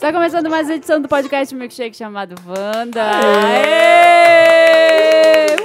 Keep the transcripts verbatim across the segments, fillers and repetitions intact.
Está começando mais uma edição do podcast Milkshake chamado Wanda. Aê!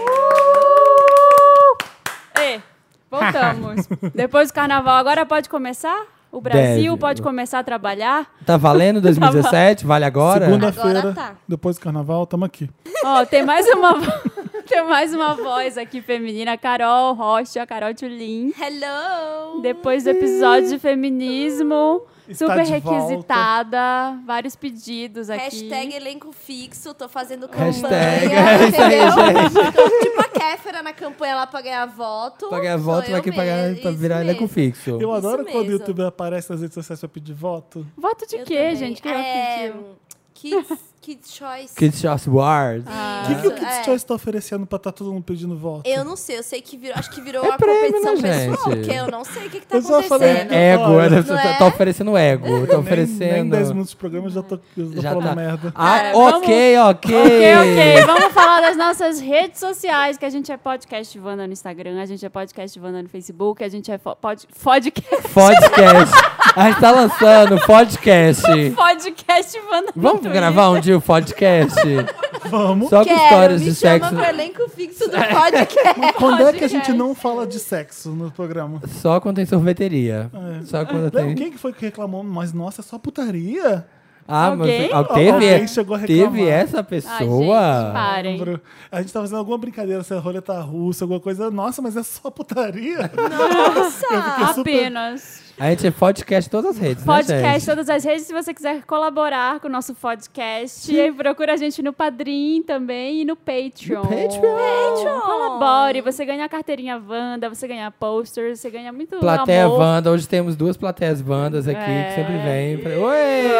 Uh! Ei, voltamos. Depois do carnaval, agora pode começar? O Brasil Deve. pode começar a trabalhar? Tá valendo dois mil e dezessete? Vale agora? Segunda-feira, tá. depois do carnaval, estamos aqui. Ó, tem mais uma vo- tem mais uma voz aqui feminina, Carol Rocha, Carol Tulin. Hello! Depois do episódio de feminismo, Está super de volta. requisitada, vários pedidos aqui. Hashtag elenco fixo, tô fazendo campanha. Hashtag, é isso aí, entendeu? Tô tipo a Kéfera na campanha lá pra ganhar voto. Pra ganhar voto, Sou vai eu aqui pra, ganhar- mesmo, pra isso virar elenco mesmo. fixo. Eu adoro Isso quando o mesmo. YouTube aparece nas redes sociais pra pedir voto. Voto de Eu quê, também. gente? Quem é, pediu? Kids, Kids Choice. Kids Choice Wars. Ah. O que, que o Isso, Kids é. Choice tá oferecendo pra tá todo mundo pedindo voto? Eu não sei, eu sei que virou, acho que virou É uma prêmio, competição né, pessoal, gente? porque eu não sei o que, que tá Eu só falei- acontecendo. É, Ego, Olha, né? não tá, é? tá oferecendo ego. Tá Nem, oferecendo. nem dez minutos de programa eu já tô, eu tô Já falando tá. merda. Ah, Cara, ok, ok. Ok, ok. Vamos falar das nossas redes sociais, que a gente é podcast Wanda no Instagram, a gente é podcast Wanda no Facebook, a gente é fo- pod, podcast, Podcast. A gente tá lançando podcast. podcast Wanda no Vamos Twitter. gravar um dia o podcast? Vamos. Só com Quero, histórias me de chama sexo. pro elenco fixo do podcast. Quando é que a gente podcast. não fala de sexo no programa? Só quando tem sorveteria. É. Só quando Lembra tem. quem que foi que reclamou? Mas nossa, é só putaria. Ah, Alguém? mas ah, teve, Alguém chegou a reclamar. teve essa Ai, pessoa? gente, parem. Lembro. A gente tava fazendo alguma brincadeira, se é roleta russa, alguma coisa. Nossa, mas é só putaria. Nossa! Eu fiquei super... Apenas. A gente é podcast em todas as redes, Podcast, né, gente? todas as redes. Se você quiser colaborar com o nosso podcast, procura a gente no Padrim também e no Patreon. No Patreon. Patreon. Colabore. Você ganha a carteirinha Wanda, você ganha posters, você ganha muito Plateia amor. Wanda. Hoje temos duas plateias Wandas aqui, É. que sempre vêm. pra- Oi!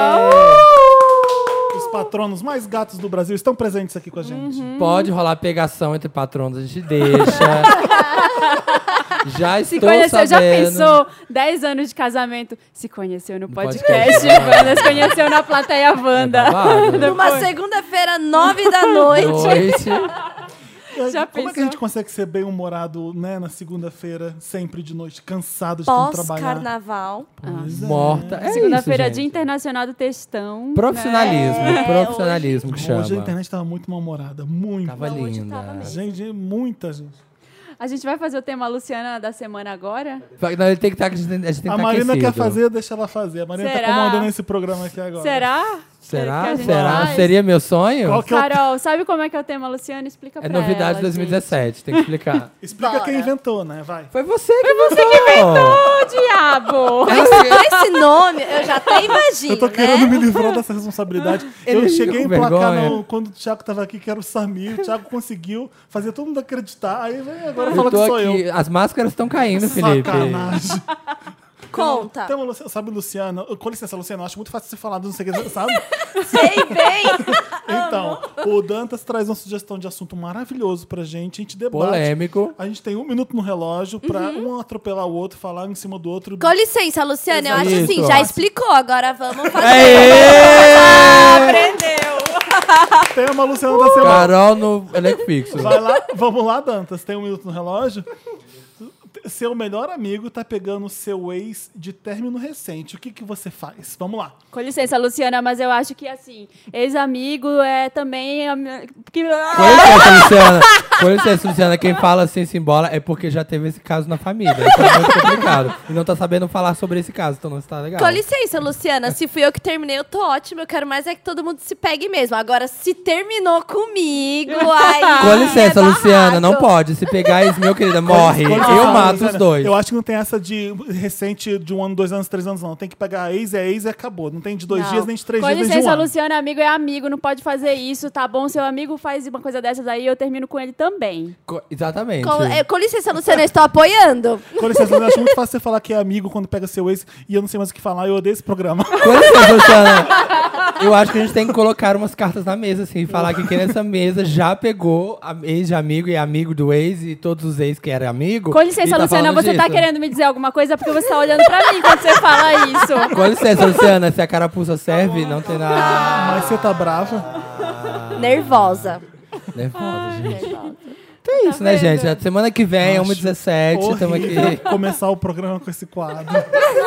Os patronos mais gatos do Brasil estão presentes aqui com a gente. Uhum. Pode rolar pegação entre patronos, a gente deixa. Já Se estou conheceu, já sabendo. pensou? dez anos de casamento, se conheceu no No podcast, podcast, Wanda, se conheceu na plateia Wanda. É babado. Numa segunda-feira, nove da noite. Noite. Já Como é que a pensou? gente consegue ser bem-humorado, né, na segunda-feira, sempre de noite, cansado de tanto trabalhar? Pós-carnaval. Pois é. Morta. É Segunda-feira, isso, Dia gente. Internacional do Textão. Profissionalismo. É, profissionalismo que chama. Hoje a internet tava muito mal-humorada, muito. Tava Não, hoje linda. tava mesmo. Gente, muita gente. A gente vai fazer o tema Luciana da semana agora? Não, ele tem que estar, a gente tem, a gente tem que A tá Marina aquecido. quer fazer, deixa ela fazer. A Marina Será? tá comandando esse programa aqui agora. Será? Que Será? a gente Será? faz? Seria meu sonho? Qual que é o... Carol, sabe como é que é o tema, Luciana? Explica É pra novidade ela, de dois mil e dezessete, tem que explicar. Explica Bora. quem inventou, né? Vai. Foi você que inventou! Ô, diabo! Com esse nome, eu já até imagino, Eu tô né? querendo me livrar dessa responsabilidade. Ele Eu fica cheguei a com emplacar vergonha. no, quando o Thiago tava aqui, que era o Samir. O Thiago conseguiu fazer todo mundo acreditar. Aí vem agora Eu fala que tô sou aqui. eu. As máscaras estão caindo, Felipe. Sacanagem. Conta. Tem uma, Luci- sabe, Luciana? Com licença, Luciana, eu acho muito fácil você falar, não sei o que, sabe? Sei bem. Então, o Dantas traz uma sugestão de assunto maravilhoso pra gente. A gente debate. Polêmico. A gente tem um minuto no relógio pra Uhum. um atropelar o outro, falar um em cima do outro. Com licença, Luciana, eu acho Isso. assim, já explicou, agora vamos fazer. Aê! Aprendeu! Tem uma Luciana da semana. Carol no elenco fixo. Vai lá, vamos lá, Dantas. Tem um minuto no relógio. Seu melhor amigo tá pegando seu ex de término recente. O que, que você faz? Vamos lá. Com licença, Luciana, mas eu acho que, assim, ex-amigo é também... ami- Que... Com licença, Luciana. Com licença, Luciana. Quem fala assim, se embola, é porque já teve esse caso na família. Isso é muito complicado. E não tá sabendo falar sobre esse caso, então não está legal. Com licença, Luciana, se fui eu que terminei, eu tô ótimo. Eu quero mais é que todo mundo se pegue mesmo. Agora, se terminou comigo, aí. Com licença, é Luciana, não barraco. pode. Se pegar ex, meu querido, morre. Com licença, Eu mato Luciana. os dois. Eu acho que não tem essa de recente de um ano, dois anos, três anos, não. Tem que pegar ex, é ex e acabou. Não tem de dois Não. dias, nem de três Com dias, nem de um licença, ano. Luciana, amigo é amigo, não pode fazer isso, tá bom? Seu amigo faz uma coisa dessas aí, eu termino com ele também. Co- Exatamente. Com, é, com licença, Luciana, eu estou apoiando. Com licença, eu acho muito fácil você falar que é amigo quando pega seu ex e eu não sei mais o que falar. Eu odeio esse programa. Com licença, Luciana. Eu acho que a gente tem que colocar umas cartas na mesa, assim, e falar que quem nessa mesa já pegou a ex de amigo e amigo do ex e todos os ex que eram amigo. Com licença, e tá Luciana, falando você tá disso. querendo me dizer alguma coisa porque você tá olhando pra mim quando você fala isso. Com licença, Luciana, se a carapuça serve, não tem nada. Mas você tá brava? Nervosa. Nervosa, gente. Nervosa. Então é isso, né, vendo? gente? Semana que vem, Acho uma e dezessete, estamos aqui. horrível começar o programa com esse quadro.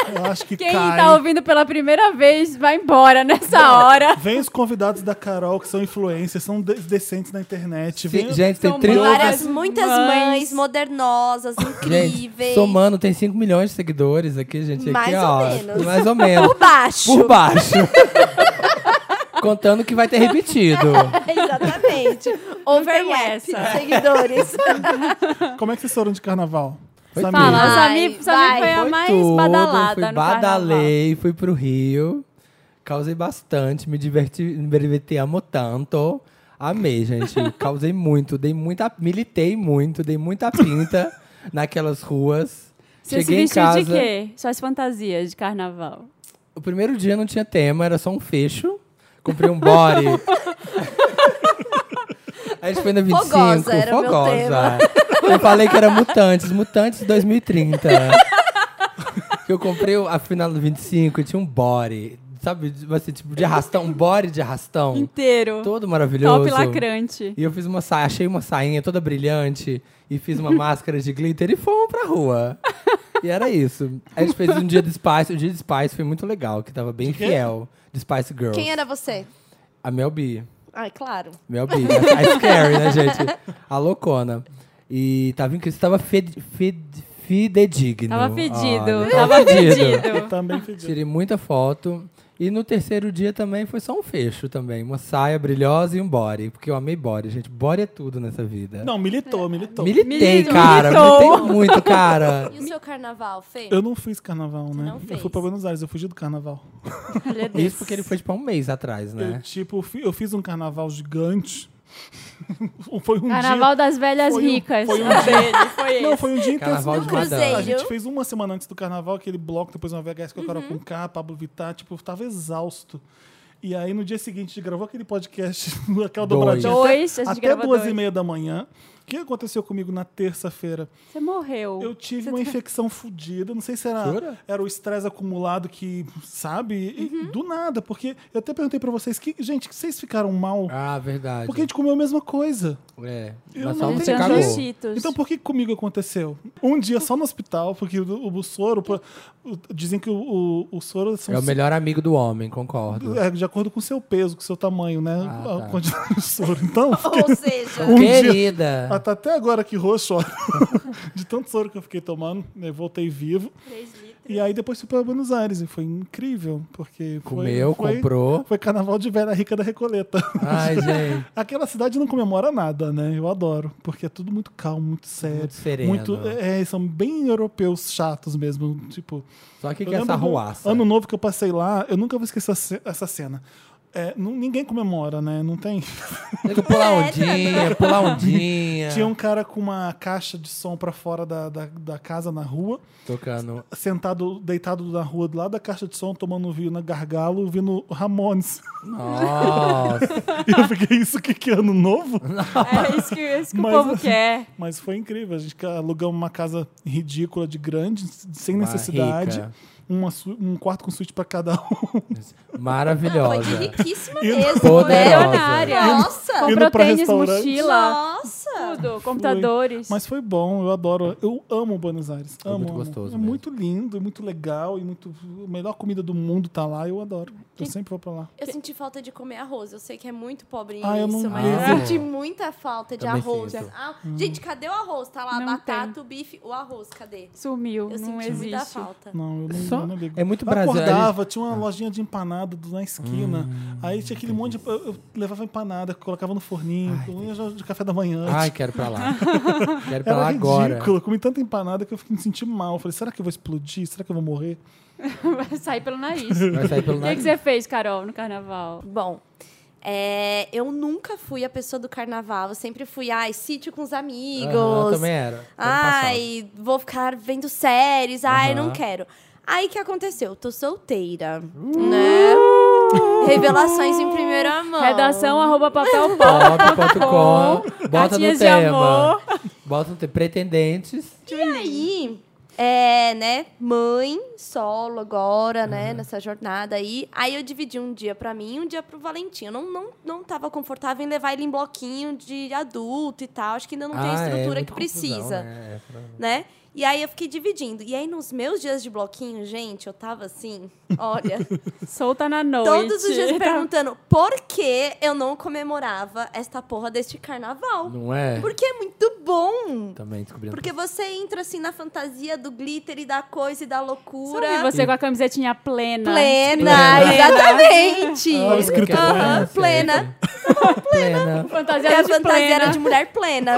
Eu acho que Quem cai. tá ouvindo pela primeira vez vai embora nessa hora. Vem os convidados da Carol, que são influencers, são de- decentes na internet. Sim, Vem... gente, tem São trinta... Várias, muitas mães, mães. modernosas, incríveis. Gente, somando, tem cinco milhões de seguidores aqui, gente. Mais aqui, ou ó, menos. Mais ou menos. Por baixo. Por baixo. Contando que vai ter repetido. Exatamente. Overlap, essa. seguidores. Como é que vocês foram de carnaval? Foi Samir? tudo. Fala, Vai, Samir, Samir vai. foi a Foi mais tudo, badalada fui no carnaval. badalei, fui pro Rio, causei bastante, me diverti, me divertiamo tanto. Amei, gente. Causei muito, dei muita, militei muito, dei muita pinta naquelas ruas. Você se Cheguei em vestiu casa. de quê? Suas fantasias de carnaval. O primeiro dia não tinha tema, era só um fecho. Comprei um body. A gente foi na vinte e cinco. Fogosa era o meu Fogosa. Eu falei que era Mutantes, Mutantes dois mil e trinta. Que eu comprei a final do vinte e cinco e tinha um body. Sabe, assim, tipo de arrastão, um body de arrastão. Inteiro. Todo maravilhoso. Top lacrante. E eu fiz uma saia, achei uma sainha toda brilhante e fiz uma máscara de glitter e fomos pra rua. E era isso. A gente fez um dia de Spice, o dia de Spice foi muito legal, que tava bem De quê? fiel. De Spice Girls. Quem era você? A Mel B. Ai, claro. Mel B. A, a Scary, né, gente? A loucona. E tava incrível, tava fed, fed, fidedigno. Tava fedido. Olha, Tava fedido. Também pediu. Tirei muita foto. E no terceiro dia também foi só um fecho também. Uma saia brilhosa e um body. Porque eu amei body, gente. Body é tudo nessa vida. Não, militou, militou. Militei, Militou. cara. Militou. Militei muito, cara. E o seu carnaval, Fê? Eu não fiz carnaval, né? não Eu fez. fui pra Buenos Aires, eu fugi do carnaval. Isso porque ele foi tipo há um mês atrás, Eu, né? tipo, fi- eu fiz um carnaval gigante. Foi um Carnaval dia... das velhas Foi um- ricas. foi um dele, foi Não, esse. foi um dia Carnaval intenso. de madame. A Cruzeiro. gente fez uma semana antes do carnaval, aquele bloco, depois uma V H S com a Carol com K, Pablo Vittar, tipo, eu tava exausto. E aí, no dia seguinte, a gente gravou aquele podcast, aquela Dois. dobradinha. Dois, a gente até gravou duas dois. e meia da manhã. O que aconteceu comigo na terça-feira? Você morreu. Eu tive Você uma tá- infecção fodida. Não sei se era, Jura? era o estresse acumulado que, sabe? E do nada, porque eu até perguntei pra vocês, que, gente, que vocês ficaram mal? Ah, verdade. Porque a gente comeu a mesma coisa. É, Eu mas não só você entendi. cagou. Cheetos. Então por que comigo aconteceu? Um dia só no hospital, porque o, o soro, pô, o- dizem que o, o, o soro são É o melhor amigo do homem, concordo. é, de acordo com o seu peso, com o seu tamanho, né? Ah, a tá. quantidade de soro. Então, Ou seja, Um dia- Querida. ah, tá até agora aqui roxo, ó. De tanto soro que eu fiquei tomando, eu voltei vivo. E aí depois fui para Buenos Aires e foi incrível, porque foi, Comeu, foi, comprou. foi carnaval de Velha Rica da Recoleta. Ai, gente. Aquela cidade não comemora nada, né? Eu adoro, porque é tudo muito calmo, muito sério. Muito sereno. Muito, é, são bem europeus chatos mesmo, tipo... Só que eu que é essa lembro do ruaça. Ano novo que eu passei lá, eu nunca vou esquecer essa ce- essa cena. É, não- ninguém comemora, né? Não tem... Tem que pular ondinha, pular ondinha. Tinha um cara com uma caixa de som pra fora da, da, da casa na rua, Tocando. sentado, deitado na rua, do lado da caixa de som, tomando um vinho na gargalo, ouvindo Ramones. Nossa. E eu fiquei, isso que, que é ano novo? É isso que, isso que Mas- o povo quer. Mas foi incrível. A gente alugamos uma casa ridícula de grande, sem Uma necessidade. rica. Uma su- um quarto com suíte pra cada um. foi Maravilhosa. riquíssima E mesmo, poderosa. né? Milionária. Nossa! Indo Comprou pra tênis, restaurante. mochila, Nossa! tudo. Computadores. Mas foi bom, eu adoro. Eu amo Buenos Aires. Foi Amo, muito amo. gostoso É mesmo. muito lindo, muito legal e muito. A melhor comida do mundo tá lá, eu adoro. Eu sempre vou pra lá. Eu senti falta de comer arroz. Eu sei que é muito pobrinho Ah, eu isso, não mas vejo. eu senti muita falta de Também arroz. sinto. Ah, Gente, cadê o arroz? Tá lá, Não batata, tem. o bife, o arroz, cadê? Sumiu, Eu não senti muita existe. falta. Não, eu não, Só- eu não ligo. é muito Eu Brasil. acordava, tinha uma lojinha de empanada do- na esquina. Aí tinha aquele monte de. Eu, eu levava empanada, colocava no forninho, comia já de café da manhã. Ai, quero pra lá. Quero pra Era lá agora. ridículo. Eu comi tanta empanada que eu fiquei me sentindo mal. Eu falei, será que eu vou explodir? Será que eu vou morrer? Vai sair pelo nariz. Vai sair pelo O que, que nariz. você fez, Carol, no carnaval? Bom, é, eu nunca fui a pessoa do carnaval. Eu sempre fui, ai, sítio com os amigos. Aham, também era. Ano Ai, vou ficar vendo séries. Ai, Aham. não quero. Aí, o que aconteceu? Tô solteira, né? Revelações em primeira mão. Redação arroba papel pop ponto com. Bota no Cartinhas de tema. amor. Bota no tema. Pretendentes. E aí, é, né, mãe, solo agora, né, nessa jornada aí. Aí eu dividi um dia pra mim e um dia pro Valentim. Eu não, não, não tava confortável em levar ele em bloquinho de adulto e tal. Acho que ainda não tem a Ah, é, estrutura muita que confusão, precisa, né? É, pra- né? E aí eu fiquei dividindo. E aí nos meus dias de bloquinho, gente, eu tava assim, olha, Solta na noite. todos os dias me perguntando por que eu não comemorava esta porra deste carnaval. Não é? Porque é muito bom. Também descobri. Porque você entra assim na fantasia do glitter e da coisa e da loucura. Sabe você com a camisetinha plena. Plena, Plena. exatamente. Ah, escrito Aham, plena. plena. Plena. Fantasia Que a de fantasia plena. era de mulher plena.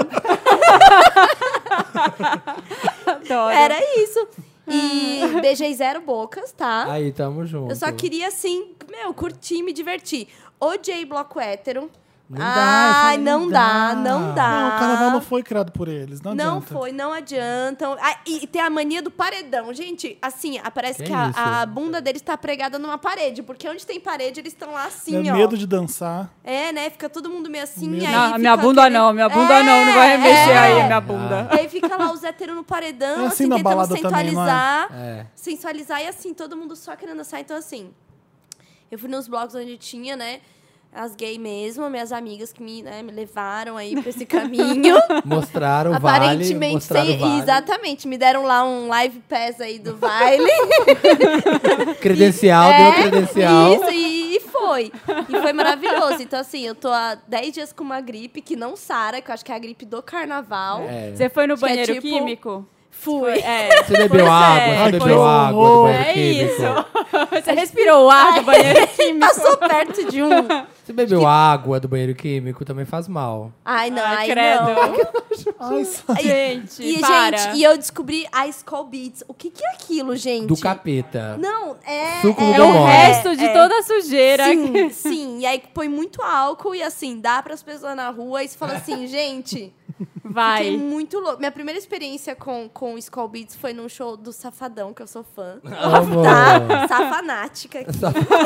Adoro. Era isso. E beijei zero bocas, tá? Aí, tamo junto. Eu só queria, assim, meu, curtir, me divertir. Odiei bloco hétero. Não dá, eu Ai, falei, não dá, não dá. Não, o carnaval não foi criado por eles, não Não adianta. foi, não adiantam. Ah, e tem a mania do paredão. Gente, assim, parece Que que, a, isso? a bunda deles tá pregada numa parede. Porque onde tem parede, eles estão lá assim, É ó. medo de dançar. É, né? Fica todo mundo meio assim. Medo. E aí Não, fica minha bunda aquele- não, minha bunda É, não, não vai remexer é. aí minha bunda. E aí fica lá os héteros no paredão, É assim assim, na tentando balada também, não é? sensualizar. É. Sensualizar e assim, todo mundo só querendo dançar. Então, assim, eu fui nos blogs onde tinha, né? As gays mesmo, minhas amigas que me, né, me levaram aí pra esse caminho. Mostraram o vale. Aparentemente, Mostraram sem, o vale. exatamente. Me deram lá um live pass aí do baile. Credencial, É, deu credencial. Isso, e, e foi. E foi maravilhoso. Então, assim, eu tô há dez dias com uma gripe que não sara, que eu acho que é a gripe do carnaval. É. Você foi no Que é banheiro tipo- químico? Fui. É. Você bebeu Pois água, é, você Ai, bebeu que água do horror. banheiro É químico. isso. Você respirou o ar do banheiro químico. Passou perto de um. Você bebeu água do banheiro químico, também faz mal. Ai, não, Ai, ai, credo. não. Ai, só- Gente, E, para. gente, e eu descobri a Skull Beats. O que, que é aquilo, gente? Do capeta. Não, é. Suco é, do É o demônio. resto de é. toda a sujeira. Sim, sim. E aí põe muito álcool e assim, dá pras pessoas na rua e você fala assim, gente. Fiquei Vai. muito louco. Minha primeira experiência com, com o Skull Beats foi num show do Safadão, que eu sou fã. Amo. Tá? Safanática. aqui.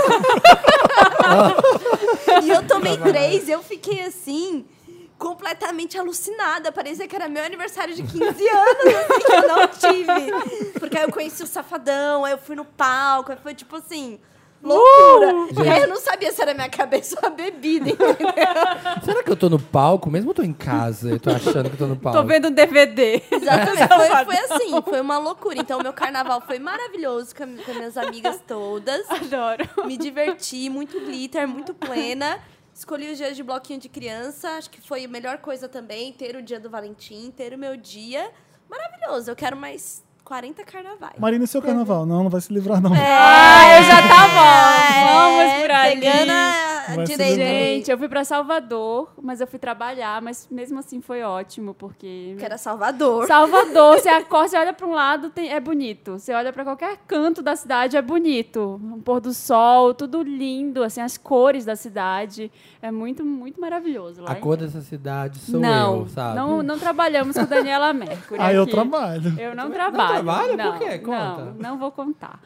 E eu tomei três e eu fiquei assim, completamente alucinada. Parecia que era meu aniversário de quinze anos, assim, que eu não tive. Porque aí eu conheci o Safadão, aí eu fui no palco, aí foi tipo assim... Loucura! Uh! E aí eu não sabia se era minha cabeça ou a bebida, entendeu? Será que eu tô no palco? Mesmo eu tô em casa, eu tô achando que eu tô no palco. Tô vendo um D V D. Exatamente. Foi, foi assim, foi uma loucura. Então, meu carnaval foi maravilhoso com, a- com as minhas amigas todas. Adoro. Me diverti, muito glitter, muito plena. Escolhi os dias de bloquinho de criança. Acho que foi a melhor coisa também, ter o dia do Valentim, ter o meu dia. Maravilhoso. Eu quero mais quarenta carnavais. Marina, e seu carnaval? Não, não vai se livrar, não. Ah, eu já tava. Vamos É, por ali. pegando a Vai se direita. livrar. Gente, eu fui pra Salvador, mas eu fui trabalhar, mas mesmo assim foi ótimo, porque... Que era Salvador. Salvador, você acorda, você olha pra um lado, tem- é bonito. Você olha pra qualquer canto da cidade, é bonito. Um pôr do sol, tudo lindo, assim, as cores da cidade. É muito, muito maravilhoso lá. A cor dessa cidade sou não, eu, sabe? não, não trabalhamos com Daniela Mercury Ah, eu aqui. trabalho. Eu não trabalho. trabalha? Por Não, quê? Conta. Não, não vou contar.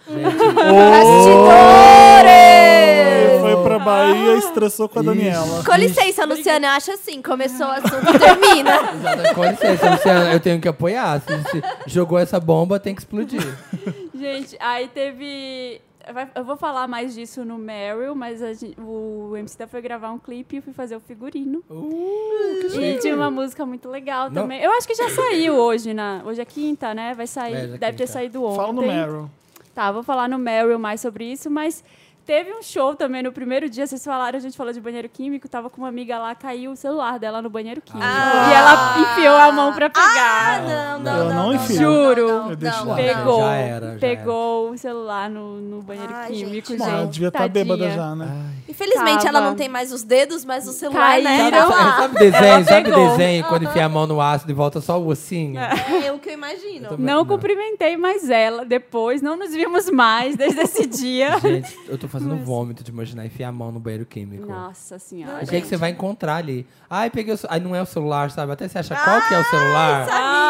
Ele foi pra Bahia e estressou com a Daniela. Com licença, Luciana, eu acho assim, começou o assunto, termina. Exato. Com licença, Luciana, eu tenho que apoiar. Se, se jogou essa bomba, tem que explodir. Gente, aí teve... vai- Eu vou falar mais disso no Meryl, mas a gente- o M C da foi gravar um clipe e eu fui fazer o figurino. Uh, que E tinha uma música muito legal Não. também. Eu acho que já saiu hoje, na, hoje é quinta, né? Vai sair, É, já deve ter quinta. saído ontem. Fala no Meryl. Tá, vou falar no Meryl mais sobre isso, mas teve um show também no primeiro dia, vocês falaram, a gente falou de banheiro químico, tava com uma amiga lá, caiu o celular dela no banheiro químico. Ah. E ela enfiou a mão pra Ah, pegar. não, não, Eu não. não não, enfio. Juro. Não, não, Eu deixo não, lá. Pegou, Já era, já pegou o celular no, no banheiro Ai, químico, gente, gente. Ah, devia estar tadinha. bêbada já, né? Infelizmente, Tava. ela não tem mais os dedos, mas o celular, né? Caíram. Tá Sabe, lá. sabe desenho? Ela Sabe pegou. desenho quando enfia a mão no ácido e volta só o ossinho? É o que eu imagino. também. Não Não. cumprimentei mais ela depois, não nos vimos mais desde esse dia. Gente, eu tô fazendo vômito de imaginar enfiar a mão no banheiro químico. Nossa senhora. O que, é que você vai encontrar ali? Ai, peguei o ce- Aí não é o celular, sabe? Até você acha qual que é o celular.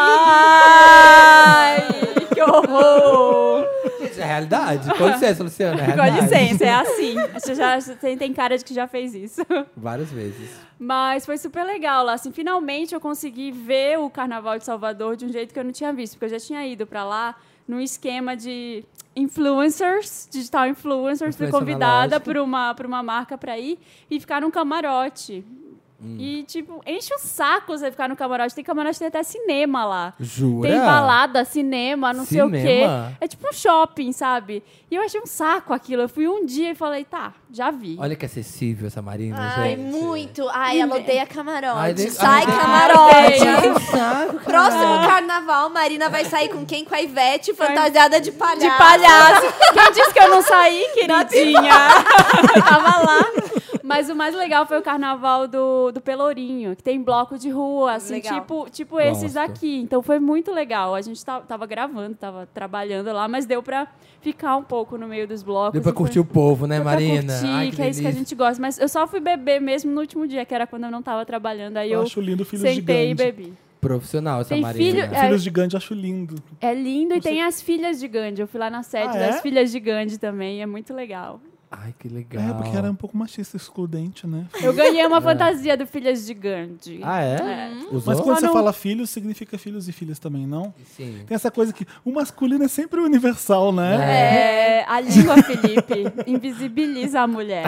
Ai, que horror! Isso é realidade. Com licença, Luciana. É Com realidade. licença, é assim. Você já você tem, tem cara de que já fez isso. Várias vezes. Mas foi super legal lá. Assim, finalmente eu consegui ver o Carnaval de Salvador de um jeito que eu não tinha visto, porque eu já tinha ido pra lá num esquema de influencers, digital influencers. Fui Influencer convidada analógico. por uma, por uma marca pra ir e ficar num camarote. Hum. E, tipo, enche o saco você ficar no camarote. Tem camarote, tem até cinema lá. Jura? Tem balada, cinema, não sei o quê. Cinema? É tipo um shopping, sabe? E eu achei um saco aquilo. Eu fui um dia e falei, tá, já vi. Olha que acessível essa Marina, Ai, gente. muito. Ai, ela odeia camarote. Ai, de- Sai, ai, camarote. odeia. Saco, Próximo carnaval, Marina vai sair com quem? Com a Ivete, fantasiada de palhaço. De palhaço. Quem disse que eu não saí, queridinha? Tava lá. Mas o mais legal foi o carnaval do, do Pelourinho, que tem bloco de rua, assim, Legal. tipo, tipo esses Gosto. daqui. Então foi muito legal. A gente tava, tava gravando, tava trabalhando lá, mas deu pra ficar um pouco no meio dos blocos. Deu pra e foi- curtir o povo, né, Deu pra Marina? curtir, Ai, que, é isso que a delícia. gente gosta. Mas eu só fui beber mesmo no último dia, que era quando eu não tava trabalhando. Aí Eu eu, acho lindo Filhos sentei de e Gandhi. bebi. Profissional essa Tem Marina. filho- É. Filhos de Gandhi eu acho lindo. É lindo e tem as filhas de Gandhi. Eu fui lá na sede Ah, é? das filhas de Gandhi também. É muito legal. Ai, que legal. É, porque era um pouco machista, excludente, né? Eu ganhei uma fantasia do Filhas de Gandhi. Ah, é? É. Usou? Mas quando Só você não- fala filhos, significa filhos e filhas também, não? Sim. Tem essa coisa que o masculino é sempre universal, né? É, a língua, Felipe, invisibiliza a mulher.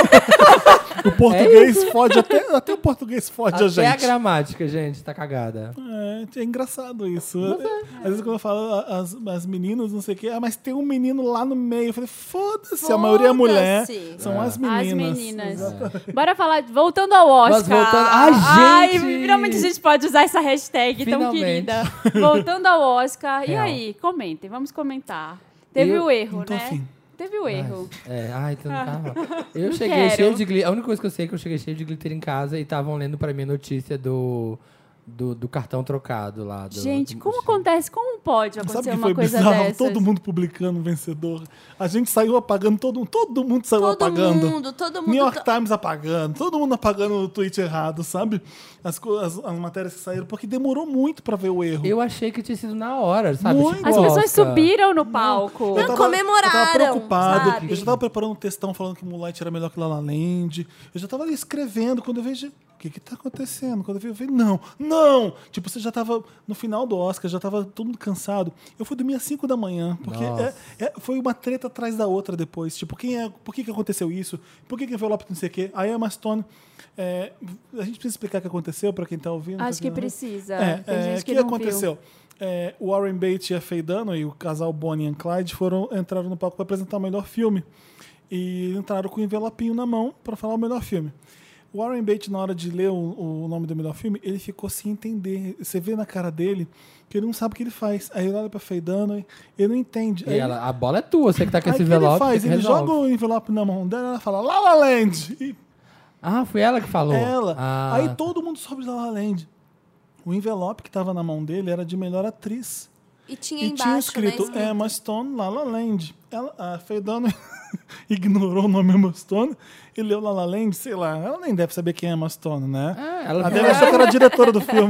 O português fode, até, até o português fode a Até gente. a gramática, gente, tá cagada. É, é engraçado isso. Às vezes quando eu falo as, as meninas, não sei o quê, ah, mas tem um menino lá no meio. Eu falei, foda-se, a maioria é mulher. Foda-se. São as meninas. As meninas. Bora falar, voltando ao Oscar. Mas voltando- Ai, Ai, gente! finalmente a gente pode usar essa hashtag tão Finalmente. querida. Voltando ao Oscar. E Real. aí, comentem, vamos comentar. Teve Eu o erro, não tô né? afim. Teve o erro. É, ai, então tava. Eu Não cheguei quero. cheio de glitter. A única coisa que eu sei é que eu cheguei cheio de glitter em casa e estavam lendo pra mim a notícia do, do, do cartão trocado lá. Do, Gente, do- como acontece? Como pode Sabe acontecer que uma foi coisa bizarro? dessas? Todo mundo publicando o vencedor. A gente saiu apagando, todo, todo mundo saiu Todo apagando. mundo, todo mundo. New York to- Times apagando, todo mundo apagando o tweet errado, sabe? As, co- as, as matérias que saíram, porque demorou muito pra ver o erro. Eu achei que tinha sido na hora, sabe? Muito. Tipo As pessoas Oscar. subiram no palco. Eu Não, tava- comemoraram, Eu tava preocupado. sabe? Eu já tava preparando um textão falando que Moonlight era melhor que La La Land. Eu já tava ali escrevendo. Quando eu vejo, o que que tá acontecendo? Quando eu vi, eu falei, não, não! Tipo, você já tava no final do Oscar, já tava todo mundo cansado. Eu fui dormir às cinco da manhã, porque Nossa. é- é- foi uma treta atrás da outra depois. Tipo, quem é, por que que aconteceu isso? Por que que envelope não sei o quê? Aí a Emma Stone... é, a gente precisa explicar o que aconteceu pra quem tá ouvindo. Acho que pra quem não- precisa. é, Tem é, gente o que, que não aconteceu? É, o Warren Beatty e a Faye Dunaway, o casal Bonnie and Clyde, foram, entraram no palco para apresentar o melhor filme. E entraram com o envelopinho na mão para falar o melhor filme. O Warren Beatty, na hora de ler o, o nome do melhor filme, ele ficou sem entender. Você vê na cara dele que ele não sabe o que ele faz. Aí ele olha pra Faye Dunaway, ele não entende. E Aí, ela, a bola é tua, você que tá com aí esse o que ele envelope. faz? você Ele resolve. joga o envelope na mão dela e ela fala La La Land! E Ah, foi ela que falou. ela. Ah, Aí todo mundo soube de La La Land. O envelope que estava na mão dele era de melhor atriz. E tinha E embaixo, tinha escrito né, escrito. Emma Stone, La La Land. Ela, a Faye Dunaway ignorou o nome Emma Stone e leu La La Land, sei lá. Ela nem deve saber quem é Emma Stone, né? Ah, Ela ela deve achar que era a diretora do filme.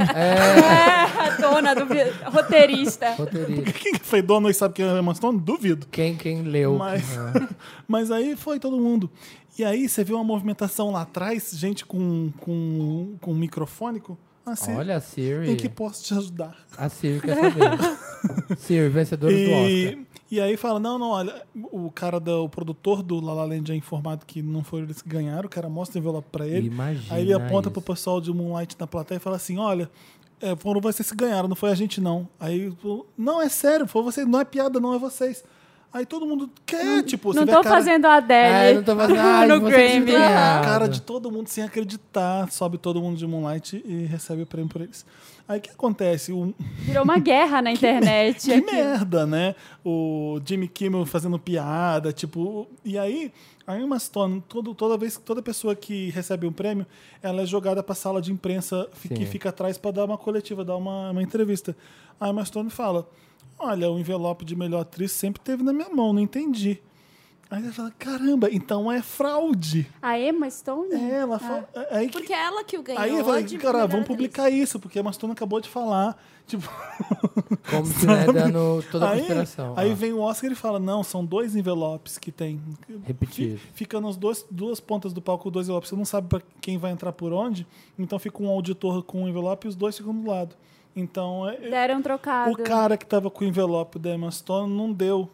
É, a dona do vi- roteirista. roteirista. Quem que foi dono e sabe quem é Emma Stone? Duvido. Quem, quem leu? Mas, Ah. mas aí foi todo mundo. E aí você vê uma movimentação lá atrás, gente com, com, com microfônico. Assim, Olha a Siri. em que posso te ajudar? A Siri quer saber. Siri, vencedora do Oscar. E, e aí fala, não, não, olha, o cara, do, o produtor do La La Land é informado que não foram eles que ganharam, o cara mostra o envelope pra ele. Imagina Aí ele aponta isso. pro pessoal de Moonlight na plateia e fala assim, olha, é, foram vocês que ganharam, não foi a gente não. Aí, não, é sério, foi vocês, não é piada, não é vocês. Aí todo mundo quer, tipo, você Não vê tô a cara, fazendo a Adele É, não tô fazendo nada. no Grammy. a cara de todo mundo sem acreditar, sobe todo mundo de Moonlight e recebe o prêmio por eles. Aí o que acontece? O, Virou uma guerra na internet. que aqui. merda, né? O Jimmy Kimmel fazendo piada, tipo... E aí, a Emma Stone, todo, toda vez, toda pessoa que recebe um prêmio, ela é jogada pra sala de imprensa fi- que Sim. fica atrás pra dar uma coletiva, dar uma, uma entrevista. A Emma Stone fala, olha, o envelope de melhor atriz sempre teve na minha mão, não entendi. Aí ela fala, caramba, então é fraude. A Emma Stone? É, ela fala... Aí, Porque é ela que o ganhou. aí eu falei, de cara, melhor vamos atriz. publicar isso, porque a Emma Stone acabou de falar. Tipo... Como se, né, dando toda a Aí, conspiração. aí Ah, vem o Oscar e ele fala, não, são dois envelopes que tem. Repetido. Fi- Fica nas dois, duas pontas do palco dois envelopes. Você não sabe pra quem vai entrar por onde, então fica um auditor com um envelope e os dois ficam do lado. Então, é- é- Deram trocado. o cara que tava com o envelope da Emma Stone não deu.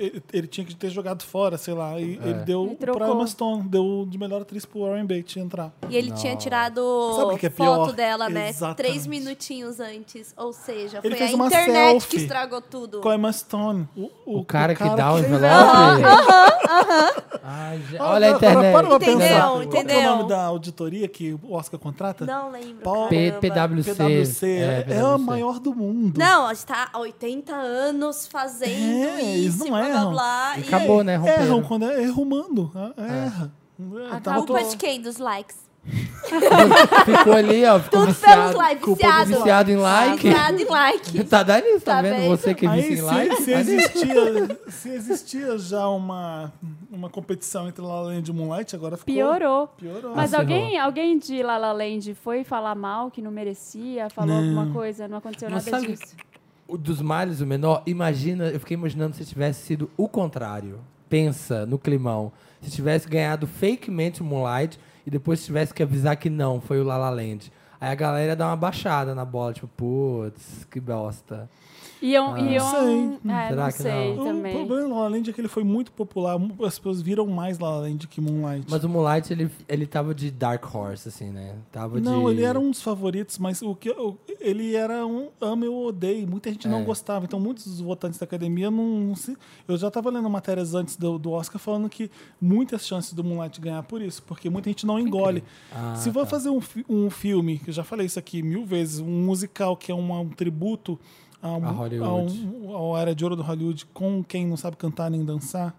ele, ele tinha que ter jogado fora, sei lá. E É. ele deu Ele pra trocou. Emma Stone, deu de melhor atriz pro Warren Beatty entrar. E ele tinha tirado Sabe o que é foto pior? dela, né? Exatamente. Três minutinhos antes. Ou seja, Ele foi fez a uma internet selfie que estragou tudo. Com a Emma Stone. O, O cara que dá o fez- envelope? Ai, gente, olha a Agora, internet. Para pra Entendeu? pensar. Qual que é o Entendeu? nome da auditoria que o Oscar contrata? Não lembro. Pau- P- caramba. PwC. P W C. É, É, é P W C. a maior do mundo. Não, está há oitenta anos fazendo É, eles isso, não blá, blá, erram. blá. E E acabou, né? Romperam. Erram quando é erro humano. É, Erra. É, tava Acabou. culpa de quem? Dos likes. Ficou ali, ó. Ficou Tudo viciado. pelos likes, Culpa do viciado. viciado em like. Viciado em like. Tá dando isso, tá, Tá vendo? vendo? Você que Aí, vicia em se, like. se tá nisso. existia, se existia já uma, uma competição entre La La Land e Moonlight, agora ficou... Piorou. Piorou. Mas Acirrou. alguém, alguém de La La Land foi falar mal, que não merecia, falou Não. alguma coisa, não aconteceu Mas nada sabe disso. O dos males, o menor, imagina, eu fiquei imaginando se tivesse sido o contrário. Pensa no climão. Se tivesse ganhado fakemente o Moonlight e depois tivesse que avisar que não, foi o La La Land. Aí a galera ia dar uma baixada na bola, tipo, putz, que bosta. Iam, Ah. iam, Sei. é, Será não que sei não? O também. problema do La La Land é que ele foi muito popular. As pessoas viram mais La La Land que Moonlight. Mas o Moonlight, ele, ele tava de Dark Horse, assim, né? Tava Não, de... ele era um dos favoritos, mas o que eu- ele era um ama eu odeio. Muita gente não É. gostava. Então, muitos dos votantes da academia não, não se. Eu já estava lendo matérias antes do, do Oscar falando que muitas chances do Moonlight ganhar por isso, porque muita gente não engole. Ah, Se for tá. fazer um, fi- um filme, que eu já falei isso aqui mil vezes, um musical que é uma- um tributo a, um, A Hollywood. a um- ao Era de Ouro do Hollywood com quem não sabe cantar nem dançar.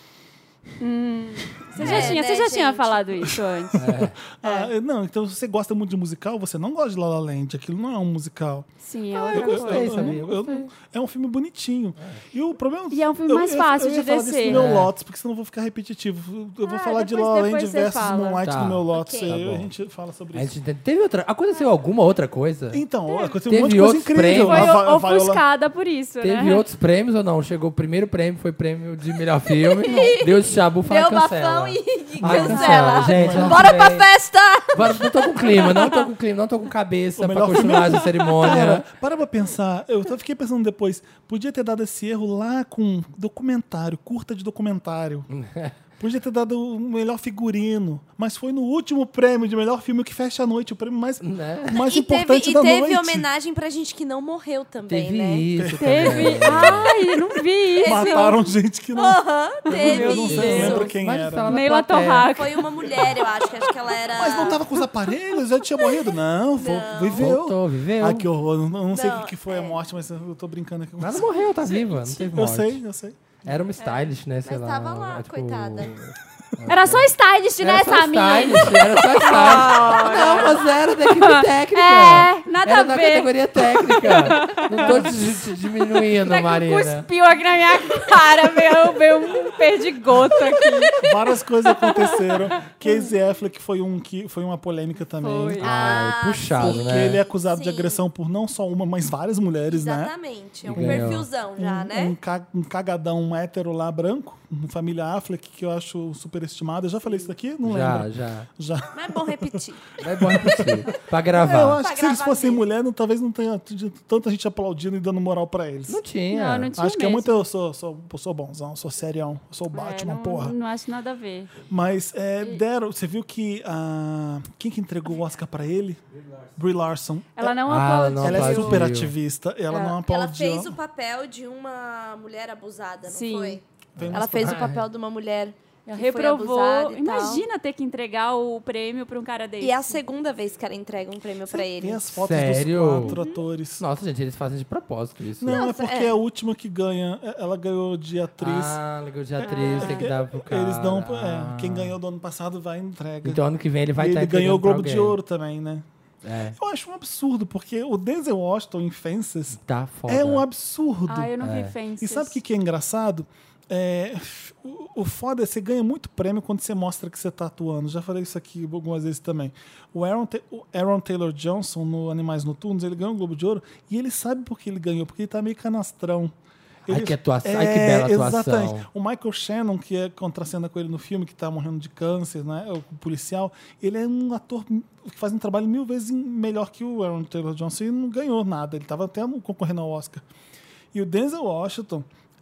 Você já, É, tinha, né, você já tinha gente? falado isso antes. É. Ah, não, então se você gosta muito de musical, você não gosta de La La Land. Aquilo não é um musical. Sim, é Ah, outra eu coisa. gostei, sabia? Eu eu- gostei. é um filme bonitinho. E o problema E é um filme eu- mais eu- fácil eu ia de falar desse descer. no meu É. Lotus, porque senão eu vou ficar repetitivo. Eu vou Ah, falar de depois- La La Land depois você versus fala. Moonlight Tá. no meu Lotus. Ok. e Tá aí a bom. gente fala sobre A isso. gente entende- teve outra... Aconteceu alguma outra coisa? Então, aconteceu Teve um monte de coisa outros incrível. prêmios? Foi A Va- a Viola- ofuscada por isso, Teve né? outros prêmios ou não? Chegou o primeiro prêmio, foi prêmio de melhor filme. Deu de chabu, fala Deu cancela. bafão e, e Ai, cancela. gente, ano Bora que pra vem- festa! Bora, não tô com clima, não tô com clima, não tô com cabeça O pra melhor continuar essa cerimônia. Cara, para pra pensar. Eu só fiquei pensando depois. Podia ter dado esse erro lá com documentário, curta de documentário. Podia ter dado o melhor figurino. Mas foi no último prêmio de melhor filme que fecha a noite. O prêmio mais, Né? o mais E teve, importante e da teve noite. homenagem pra gente que não morreu também, Teve né? isso Teve. também. Ai, não vi isso. Mataram gente que não. Aham, teve Eu não sei, eu isso. lembro quem Mas era. fala na Neila plateia. Torraca. Foi uma mulher, eu acho. que Acho que ela era... Mas não tava com os aparelhos? Já tinha morrido? Não, vo- Não. viveu. Voltou, viveu. Ai, que horror. Não, não sei Não, o que que foi a é. morte, mas eu tô brincando aqui com Mas você. não morreu, tá viva, não teve Eu morte. sei, eu sei. Era uma stylish, né, sei Mas lá. tava lá, é, tipo, coitada. Era só stylist, né, Era só Samir? stylish, era só stylish. Não, mas era da equipe técnica. É, nada era a da ver. categoria técnica. Não tô te, te diminuindo, Será que Marina. cuspiu aqui na minha cara, veio, veio um perdigoto aqui. Várias coisas aconteceram. Casey Affleck foi, um, que, foi uma polêmica também. Foi. Ai, Ah, puxado, sim. Porque né? ele é acusado de Sim. agressão por não só uma, mas várias mulheres, né? Exatamente. É um Ganhou. perfilzão já, um, né? um, ca- um cagadão um hétero lá branco, uma família Affleck, que eu acho super estimada. Eu já falei isso daqui? Não Já, lembro. já. Já. Mas é bom repetir. É bom repetir. Pra Eu gravar. acho Pra que se eles gravar fossem mesmo. mulher, não, talvez não tenha tido tanta gente aplaudindo e dando moral pra eles. Não tinha. Não, não tinha Acho que é mesmo. muito. Eu sou, sou, eu sou bonzão, sou serião, eu sou o Batman, É, não, porra. Não acho nada a ver. Mas é, deram. Você viu que a. Quem que entregou o Oscar pra ele? Brie Larson. Ela não Ah, ela aplaudiu. não Ela é aplaudiu. super ativista. Ela É. não Ela aplaudiu. fez o papel de uma mulher abusada, não Sim. foi? Tem Ela umas- fez o Ah, papel de uma mulher Ela que foi reprovou. abusada e tal. Imagina ter que entregar o prêmio pra um cara desse. E é a segunda vez que ela entrega um prêmio pra ele. Tem as fotos Sério? dos quatro atores. Nossa, gente, eles fazem de propósito isso. Não, Nossa, é porque é. é a última que ganha. é- Ela ganhou de atriz. Ah, legal de atriz, tem que dar pro cara. Eles dão. Ah. É, quem ganhou do ano passado vai e entrega. Então ano que vem ele vai e estar ele ganhou o Globo de alguém. Ouro também, né? É, Eu acho um absurdo, porque o Denzel Washington em Fences tá foda. é um absurdo. Ah, eu não É. vi Fences. E sabe o que, que é engraçado? É, o, o foda é que você ganha muito prêmio quando você mostra que você tá atuando. Já falei isso aqui algumas vezes também. O Aaron, Ta- o Aaron Taylor Johnson, no Animais Noturnos, ele ganhou o Globo de Ouro e ele sabe por que ele ganhou, porque ele tá meio canastrão. Ai, Ele- que atuação. Ai, que bela atuação. Exatamente. O Michael Shannon, que é contracena com ele no filme, que tá morrendo de câncer, né? O policial, ele é um ator que faz um trabalho mil vezes melhor que o Aaron Taylor Johnson e não ganhou nada. Ele tava até concorrendo ao Oscar. E o Denzel Washington,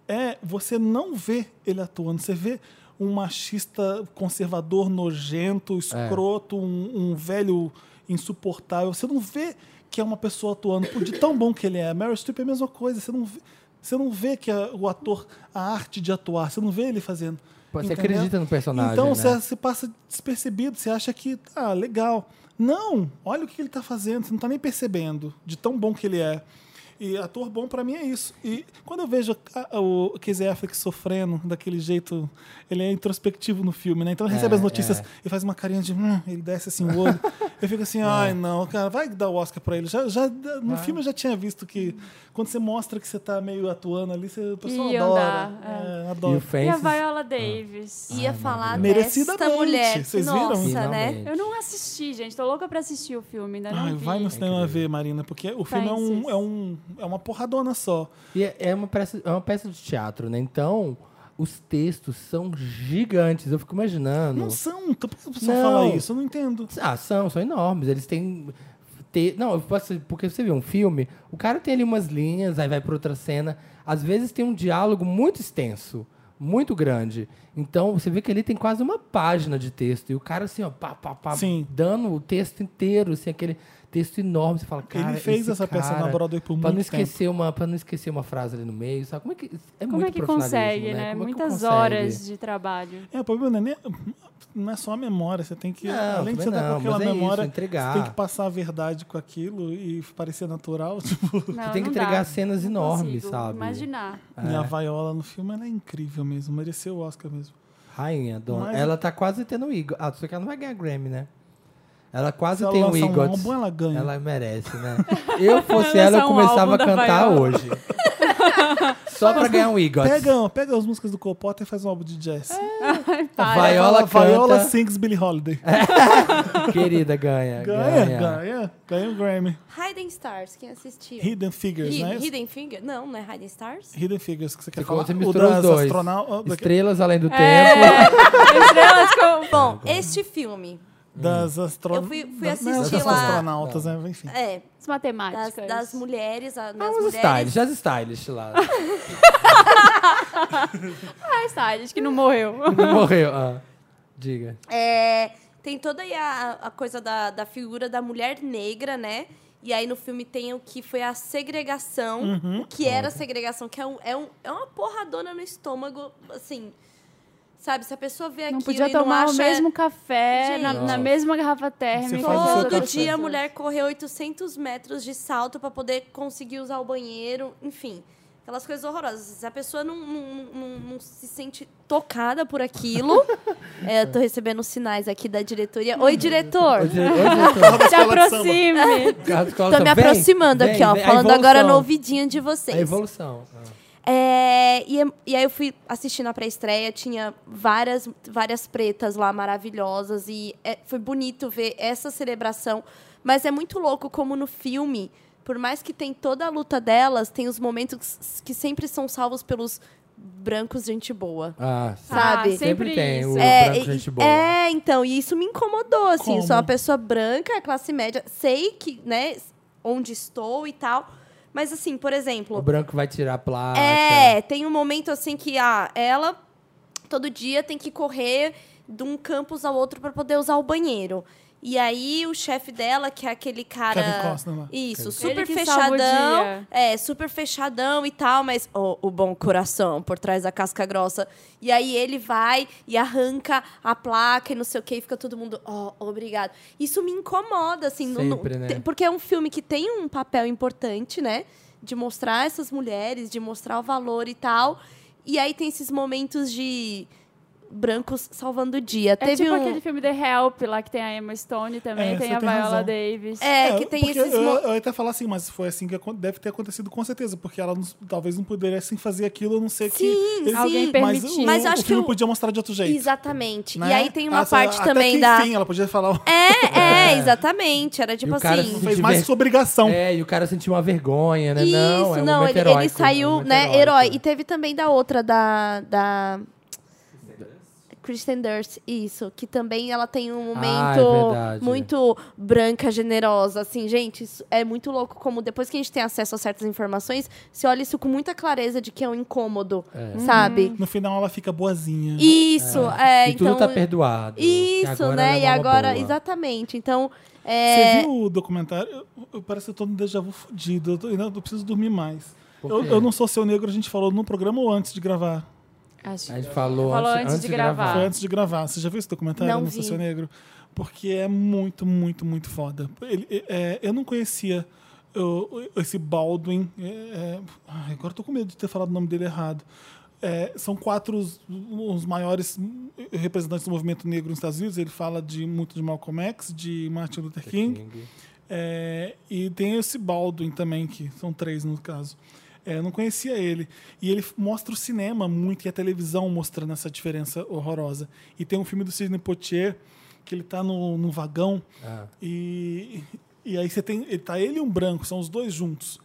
é você não vê ele atuando. Você vê um machista conservador, nojento, escroto, é. um, um velho insuportável. Você não vê que é uma pessoa atuando de tão bom que ele é. Meryl Streep é a mesma coisa. Você não vê, você não vê que é o ator, a arte de atuar, você não vê ele fazendo. Você entendeu? acredita no personagem, Então, né? você, você passa despercebido, você acha que, ah, legal. Não, olha o que ele está fazendo, você não está nem percebendo de tão bom que ele é. E ator bom pra mim é isso. E quando eu vejo a, a, o Casey Affleck sofrendo daquele jeito, ele é introspectivo no filme, né? Então ele recebe É, as notícias é. e faz uma carinha de... Hum, ele desce assim o olho. Eu fico assim, ai não, cara, vai dar o Oscar pra ele. Já, já, no Ah. filme eu já tinha visto que quando você mostra que você tá meio atuando ali, você, o pessoal Ia adora. andar, É, E adora. o E a Fences... Viola Davis. Ia falar Merecidamente. desta mulher. que, Vocês viram? Nossa, né? Finalmente. Eu não assisti, gente. Tô louca pra assistir o filme, ainda não Ai, vi. vai no cinema ver, Marina, porque o filme é, um, Fences. é, um, é uma porradona só. E é- é uma, peça, é uma peça de teatro, né? Então, os textos são gigantes. Eu fico imaginando... Não são, então por que a pessoa Não. fala isso? Eu não entendo. Ah, são, são enormes. Eles têm... Te... Não, eu posso- porque você vê um filme, o cara tem ali umas linhas, aí vai para outra cena. Às vezes tem um diálogo muito extenso, muito grande. Então, você vê que ali tem quase uma página de texto. E o cara, assim, ó, pá, pá, pá, Sim. dando o texto inteiro, assim, aquele texto enorme. Você fala, cara, Ele fez esse essa peça cara, na Broadway por pra não muito tempo. esquecer uma Para não esquecer uma frase ali no meio, sabe? Como é que... É Como muito é que profissionalismo, consegue, né? Como é que Muitas consegue? horas de trabalho. É, o problema não é, nem- não é só a memória, você tem que, Não, além de você também estar com não, aquela mas é isso, memória, entregar. você tem que passar a verdade com aquilo e parecer natural. Tipo, Não, Você tem que não entregar dá. cenas Não enormes, consigo sabe? Imaginar. E a Viola no filme, ela é incrível mesmo, mereceu o Oscar mesmo. Rainha, dona. Mas- Ela tá quase tendo o Igor. Ah, só que ela não vai ganhar Grammy, né? Ela quase Se ela tem o lançar um Igor. álbum, ela ganha. Ela merece, né? Eu fosse Lançar ela, eu um começava álbum a da cantar Viola. hoje. Só pra ganhar um Igor. Pega, pega as músicas do Cole Potter e faz um álbum de jazz. Para. Viola Fala, Viola canta. sings Billie Holiday. Querida, ganha. Ganha, Ganha. ganha. Ganha o Grammy. Hidden Stars, quem assistiu? Hidden Figures, Hi- né? Hidden Finger? Não, não é Hidden Stars? Hidden Figures, que você quer Ficou- falar? você O misturou os das dois. astronau- Estrelas além do tempo. Estrelas com... Bom, este filme, das astro... Eu fui- fui das- não, assistir das lá- astronautas, né? Enfim. é, As das, matemáticas. das mulheres, a- das Ah, os mulheres... stylish, as stylish lá. Ah, Stylish, que não morreu. Não morreu. Ah, diga. É, tem toda aí a, a coisa da, da figura da mulher negra, né? E aí no filme tem o que foi a segregação, Uhum. o que era a segregação, que é, um, é, um, é uma porradona no estômago, assim... Sabe, se a pessoa vê Não aquilo podia e não tomar acha... o mesmo café na, Gente. na mesma garrafa térmica. Você que faz as isso outras Todo dia a pessoas. mulher correu oitocentos metros de salto para poder conseguir usar o banheiro, enfim. Aquelas coisas horrorosas. Se a pessoa não, não, não, não se sente tocada por aquilo... é, eu tô recebendo sinais aqui da diretoria. Oi, diretor! Hoje, hoje Se aproxime. Tô me aproximando aqui, ó. Falando agora no ouvidinho de A vocês. evolução. Ah. É, e, e aí eu fui assistir na pré-estreia, tinha várias, várias pretas lá maravilhosas e é, foi bonito ver essa celebração, mas é muito louco como no filme, por mais que tem toda a luta delas, tem os momentos que sempre são salvos pelos brancos gente boa. Ah, Sabe? Ah, sempre tem isso. o É, branco e- gente boa. é, então, e isso me incomodou, assim, Como? sou uma pessoa branca, classe média, sei que, né, onde estou e tal, mas assim, por exemplo... O branco vai tirar a placa. É, tem um momento assim que ah, ela todo dia tem que correr de um campus ao outro para poder usar o banheiro. E aí o chefe dela, que é aquele cara. Kevin Costner lá. Isso, Ele super que salva o fechadão. dia. É, super fechadão e tal, mas oh, o bom coração por trás da casca grossa. E aí ele vai e arranca a placa e não sei o que, e fica todo mundo, ó, oh, obrigado. Isso me incomoda, assim, no- no- Sempre, né? te- porque é um filme que tem um papel importante, né? De mostrar essas mulheres, de mostrar o valor e tal. E aí tem esses momentos de brancos salvando o dia. É Teve tipo um... aquele filme The Help, lá que tem a Emma Stone também, É, tem você a tem Viola razão. Davis. É, que tem porque esses... eu, mo- eu ia até falar assim, mas foi assim que acon- deve ter acontecido com certeza, porque ela não- talvez não pudesse fazer aquilo, a não ser que... Sim, eles- Alguém sim. Mas permitiu. o, Mas o acho que filme o- podia mostrar de outro jeito. Exatamente. né? E aí tem uma Essa- parte até também que, da... enfim, ela podia falar... É, é, exatamente. Era tipo o cara assim... se Fez diver- mais sua obrigação. É, e o cara sentiu uma vergonha, né? Isso, não, é um não, momento ele, ele heróico, é um saiu, momento né, heróico. herói. E teve também da outra, da... da... Kristen Dunst, isso. Que também ela tem um Ah, momento é verdade. muito branca, generosa. Assim, gente, isso é muito louco como depois que a gente tem acesso a certas informações, você olha isso com muita clareza de que é um incômodo, É. sabe? No final ela fica boazinha. Isso, é. E então, tudo tá perdoado. que Isso, agora né? ela é E uma agora, boa. exatamente. Então, Você é... viu o documentário? Eu, eu, parece que eu tô no déjà vu fudido. Eu, tô, eu eu preciso dormir mais. Por Eu, quê? eu não sou seu negro, a gente falou no programa ou antes de gravar? Acho A gente falou, Falou antes, antes antes de de gravar. gravar. Foi antes de gravar. Você já viu esse documentário? Não Eu não sou vi. seu negro? Porque é muito, muito, muito foda. Ele, é, eu não conhecia eu, esse Baldwin. É, é, ai, agora eu tô com medo de ter falado o nome dele errado. É, são quatro os, os maiores representantes do movimento negro nos Estados Unidos. Ele fala de muito de Malcolm X, de Martin Luther King. É, e tem esse Baldwin também, que são três no caso. É, eu não conhecia ele. E ele mostra o cinema muito e a televisão mostrando essa diferença horrorosa. E tem um filme do Sidney Poitier que ele tá no, no vagão Ah. e, e aí você tem. Ele tá ele e um branco, são os dois juntos.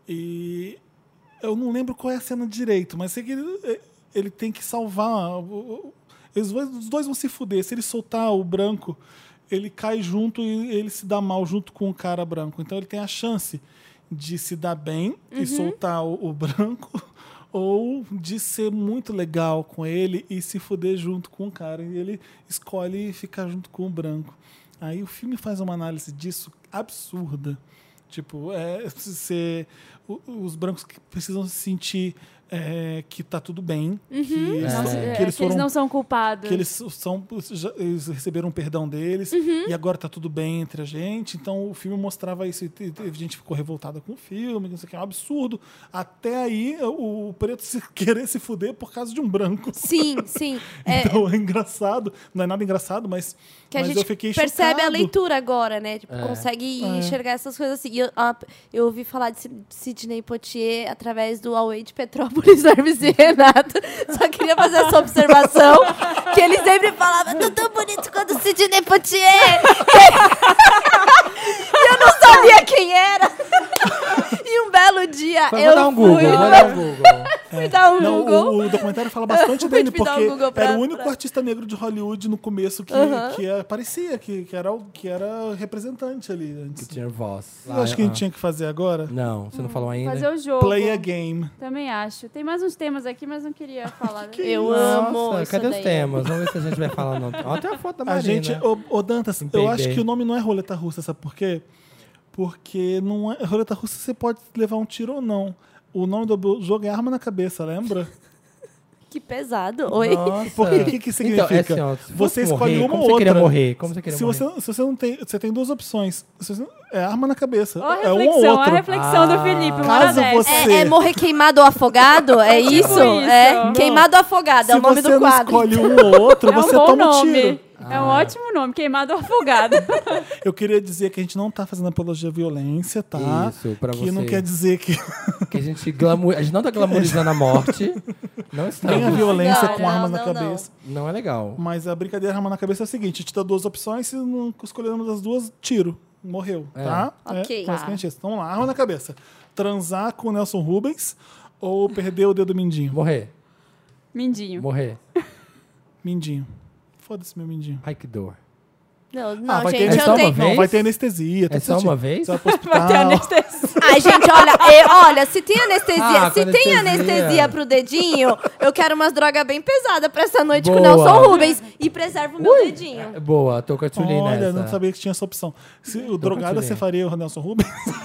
E eu não lembro qual é a cena direito, mas sei que ele, ele tem que salvar. Eles, os dois vão se fuder. Se ele soltar o branco, ele cai junto e ele se dá mal junto com o cara branco. Então ele tem a chance de se dar bem e soltar o, o branco, ou de ser muito legal com ele e se fuder junto com o cara. E ele escolhe ficar junto com o branco. Aí o filme faz uma análise disso absurda. Tipo, é, se, o- os brancos que precisam se sentir é, que tá tudo bem, que, eles, Não, tão- é, que eles que eles foram não são culpados. que eles são já- eles receberam o perdão deles e agora tá tudo bem entre a gente. Então o filme mostrava isso e te- teve gente que ficou revoltada com o filme, não sei o que, é um absurdo. Até aí o, o preto se, querer se fuder por causa de um branco. Sim, sim. É, Então é engraçado, não é nada engraçado, mas, que a mas gente eu fiquei percebe chocado. a leitura agora, né? Tipo, É. consegue É. enxergar essas coisas assim. E Eu, a- eu ouvi falar de Sid- Sidney Poitier através do Away de Petrópolis, do Hermes e Renato. Só queria fazer essa observação, que ele sempre falava, tô tão bonito quanto o Sidney Poitier. E eu não sabia quem era. E um belo dia Vou eu dar um Google, fui... vou dar um Google. Fui dar um Não, Google. o, o documentário fala bastante Fui dele, te dar um porque Google pra- era o único pra- artista negro de Hollywood no começo que, Aham. que é- parecia que, que, era, o- que era representante ali antes. Que tinha voz. Eu acho que a gente Ah, tinha que fazer agora. Não, você não falou ainda? Fazer o jogo. Play a game. Também acho. Tem mais uns temas aqui, mas não queria falar. Eu Nossa, amo isso cadê os daí. temas? Vamos ver se a gente vai falar. Não. Ó, tem uma foto da A Marina. gente, ô, ô Dantas, Em eu P I B. acho que o nome não é roleta russa, sabe por quê? Porque não é roleta russa, você pode levar um tiro ou não. O nome do jogo é Arma na Cabeça, lembra? Que pesado. Oi. Nossa. Por quê? O que que significa? Então, é assim, ó, se Você fosse escolhe morrer, uma como ou você queria outra. morrer? Como você queria Se morrer? você, se você não tem, você tem duas opções. Se você- é arma na cabeça. Ó a é um ou reflexão, outro. a reflexão do Ah. Felipe, uma hora Caso dessa. você- É, é morrer queimado ou afogado? É tipo isso? isso. É. Não. Queimado ou afogado, é Se o nome você do não quadro. escolhe um ou outro, É um você bom toma um nome. tiro. É um ótimo nome, queimado ou afogado. Eu queria dizer que a gente não tá fazendo apologia à violência, tá? Isso, pra que não você. quer dizer que Que a gente, glamour... a gente não tá glamorizando a morte. Não nem a estamos. violência Não, com não, armas na não, não. cabeça. Não é legal. Mas a brincadeira arma na cabeça é a seguinte: a gente dá duas opções, se não escolher uma das duas, tiro. Morreu, É. tá? Ok. É basicamente isso. Então vamos lá, arma na cabeça. Transar com o Nelson Rubens ou perder o dedo mindinho? Morrer. Mindinho. Morrer. Mindinho. Foda-se meu mindinho. Ai, que dor. Não, não, Ah, vai gente, ter- É eu só tenho... uma vez? Não, vai ter anestesia. É tudo só certinho. uma vez? Você vai pro Vai ter hospital. anestesia. Ai, gente, olha, eu- olha, se tem anestesia, Ah, se com tem anestesia. anestesia pro dedinho, eu quero umas drogas bem pesadas pra essa noite com o Boa. Nelson Rubens e preservo o meu dedinho. É boa, tô com a Tulin Olha, nessa. não sabia que tinha essa opção. Se o drogada, continuei. você faria o Nelson Rubens?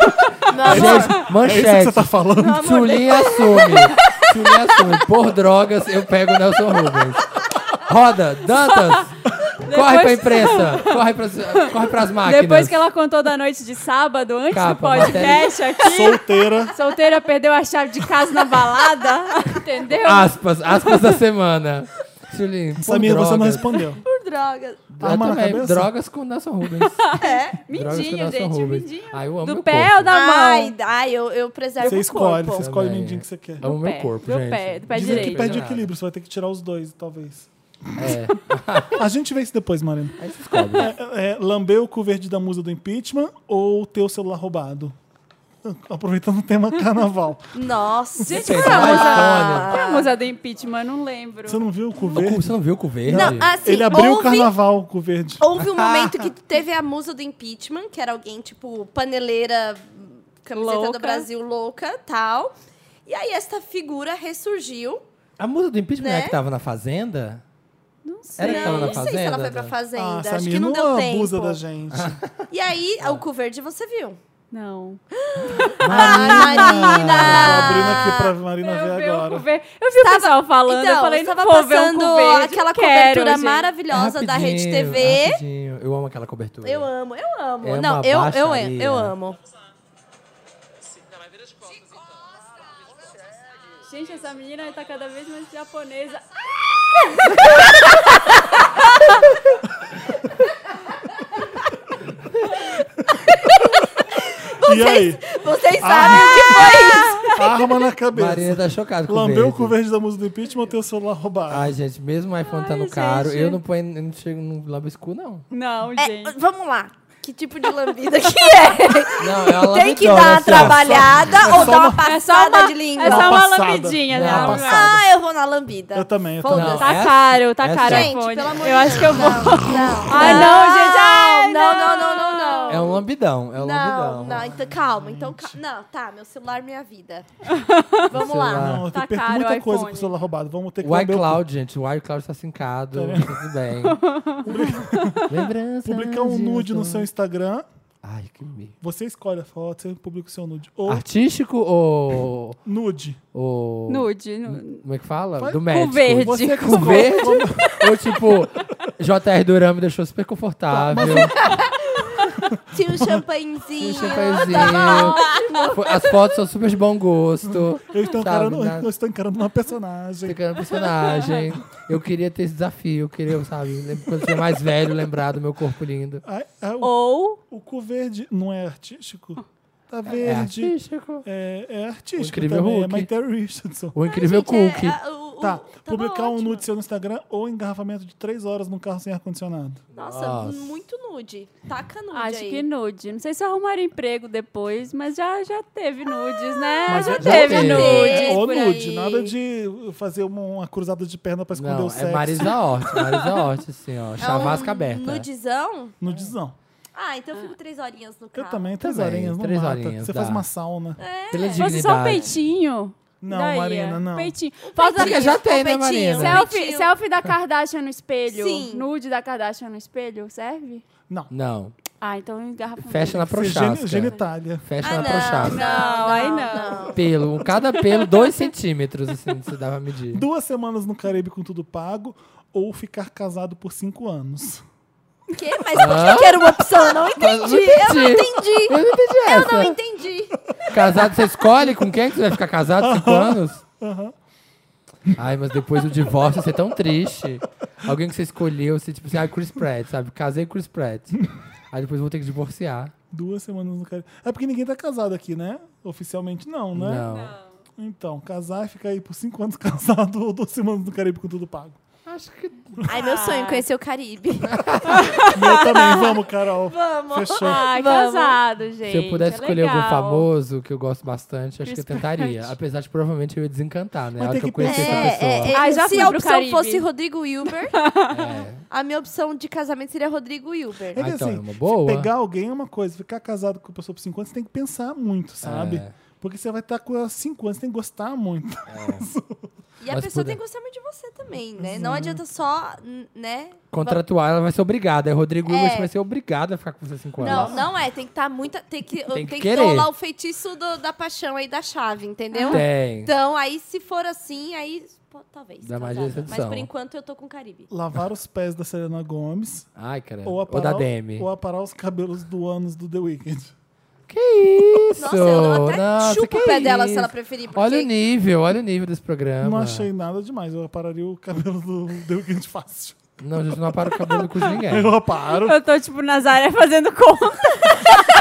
Meu amor, Gente, É isso que manchete. você tá falando? Pelo amor de Tulin assume. Tulin assume. Por drogas, eu pego o Nelson Rubens. Roda, Dantas. Corre pra imprensa. Corre pras, corre pras máquinas. Depois que ela contou da noite de sábado, antes Capa, do podcast aqui, Solteira. solteira perdeu a chave de casa na balada, entendeu? Aspas, aspas da semana. Tulin, por Samir, você não drogas. respondeu. por drogas. Eu Arma na também, cabeça? Drogas com Nelson Rubens. É, Drogas com mindinho, Nelson gente, Rubens. mindinho. Ai, eu amo Do meu pé corpo. ou da Ai, mão? ai eu, eu preservo Você o escolhe, corpo. você escolhe o Também. mindinho que você quer. Amo Do meu pé, corpo, do gente. pé, do pé Dizem que direito. perde Nada. equilíbrio, você vai ter que tirar os dois, talvez. É, A gente vê isso depois, Marina. aí você descobre. É, é, lamber o cu verde da musa do impeachment ou ter o celular roubado? aproveitando o tema carnaval. Nossa. Gente, Gente, qual é a vai, música- Sônia. qual é a música do impeachment? Eu não lembro. Você não viu o cu O cu- verde? Você não viu o cu verde? Não, assim, Ele abriu o houve, carnaval, o cu verde. houve um momento que teve a musa do impeachment, que era alguém, tipo, paneleira, camiseta Louca. do Brasil louca, tal. E aí esta figura ressurgiu. A musa do impeachment Né? é que tava na Fazenda? Não sei. Era que tava Não, na não sei Fazenda? se ela foi pra Ah, Fazenda. Acho Samir, que não deu abusa tempo. da gente. E aí, o cu verde você viu. Não. Ah, Tô Marina! abrindo aqui pra Marina Eu ver vi, o agora. cu verde. eu vi o Tava- pessoal falando, Então, eu falei, estava não vou ver um passando cu verde, aquela não quero, cobertura gente. maravilhosa da Rede T Rapidinho, V. rapidinho. Eu amo aquela cobertura. Eu amo, eu amo. É não, uma eu, eu, baixaria. eu amo. Gente, essa menina tá cada vez mais japonesa. E aí? Vocês Ah. sabem o que foi isso? Arma na cabeça. Marina tá chocada com o Lambeu o verde. cu verde da música do impeachment ou teu celular roubado? Ai, gente, mesmo o iPhone tá no Ai, caro, gente. eu não ponho, eu não chego no lambiscu, não. Não, É, gente. vamos lá. Que tipo de lambida que é? Não, é uma Tem que lambidona, dar uma assim, ó. trabalhada ou só dar uma uma- É só passada uma, de língua? é só Uma uma passada. lambidinha, Não, né? uma passada. Ah, eu vou na lambida. Eu também, eu Foda-se. também. Tá Essa- caro, tá essa- caro Gente, iPhone. pelo amor Eu de acho que eu Deus, vou... Não, não. Ai, não, gente. Ai, não, não, não, não, não. É um lambidão, é um Não, lambidão. não, então calma, então calma. Não, tá, meu celular, minha vida. Vamos Celular. lá. Não, eu Tá perco caro o muita coisa iPhone. com o celular roubado. Vamos ter que O lamber o cu. iCloud, gente, o iCloud tá sincado, Tá vendo? tudo bem. Lembrança. Publicar um nude no seu Instagram, Ai, que medo. você escolhe a foto, você publica o seu nude. Ou Artístico ou... nude. ou... Nude. nu- Como é que fala? Vai- Do médico. verde. Você que Com escolhe. verde? Ou tipo, J R Duran me deixou super confortável. Tinha um Tinha champanhezinho. um champanhezinho. Fo- As fotos são super de bom gosto. Eu estou, Sabe, encarando, né? eu estou encarando uma personagem. Ficando personagem. Eu queria ter esse desafio. Eu queria, sabe, lembra- quando eu ser mais velho, lembrar do meu corpo lindo. Ai, ai, o, Ou... o cu verde não é artístico? Tá É verde. artístico. É, é artístico O Incrível também. Hulk. É Michael Richardson. O incrível Gente, cookie. é, é, o- o- Tá, tava publicar um ótimo. nude seu no Instagram ou engarrafamento de três horas num carro sem ar-condicionado. Nossa, Nossa. muito nude. Taca nude Acho aí. que nude. Não sei se arrumaram emprego depois, mas já, já teve nudes, né? Mas já, já teve teve. nudes Ou por nude, aí. nada de fazer uma, uma cruzada de perna pra esconder Não, o sexo. é Marisa Hort. Marisa Hort, assim, ó. Chavasca é um aberta. Nudizão? Nudizão. Ah, então eu fico três horinhas no Eu carro. também, três Também, horinhas, não três mata. horinhas, Você dá. faz uma sauna. Pela Fosse só um dignidade. peitinho. Não, Daí, Marina, é. não. Peitinho. Falta Porque já tem, né, Peitinho. Marina? selfie, Peitinho. selfie da Kardashian no espelho. Sim. Nude da Kardashian no espelho, serve? Não. Não. Ah, então engarrafa. Fecha na Ser prochasca. geni- genitália. Fecha Ah, na não, prochasca. Não, aí não. Pelo. Um cada pelo, dois centímetros, assim, você dá pra medir. Duas semanas no Caribe com tudo pago ou ficar casado por cinco anos. Quê? Mas por que que era uma opção? Eu não entendi. Mas não Eu não entendi. entendi. Eu não entendi Eu essa. não entendi. Casado, você escolhe com quem que você vai ficar casado cinco anos? Ai, mas depois do divórcio ia ser tão triste. Alguém que você escolheu, você tipo assim, ah, Chris Pratt, sabe? Casei com Chris Pratt. Aí depois vou ter que divorciar. Duas semanas no Caribe. É porque ninguém tá casado aqui, né? Oficialmente não, né? Não. Então, casar e ficar aí por cinco anos casado ou duas semanas no Caribe com tudo pago. Acho que. Ai, meu sonho é conhecer o Caribe. Meu também, vamos, Carol. Vamos. Fechou. Ai, Vamos. casado, gente. Se eu pudesse é escolher algum legal. famoso que eu gosto bastante, acho Chris que eu tentaria. Pratt. Apesar de provavelmente eu ia desencantar, né? Mas A hora tem que eu que conhecer pensar. essa pessoa. É, é, Ah, já se fui a pro opção Caribe. fosse Rodrigo Wilber, É. a minha opção de casamento seria Rodrigo Wilber. É que Ah, então assim, é uma boa. pegar alguém é uma coisa, ficar casado com a pessoa por cinco anos, você tem que pensar muito, sabe? É. Porque você vai estar com ela cinco anos, você tem que gostar muito. E a Mas pessoa puder. tem que gostar muito de você também, né? Não adianta só, n- né? Contratual, ela vai ser obrigada. Aí Rodrigo É. Wilbert vai ser obrigado a ficar com você cinco Não, anos. não é. Tem que estar muita. Tem que, Tem tem que que querer. rolar o feitiço do- da paixão aí da chave, entendeu? Tem. Então, aí se for assim, aí. pô, talvez. Dá mais casada. decepção. Mas por enquanto eu tô com Caribe. Lavar os pés da Selena Gomes Ai, caramba. ou Ou, aparar, da Demi. ou aparar os cabelos do ânus do The Weeknd. Que isso? Nossa, eu até Nossa, chupo que o pé dela isso? se ela preferir. Porque Olha o nível, olha o nível desse programa. Não achei nada demais, eu apararia o cabelo do The Weeknd fácil. Não, a gente não apara o cabelo com ninguém. Eu aparo, Eu tô, tipo, Nazaré fazendo conta.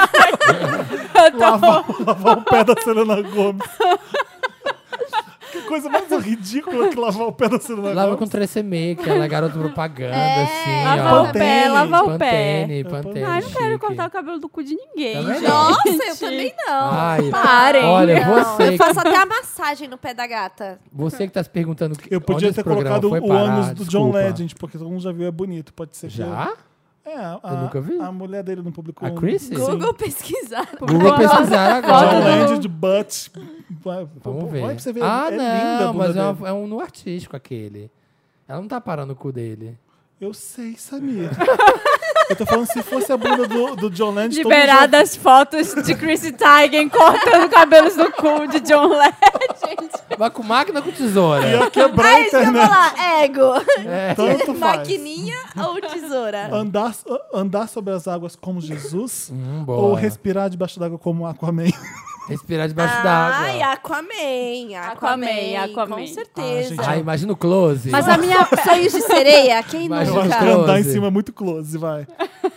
eu tô... lavar, lavar o pé da Selena Gomes. Que coisa mais ridícula que lavar o pé da Selena Lava Gomez. com três M E, que ela é garota propaganda, É, assim, Lavar ó. o pé, lavar o pé. Pantene, Pantene. Ai, não quero chique. cortar o cabelo do cu de ninguém. Também gente. não. Nossa, eu também não. Ai, Parem. olha, Não, você, eu faço até a massagem no pé da gata. você que tá se perguntando Eu onde podia esse ter programa colocado foi o parar, ânus do John desculpa. Legend, porque todo mundo já viu, é bonito. Pode ser que... Já? É, a, Eu nunca vi. a mulher dele não publicou. A Chrissy? Sim. Google pesquisar. Google pesquisar John agora. Legend, butt. Vai, Vamos vai ver. pra você ver. Ah, é linda a não, bunda mas é, dele. uma- é um no artístico aquele. Ela não tá parando o cu dele. Eu sei, Samir. Eu tô falando, se fosse a bunda do, do John Legend... todo mundo já- Liberadas fotos de Chrissy Teigen cortando cabelos do cu de John Legend. Mas com máquina ou com tesoura? Ia quebrar a É isso que eu ia internet. falar. Ego. É. Tanto faz. Maquininha ou tesoura? Andar, andar sobre as águas como Jesus Hum, ou boa. respirar debaixo d'água como Aquaman? Respirar debaixo Ai, d'água. Aquaman. Aquaman, Aquaman. Com certeza. Ah, Ah, imagina o close. Mas a minha... Sonhos de sereia, quem Mas Eu acho nunca? que Close. andar em cima é muito close, vai.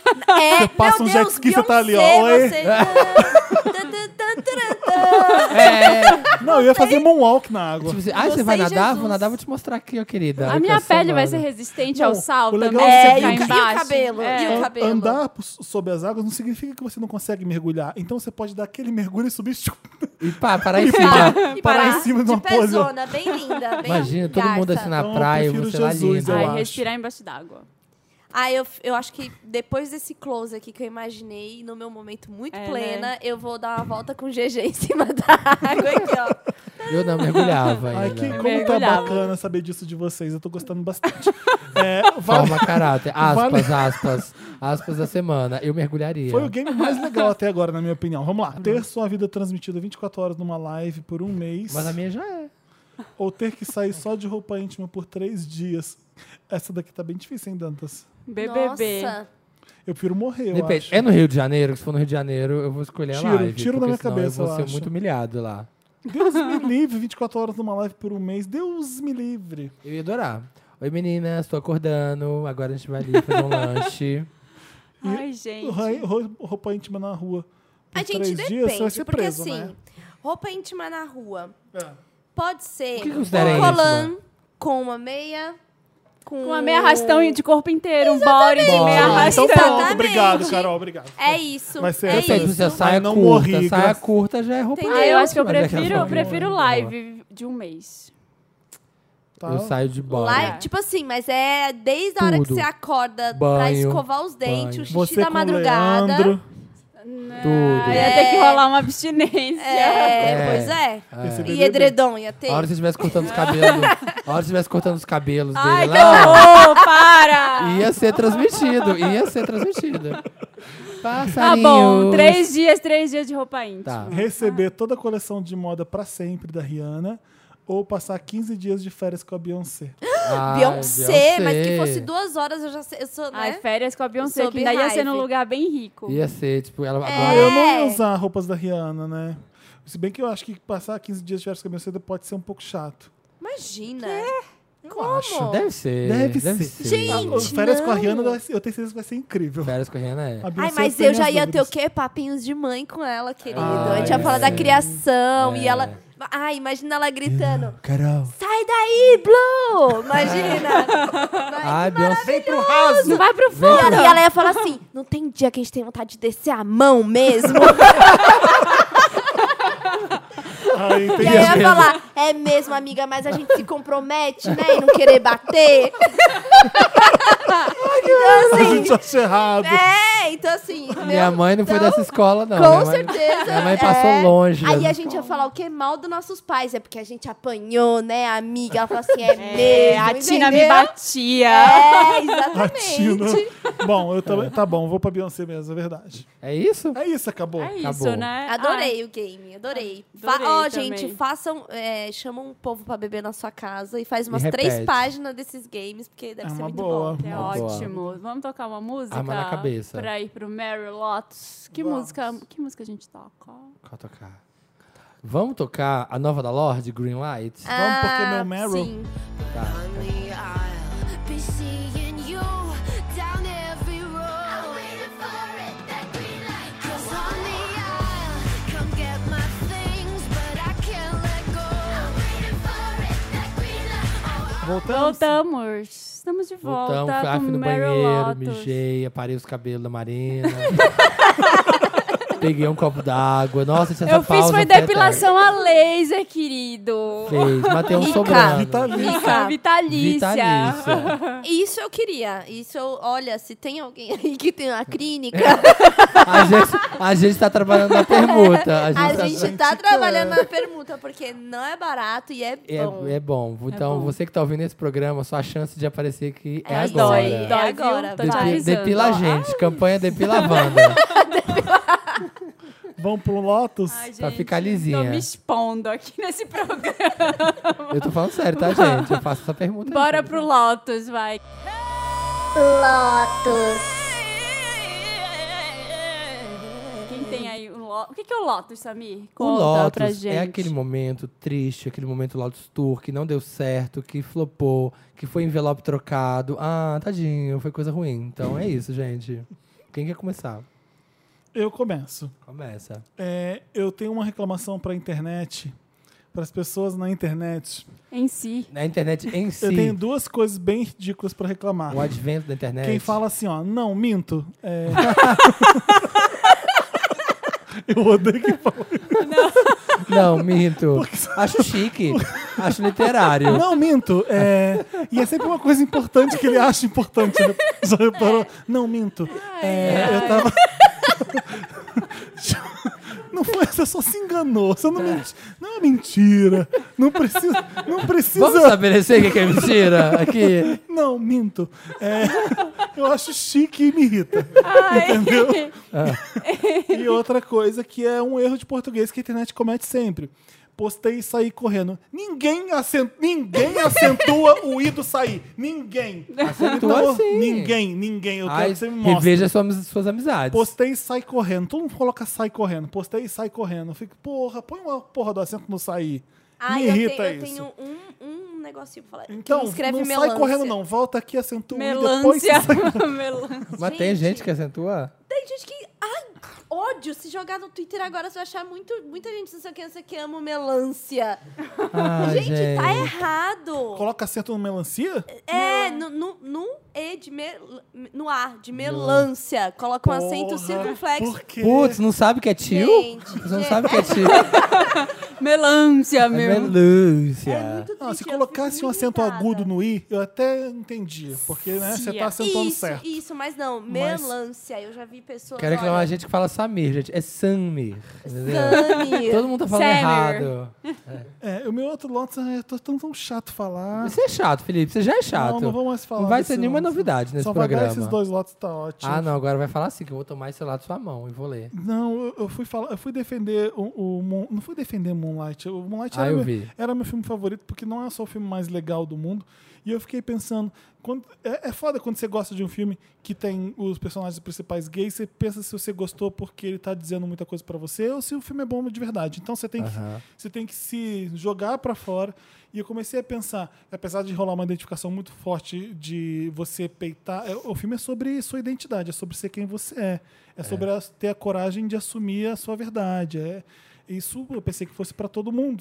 É, Você passa meu um jet Deus, ski, você tá ali, ó. Beyoncé, Oi. você- Tan, tan, tan, tan, tan. É. Não, eu ia fazer moonwalk na água. Tipo assim, ah, você Você vai e nadar? Jesus. Vou nadar, vou te mostrar aqui, ó, querida. A Aí minha fica pele vai ser sambando. resistente Não, ao sal o legal também. é É, você e o, ficar ca- e o embaixo. cabelo, É. e o cabelo. Andar por- sob as águas não significa que você não consegue mergulhar. Então você pode dar aquele mergulho e subir. tchup, E pá, parar em E cima. parar. E parar pá, em cima de uma de pose. pezona, bem linda, bem Imagina, todo mundo garça. assim na Então, eu praia, prefiro você lá Jesus, lindo. eu Ai, acho. respirar embaixo d'água. Ah, eu, eu acho que depois desse close aqui que eu imaginei, no meu momento muito É, plena, né? eu vou dar uma volta com o G G em cima da água aqui, ó. Eu não mergulhava Ai, ainda. que, Eu como tá mergulhava. bacana saber disso de vocês. Eu tô gostando bastante. É, vale- Forma caráter. Aspas, Vale- aspas. Aspas da semana. Eu mergulharia. Foi o game mais legal até agora, na minha opinião. Vamos lá. Ter sua vida transmitida vinte e quatro horas numa live por um mês. Mas a minha já é. Ou ter que sair só de roupa íntima por três dias. Essa daqui tá bem difícil, hein, Dantas? B B B. Nossa. Eu prefiro morrer, eu Depende. acho. É no Rio de Janeiro? Se for no Rio de Janeiro, eu vou escolher a Tiro, live. tiro porque da minha senão cabeça, eu vou eu ser acho. muito humilhado lá. Deus me livre, vinte e quatro horas numa live por um mês. Deus me livre. Eu ia adorar. Oi, meninas, tô acordando. Agora a gente vai ali fazer um lanche. Ai, gente. Ro- ro- Roupa íntima na rua por A gente três depende, dias, você vai ser porque preso, assim, né? roupa íntima na rua É. pode ser O que um considera colã com uma meia, com Com uma meia arrastão de corpo inteiro, um body de Body. meia Então arrastão. pronto, Exatamente. obrigado, Carol, obrigado. É isso, Vai ser é essa- Depende se a isso. saia Ai, não curta. morri, saia graças- curta já é roupa Entendeu? Ah, eu acho que eu íntima, já prefiro, é eu prefiro boa. live de um mês. Tá? Eu saio de body. Live, tipo assim, mas é desde a hora que Tudo. você acorda pra Banho, escovar os dentes, banho. o xixi Você da com madrugada. Leandro. Tudo. Ia ter que rolar uma abstinência. É, É. pois é. Esse E bebê- edredom ia ter. A hora que você estivesse cortando os cabelos. A hora que você estivesse cortando os cabelos Ai, dele que lá. horror, para! Ia ser transmitido. Ia ser transmitido. Tá Passarinhos. bom, três dias, três dias de roupa íntima. Tá. Receber toda a coleção de moda pra sempre da Rihanna ou passar quinze dias de férias com a Beyoncé. Ai, Beyoncé, mas que Beyoncé. fosse duas horas eu já sei. Eu sou, né? Ai, férias com a Beyoncé, Sob que ainda ia ser num raiva. lugar bem rico. Ia ser, tipo, ela Ah, agora. eu não ia É. usar roupas da Rihanna, né? Se bem que eu acho que passar quinze dias de férias com a Beyoncé pode ser um pouco chato. Imagina. Eu Como? acho. Deve ser. Deve Deve, ser. ser. Gente, Ah, férias com a não. Rihanna, vai ser- eu tenho certeza que vai ser incrível. Férias com a Rihanna é. A Ai, Beyoncé mas tem eu já minhas ia ter o dúvidas. quê? Papinhos de mãe com ela, querido. Ah, a gente ia é. falar da criação É. e ela... Ai, imagina ela gritando. Carol. Sai daí, Blue! Imagina. Ai, Beyoncé. Vem pro raso! Vai pro E fundo! ela, e ela ia falar assim, não tem dia que a gente tem vontade de descer a mão mesmo? Ai, E entendi. aí eu ia falar, é mesmo, amiga, mas a gente se compromete, né? E não querer bater. Então, A assim, gente acha errado. é, então assim... Minha meu- mãe não foi então, dessa escola, não. Com minha mãe, certeza. Minha mãe passou é. longe. Aí dessa a gente ia falar o que? Mal dos nossos pais. É porque a gente apanhou, né, amiga? Ela falou assim, é, É, mesmo, a Tina me entendeu? batia. É, A Tina. exatamente. Bom, eu também. Tá bom, vou pra Beyoncé mesmo, é verdade. É isso? É isso, acabou. É isso, Acabou. né? Adorei o game, adorei. Fa- Adorei Ó, também. gente, façam, é, chamam um povo pra beber na sua casa e faz E umas repete. três páginas desses games, porque deve É ser uma muito boa. bom. É Uma boa. ótimo. Vamos tocar uma música? Arma na cabeça. Pra ir pro Mary Lotus. Que Vamos. música, que música a gente toca? Qual tocar? Vamos tocar a nova da Lorde, Green Light? Vamos, porque Ah, meu Meryl- Sim. Tá. Be seeing you down every road. I'm waiting for it, that green light. 'Cause on the aisle, come get my things, but I can't let go. I'm waiting for it, Voltamos? Voltamos. Estamos de volta Voltamos, fui com fui no Meryl banheiro, Lotus. mijei, aparei os cabelos da Marina. Peguei um copo d'água. Nossa, essa Eu fiz pausa foi eterna. depilação a laser, querido. Fez, matei um Rica. sobrando. Vitalícia. Rica, vitalícia. Vitalícia. Isso eu queria. Isso eu, olha, se tem alguém aí que tem uma clínica, A gente, a gente tá trabalhando na permuta. A gente, a tá- gente tá trabalhando na permuta, porque não é barato e é bom. É, é bom. Então, bom. você que tá ouvindo esse programa, sua chance de aparecer aqui é, É, agora. Dói, É dói, agora, viu? Tô vai. te Depi- avisando, Depila a ó. gente. Campanha Depila a Wanda. Vamos pro Lotus? Ai, Pra gente, ficar lisinha. Tô me expondo aqui nesse programa. Eu tô falando sério, tá, gente? Eu faço essa pergunta. aí. Bora pro Lotus, vai. Quem tem aí o Lotus? O que que é o Lotus, Samir? O Conta pra Lotus gente. é aquele momento triste, aquele momento Lotus Tour que não deu certo, que flopou, que foi envelope trocado. Ah, tadinho, foi coisa ruim. Então é isso, gente. Quem quer começar? Eu começo. Começa. É, eu tenho uma reclamação pra internet, para as pessoas na internet. Em si. Na internet em si, Eu tenho duas coisas bem ridículas pra reclamar. o advento da internet. Quem fala assim, ó, não, minto. É... eu odeio quem fala. Não, minto. Acho chique. Acho literário. Não, minto. É... E é sempre uma coisa importante que ele acha importante. né? Já reparou? Não, minto. É, eu tava. Não foi, você só se enganou. Você não, menti... não é mentira. Não precisa. Não precisa. Vamos estabelecer o que é mentira aqui? Não, minto. É, eu acho chique e me irrita. Ai. Entendeu? E outra coisa que é um erro de português que a internet comete sempre. Postei e saí correndo. Ninguém, acent... Ninguém acentua o i do sair. Ninguém. Acentua Então, sim. Ninguém, ninguém. Eu quero Ai, que você me mostre. reveja suas, suas amizades. Postei e sai correndo. Todo mundo coloca sai correndo. Postei e sai correndo. Eu fico, porra, põe uma porra do acento no sair. Ai, me eu, irrita tenho, eu isso. tenho um, um negocinho pra falar. que Então, me escreve não melancia. sai correndo não. Volta aqui, acentua o i, depois você Melancia. sai. Melancia. Mas tem gente que acentua? Tem gente que... Ai, ódio. Se jogar no Twitter agora, você vai achar muito, muita gente, não sei o que, não sei o que, ama melancia. Ah, gente, gente. tá errado. Coloca acento no melancia? É, no, no, no E de... Me, no A, de melância. Coloca um acento Porra, circunflexo. Por quê? Putz, não sabe que é tio? Gente, Você não gente. sabe que é tio? Melancia, É meu. Melúcia. É muito Não, se triste, eu colocasse fico um acento irritada. agudo no i, eu até entendia. Porque, né, você tá acentuando Isso, certo. isso, mas não, Mas- melancia. Eu já vi pessoas. Quero reclamar olha, a gente que fala Samir, gente. É Samir. Entendeu? Samir. Todo mundo tá falando Samir. errado. É, o meu outro Lotus, é, tô tão, tão chato falar. Você é chato, Felipe. Você já é chato. Não, não vou mais falar. Não vai desse ser nenhuma Lotus. novidade nesse Só vai programa. dar esses dois Lotus, tá ótimo. Ah, não. Agora vai falar assim, que eu vou tomar esse lá da sua mão e vou ler. Não, eu, eu fui falar, eu fui defender o, o Moon- não fui defender Moonlight. O Moonlight Ah, era, eu meu, vi. era meu filme favorito porque não é só o filme mais legal do mundo. E eu fiquei pensando, quando, é, é foda quando você gosta de um filme que tem os personagens principais gays, você pensa se você gostou porque ele tá dizendo muita coisa pra você ou se o filme é bom de verdade. Então você tem que, Aham. você tem que se jogar pra fora. E eu comecei a pensar, apesar de rolar uma identificação muito forte de você peitar, é, o filme é sobre sua identidade, é sobre ser quem você é. É sobre a- ter a coragem de assumir a sua verdade. É, isso eu pensei que fosse pra todo mundo.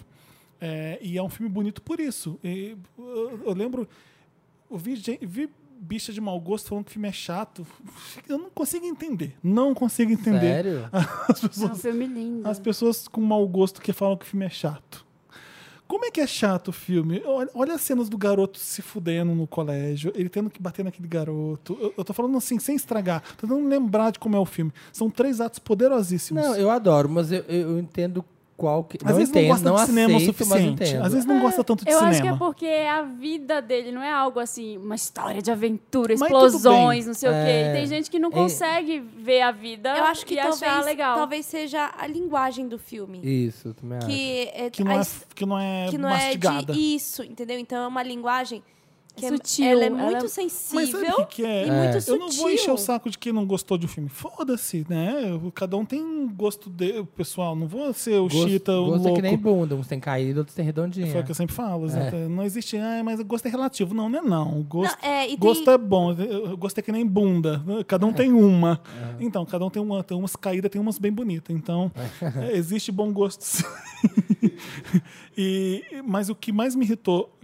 É, e é um filme bonito por isso. E, eu, eu lembro, eu vi, gen- vi bicha de mau gosto falando que o filme é chato. Eu não consigo entender. Não consigo entender. Sério? As É um pessoas, filme lindo. as pessoas com mau gosto que falam que o filme é chato. Como é que é chato o filme? Olha, olha as cenas do garoto se fudendo no colégio, ele tendo que bater naquele garoto. Eu, eu tô falando assim, sem estragar. Tô tentando lembrar de como é o filme. São três atos poderosíssimos. Não, eu adoro, mas eu, eu entendo qual que... Às não vezes entendo, não gosta não de cinema o aceito, mas suficiente. entendo. Às vezes não gosta tanto de Eu cinema. acho que é porque a vida dele não é algo assim, uma história de aventura, Mas tudo explosões, bem. não sei o quê. É. E tem gente que não É. consegue ver a vida Eu acho que e achar talvez, legal. talvez seja a linguagem do filme. Isso, também acho. Que é, Que não, a é, his- que não é que não é mastigada. de isso, entendeu? Então é uma linguagem que é- Sutil, ela é ela muito é- Mas sensível sabe o que, que é? e muito Eu sutil. não vou encher o saco de quem não gostou de um filme. Foda-se, né? Cada um tem um gosto de, pessoal. Não vou ser o Gosto, chita, o gosto louco. é que nem bunda, uns tem caído, outros tem redondinha. Foi o que eu sempre falo. exato. Não existe, ah, mas o gosto é relativo. Não, não é não. O gosto, Não, é, e gosto tem- é bom. O gosto é que nem bunda. Cada um tem uma. Então, cada um tem uma. Tem umas caídas, tem umas bem bonitas. Então, é, existe bom gosto sim. e, mas o que mais me irritou,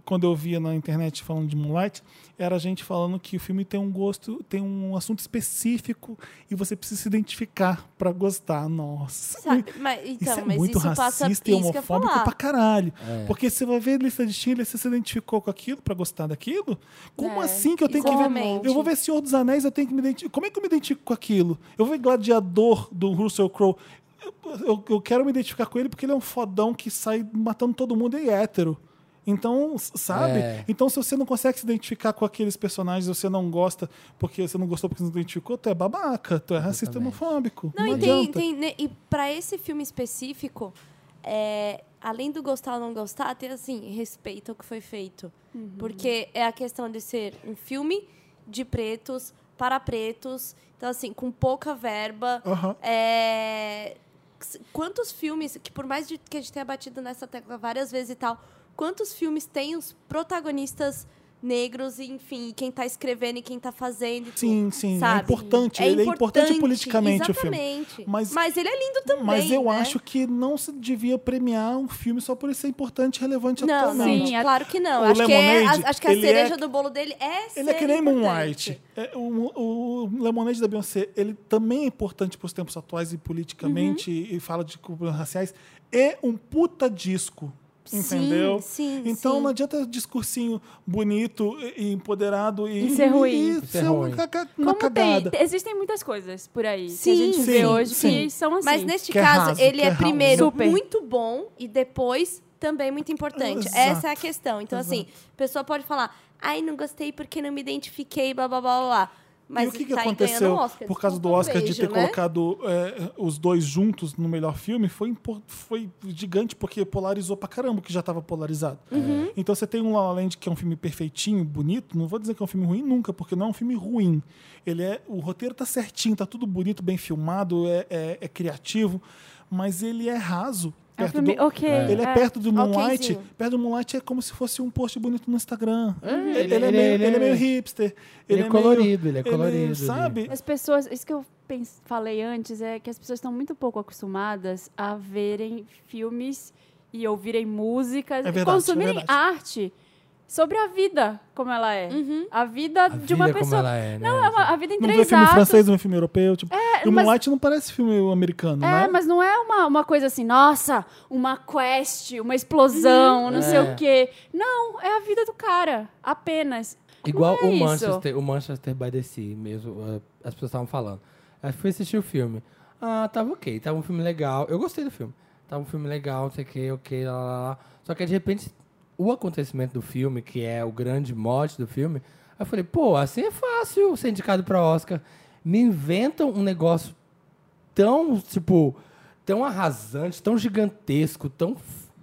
quando eu via na internet falando de Moonlight, era a gente falando que o filme tem um gosto, tem um assunto específico e você precisa se identificar pra gostar. Nossa. Sabe, mas, então, isso é mas muito isso passa racista e isso que eu ia homofóbico falar. pra caralho. É. Porque você vai ver lista de Schindler, você se identificou com aquilo pra gostar daquilo? Como É, assim que eu tenho que exatamente. ver? Eu vou ver Senhor dos Anéis, eu tenho que me identificar. Como é que eu me identifico com aquilo? Eu vou ver Gladiador do Russell Crowe. Eu, eu, eu quero me identificar com ele porque ele é um fodão que sai matando todo mundo e é hétero. Então, s- sabe? É. Então, se você não consegue se identificar com aqueles personagens, você não gosta porque você não gostou porque você não se identificou, tu é babaca, tu é racista e Exatamente. homofóbico. Não, Não, e, tem, adianta. tem, né, e pra esse filme específico, é, além do gostar ou não gostar, tem assim, respeito ao que foi feito. Porque é a questão de ser um filme de pretos, para pretos, então assim, com pouca verba. Aham. É, quantos filmes, que por mais de, que a gente tenha batido nessa tecla várias vezes e tal, quantos filmes tem os protagonistas negros, e, enfim, e quem tá escrevendo e quem tá fazendo. e tudo, Sim, sim, é sabe? importante. Ele é importante politicamente, o filme. Exatamente. Mas- Mas, ele é lindo também, Mas eu né? acho que não se devia premiar um filme só por ele ser importante e relevante Não, atualmente. Sim, a- claro que não. O Acho que, é, Lemonade, a- acho que a ele cereja é- do bolo dele é ser Ele é que nem importante. Moonlight. É, o, o Lemonade da Beyoncé, ele também é importante para os tempos atuais e politicamente, Uhum. e, e fala de culturas raciais. É um puta disco, Sim, entendeu? sim, Então sim. não adianta discursinho bonito e, e empoderado e, E ser ruim. e E ser ser uma, ruim. caga- uma Como tem, cagada. existem muitas coisas por aí que a Sim, gente sim, vê hoje sim. que são assim. Mas neste Que é caso, raso, ele que é, é raso. primeiro Super. muito bom e depois também muito importante. Exato. Essa é a questão. Então, Exato. assim, a pessoa pode falar, ai, não gostei porque não me identifiquei, blá, blá, blá, blá, blá. Mas e o que, que tá aí aconteceu ganhando Oscar, por causa do desculpa, Oscar de beijo, ter né? colocado é, os dois juntos no melhor filme? Foi, impor- foi gigante porque polarizou pra caramba o que já estava polarizado. Uhum. Então você tem um La La Land que é um filme perfeitinho, bonito. Não vou dizer que é um filme ruim nunca, porque não é um filme ruim. Ele é, o roteiro tá certinho, tá tudo bonito, bem filmado, é, é- é criativo, mas ele é raso. É um perto filme do- ok. Ele é, é. perto do Moonlight. Okzinho. Perto do Moonlight é como se fosse um post bonito no Instagram. É, ele, ele- ele é ele- meio, ele ele é é- meio hipster. ele é meio- colorido, ele é colorido, sabe? As pessoas, isso que eu pens- falei antes é que as pessoas estão muito pouco acostumadas a verem filmes e ouvirem músicas, É verdade, consumirem é verdade. arte sobre a vida como ela é. A vida A de uma vida como pessoa. ela é, né? Não, é uma- a vida em Não vê três filme atos. francês, não vê filme europeu. Tipo, e o mas- Moonlight não parece filme americano, É, né? mas não é uma, uma coisa assim, nossa, uma quest, uma explosão, não sei É. o quê. Não, é a vida do cara, apenas. Igual Não é o isso. Manchester, o Manchester by the Sea mesmo, eh, as pessoas estavam falando. Aí fui assistir o filme. Ah, tava ok, tava um filme legal. Eu gostei do filme. Tava um filme legal, não sei o que, ok, lá, lá, lá. Só que de repente, o acontecimento do filme, que é o grande mote do filme, eu falei, pô, assim é fácil ser indicado pra Oscar. Me inventam um negócio tão, tipo, tão arrasante, tão gigantesco, tão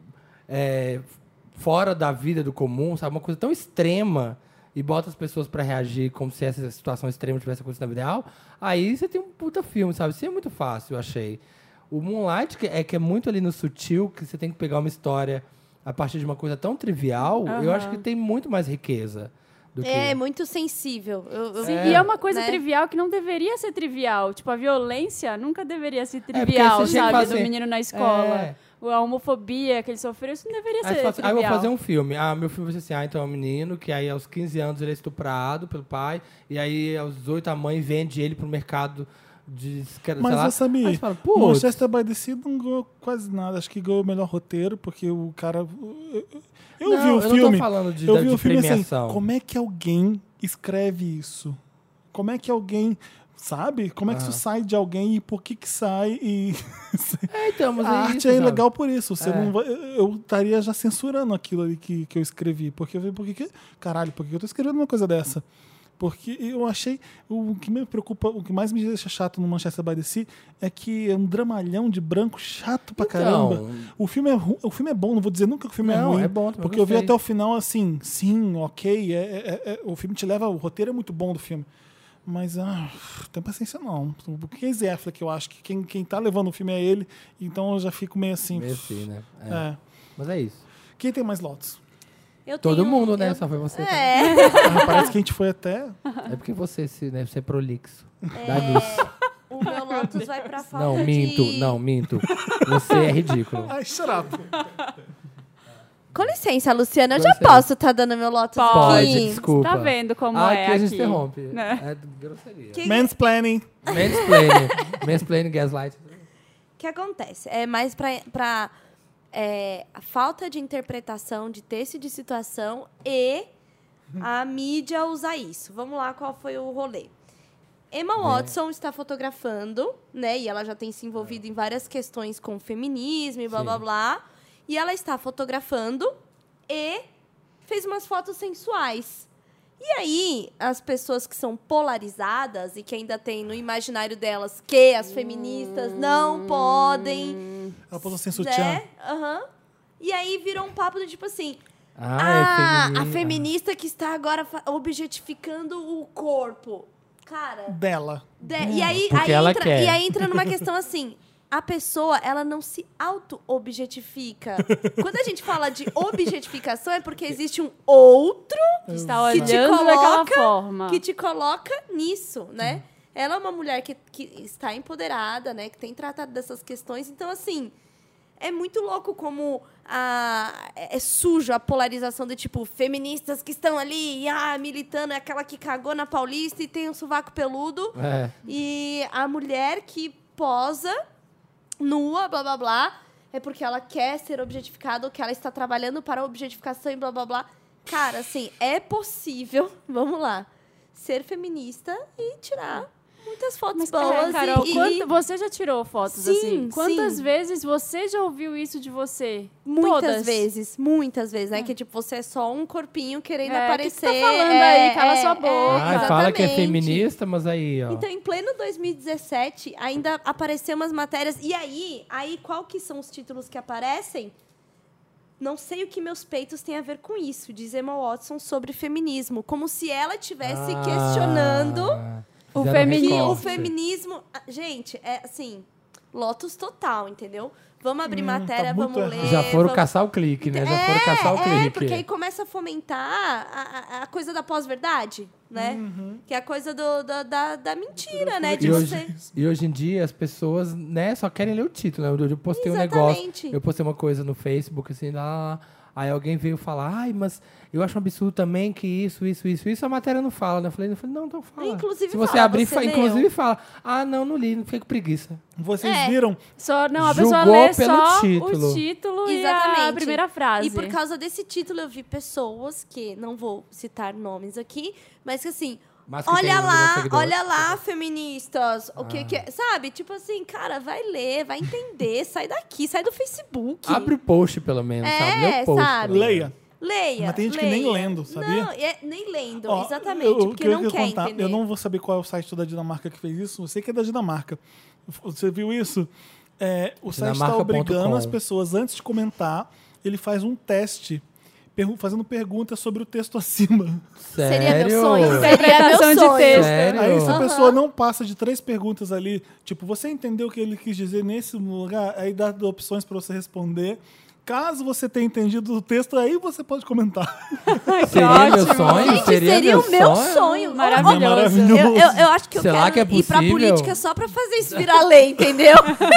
é, fora da vida do comum, sabe? Uma coisa tão extrema e bota as pessoas pra reagir como se essa situação extrema tivesse acontecido na vida real, aí você tem um puta filme, sabe? Isso é muito fácil, eu achei. O Moonlight que é que é muito ali no sutil, que você tem que pegar uma história a partir de uma coisa tão trivial, eu acho que tem muito mais riqueza do que... É, muito sensível. Eu, eu- Sim, E é uma coisa né? trivial que não deveria ser trivial. Tipo, a violência nunca deveria ser porque trivial, você chega e sabe? fala Do assim, menino na escola. é. A homofobia que ele sofreu, isso não deveria Aí ser você fala assim, ah, eu trivial. vou fazer um filme. Ah, meu filme vai ser assim, ah, então é um menino que aí aos quinze anos ele é estuprado pelo pai, e aí aos dezoito a mãe vende ele pro mercado de... sei Mas lá. eu sabia, Aí você fala, putz, Manchester by the Sea não ganhou quase nada. Acho que ganhou o melhor roteiro, porque o cara... Eu, eu Não, vi o eu não tô filme... falando de- eu da- vi de o filme assim, premiação. como é que alguém escreve isso? Como é que alguém... Sabe? Como é que isso sai de alguém e por que que sai? E É, então, mas a é arte isso, é sabe? legal por isso. Você É. não vai, eu estaria já censurando aquilo ali que, que eu escrevi. Porque eu falei, por que que- caralho, por que eu tô escrevendo uma coisa dessa? Porque eu achei. O que me preocupa, o que mais me deixa chato no Manchester by the Sea é que é um dramalhão de branco chato pra Então, caramba. O filme, é, ru- o filme é bom, não vou dizer nunca que o filme é Não, ruim. é bom, também porque eu vi gostei. até o final assim, sim, ok. é- é- é- o filme te leva. O roteiro é muito bom do filme. Mas, ah, tem paciência não. O Casey Affleck, eu acho que quem, quem tá levando o filme é ele. Então eu já fico meio assim. Meio assim, né? É. É. Mas é isso. Quem tem mais lotes? eu Todo tenho- mundo, né? eu- Só foi você. É, Ah, parece que a gente foi até. É porque você, se, né, você é prolixo. É. Dá nisso. o meu Lotus vai pra falta Não, minto, de... não, minto. Você é ridículo. Ai, shut up. Com licença, Luciana, eu Com já licença. posso estar dando meu Lotus Pode, aqui? desculpa. Tá vendo como ah, é aqui a gente aqui, interrompe. né? É grosseria. Que- Mansplaining. Mansplaining. Mansplaining, gaslight. O que acontece? É mais para é, a falta de interpretação de texto e de situação e a mídia usar isso. Vamos lá, qual foi o rolê? Emma Watson está fotografando, né? E ela já tem se envolvido em várias questões com feminismo e blá, Sim. blá, blá. E ela está fotografando e fez umas fotos sensuais. E aí, as pessoas que são polarizadas e que ainda tem no imaginário delas que as feministas não podem, Ela posou sem sutiã. né? Aham. E aí virou um papo do tipo assim, Ah, ah, é femini- a feminista que está agora fa- objetificando o corpo. Cara, Dela. de- e, aí, porque aí ela entra, quer. e aí entra numa questão assim, a pessoa, ela não se auto-objetifica. Quando a gente fala de objetificação, é porque existe um outro Está que te olhando daquela coloca, forma. que te coloca nisso, né? Ela é uma mulher que, que está empoderada, né? Que tem tratado dessas questões. Então, assim, é muito louco como a, é é sujo a polarização de, tipo, feministas que estão ali, ah, militando, é aquela que cagou na Paulista e tem um sovaco peludo. É. E a mulher que posa nua, blá, blá, blá, é porque ela quer ser objetificada ou que ela está trabalhando para a objetificação e blá, blá, blá. Cara, assim, é possível, vamos lá, ser feminista e tirar muitas fotos Mas, boas. é, Carol, e, e- quanto- você já tirou fotos Sim, assim? Quantas sim. vezes você já ouviu isso de você? Muitas Todas. vezes, muitas vezes, né? Que, tipo, você é só um corpinho querendo É, aparecer. que que tá falando é, aí? Cala é, sua boca. é, Ah, fala que é exatamente. feminista, mas aí, ó. Então, em pleno dois mil e dezessete, ainda apareceu umas matérias. E aí, aí, qual que são os títulos que aparecem? Não sei o que meus peitos têm a ver com isso, diz Emma Watson sobre feminismo. Como se ela estivesse Ah, questionando o fizeram feminismo. que o recorte. feminismo... Ah, gente, é assim, lotus total, entendeu? Vamos abrir Hum, matéria, tá muito vamos errado. ler. Já foram vamos... caçar o clique, né? Já é, foram caçar o é, clique. porque aí começa a fomentar a, a- a coisa da pós-verdade, né? Que é a coisa do, da, da, da mentira, né? De E você... hoje, e hoje em dia as pessoas, né, só querem ler o título. Né? Eu, eu postei um negócio, Exatamente. eu postei uma coisa no Facebook, assim, lá, aí alguém veio falar, ai, mas eu acho um absurdo também que isso, isso, isso, isso a matéria não fala, né? Eu falei, eu falei não, então fala. Inclusive Se você fala, abrir, você fa- leu. inclusive fala, ah, não, não li, não fiquei com preguiça. Vocês É. viram? Só, não, a Julgou pessoa lê pelo só título. o título e a Exatamente. primeira frase. E por causa desse título eu vi pessoas que, não vou citar nomes aqui, mas que assim, Mas que tem olha um milhão de lá, seguidores. olha lá, feministas, o que Ah. que é, sabe? Tipo assim, cara, vai ler, vai entender, sai daqui, sai do Facebook. Abre o post, pelo menos, É, sabe? Lê o post. sabe? pelo menos. Leia. Leia. Mas tem gente que nem leia. lendo, sabia? Não, é, nem lendo, Ó, exatamente, eu- eu porque queria não quer contar, entender. Eu não vou saber qual é o site da Dinamarca que fez isso. Eu sei que é da Dinamarca. Você viu isso? É, o site está Dinamarca ponto obrigando com. as pessoas, antes de comentar, ele faz um teste, pergu- fazendo perguntas sobre o texto acima. Seria Sério? meu sonho. Seria meu Interpretação de sonho. texto. Sério? Aí, se a Aham. pessoa não passa de três perguntas ali, tipo, você entendeu o que ele quis dizer nesse lugar? Aí dá opções para você responder. Caso você tenha entendido o texto, aí você pode comentar. Seria meu ótimo. sonho? Gente, seria, meu o meu sonho. Maravilhoso. Maravilhoso. Eu, eu, eu acho que eu Será quero que é ir pra possível? política só pra fazer isso virar lei, entendeu?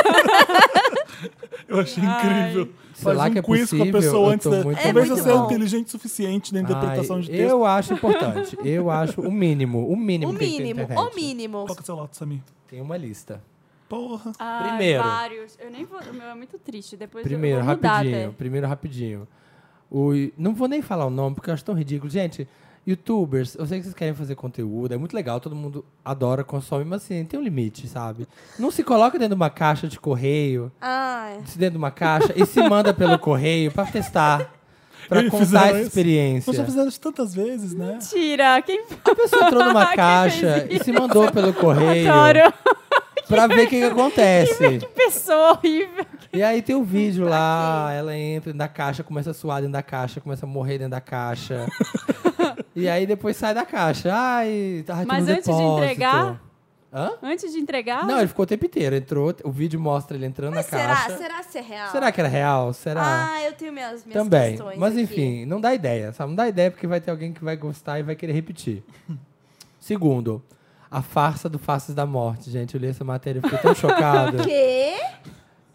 Eu achei incrível. Faz Será um que é quiz com a possível? pessoa Eu antes tô da... muito Talvez muito você é bom. inteligente o suficiente na interpretação Ai, de texto. eu acho importante. Eu acho o mínimo. O mínimo O que tem que ter na mínimo, internet. o mínimo. Qual que é o seu lote, Samir? Tem uma lista. Porra. Ai, Primeiro. vários. Eu nem vou, o meu é muito triste. Depois Primeiro, eu vou mudar rapidinho. até. Primeiro, rapidinho. O, não vou nem falar o nome, porque eu acho tão ridículo. Gente, youtubers, eu sei que vocês querem fazer conteúdo, é muito legal, todo mundo adora, consome, mas assim, tem um limite, sabe? Não se coloca dentro de uma caixa de correio, Ai. se dentro de uma caixa, e se manda pelo correio pra testar, pra Eles contar fizeram essa isso. experiência. Nós já fizeram isso tantas vezes, né? Mentira! Quem A pessoa entrou numa Quem caixa fez e se mandou pelo correio adoro? pra ver o que, que acontece. Que pessoa horrível. E aí tem o vídeo lá, ela entra dentro da caixa, começa a suar dentro da caixa, começa a morrer dentro da caixa. E aí depois sai da caixa. Ai, tá Mas no antes de depósito. entregar? Hã? Antes de entregar? Não, ele ficou o tempo inteiro. Entrou, o vídeo mostra ele entrando Mas na será? caixa. Será se é real? Será que era real? Será? Ah, eu tenho minhas, minhas Também. questões Mas aqui. enfim, não dá ideia, sabe? Não dá ideia porque vai ter alguém que vai gostar e vai querer repetir. Segundo, a farsa do Faces da Morte. Gente, eu li essa matéria e fiquei tão chocado. Quê?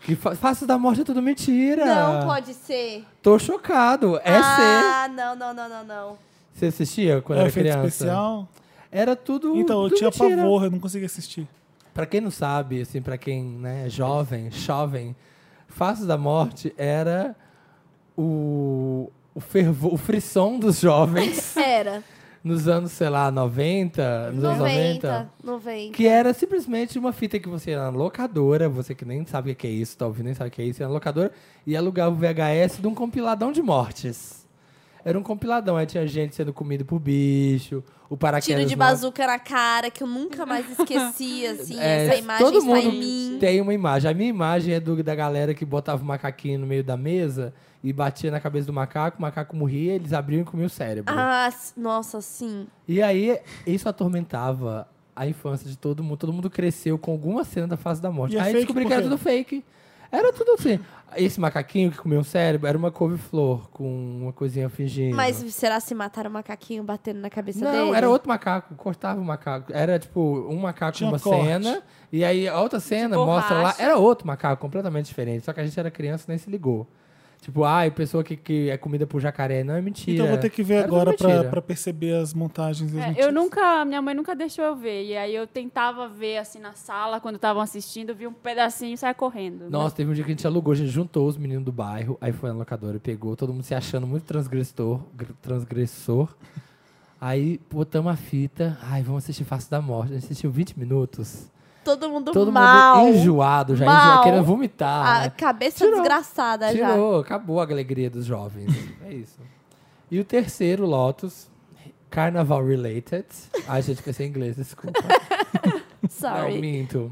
Que fa Faces da Morte é tudo mentira. Não pode ser. Tô chocado. É Ah, não, não, não, não, não. Você assistia quando É era efeito criança? especial? Era tudo. Então, eu tudo tinha mentira. pavor, eu não conseguia assistir. Pra quem não sabe, assim, pra quem né, é jovem, jovem, Faces da Morte era o, o fervor, o frisson dos jovens Era. nos anos, sei lá, noventa, nos anos noventa. noventa. noventa. Que era simplesmente uma fita que você ia na locadora, você que nem sabe o que é isso, tá ouvindo, nem sabe o que é isso, ia na locadora e alugava o V H S de um compiladão de mortes. Era um compiladão, aí tinha gente sendo comido por bicho, o paraquedas... Tiro de no ar- bazuca na cara, que eu nunca mais esqueci, assim, É, essa imagem todo está mundo em mim. tem uma imagem. A minha imagem é do, da galera que botava o macaquinho no meio da mesa e batia na cabeça do macaco, o macaco morria, eles abriam e comiam o cérebro. Ah, s- nossa, sim. E aí, isso atormentava a infância de todo mundo. Todo mundo cresceu com alguma cena da Face da Morte. E é aí fake descobri por que era quê? tudo fake. Era tudo assim. Esse macaquinho que comia o cérebro era uma couve-flor com uma coisinha fingindo. Mas será se mataram o macaquinho batendo na cabeça Não, dele? era outro macaco, cortava o macaco. Era tipo um macaco Tinha numa corte. cena, e aí a outra cena De mostra lá, borracha. era outro macaco, completamente diferente. Só que a gente era criança e nem se ligou. Tipo, ai, pessoa que, que é comida por jacaré. Não, é mentira. Então eu vou ter que ver Era tudo agora pra, mentira. pra perceber as montagens. e as É, mentiras. eu nunca, minha mãe nunca deixou eu ver. E aí eu tentava ver assim na sala, quando estavam assistindo, eu vi um pedacinho e saia correndo. Nossa, teve um dia que a gente alugou, a gente juntou os meninos do bairro, aí foi na locadora e pegou, todo mundo se achando muito transgressor, gr- transgressor. Aí botamos a fita, ai, vamos assistir Face da Morte. A gente assistiu vinte minutos. Todo mundo Todo mal. mundo enjoado, já Mal. enjoado, querendo vomitar. A né? cabeça Tirou. desgraçada já. Tirou, acabou a alegria dos jovens. É isso. E o terceiro, Lotus, Carnaval Related. Ai, gente, pensei em inglês, desculpa. Não, Sorry. minto.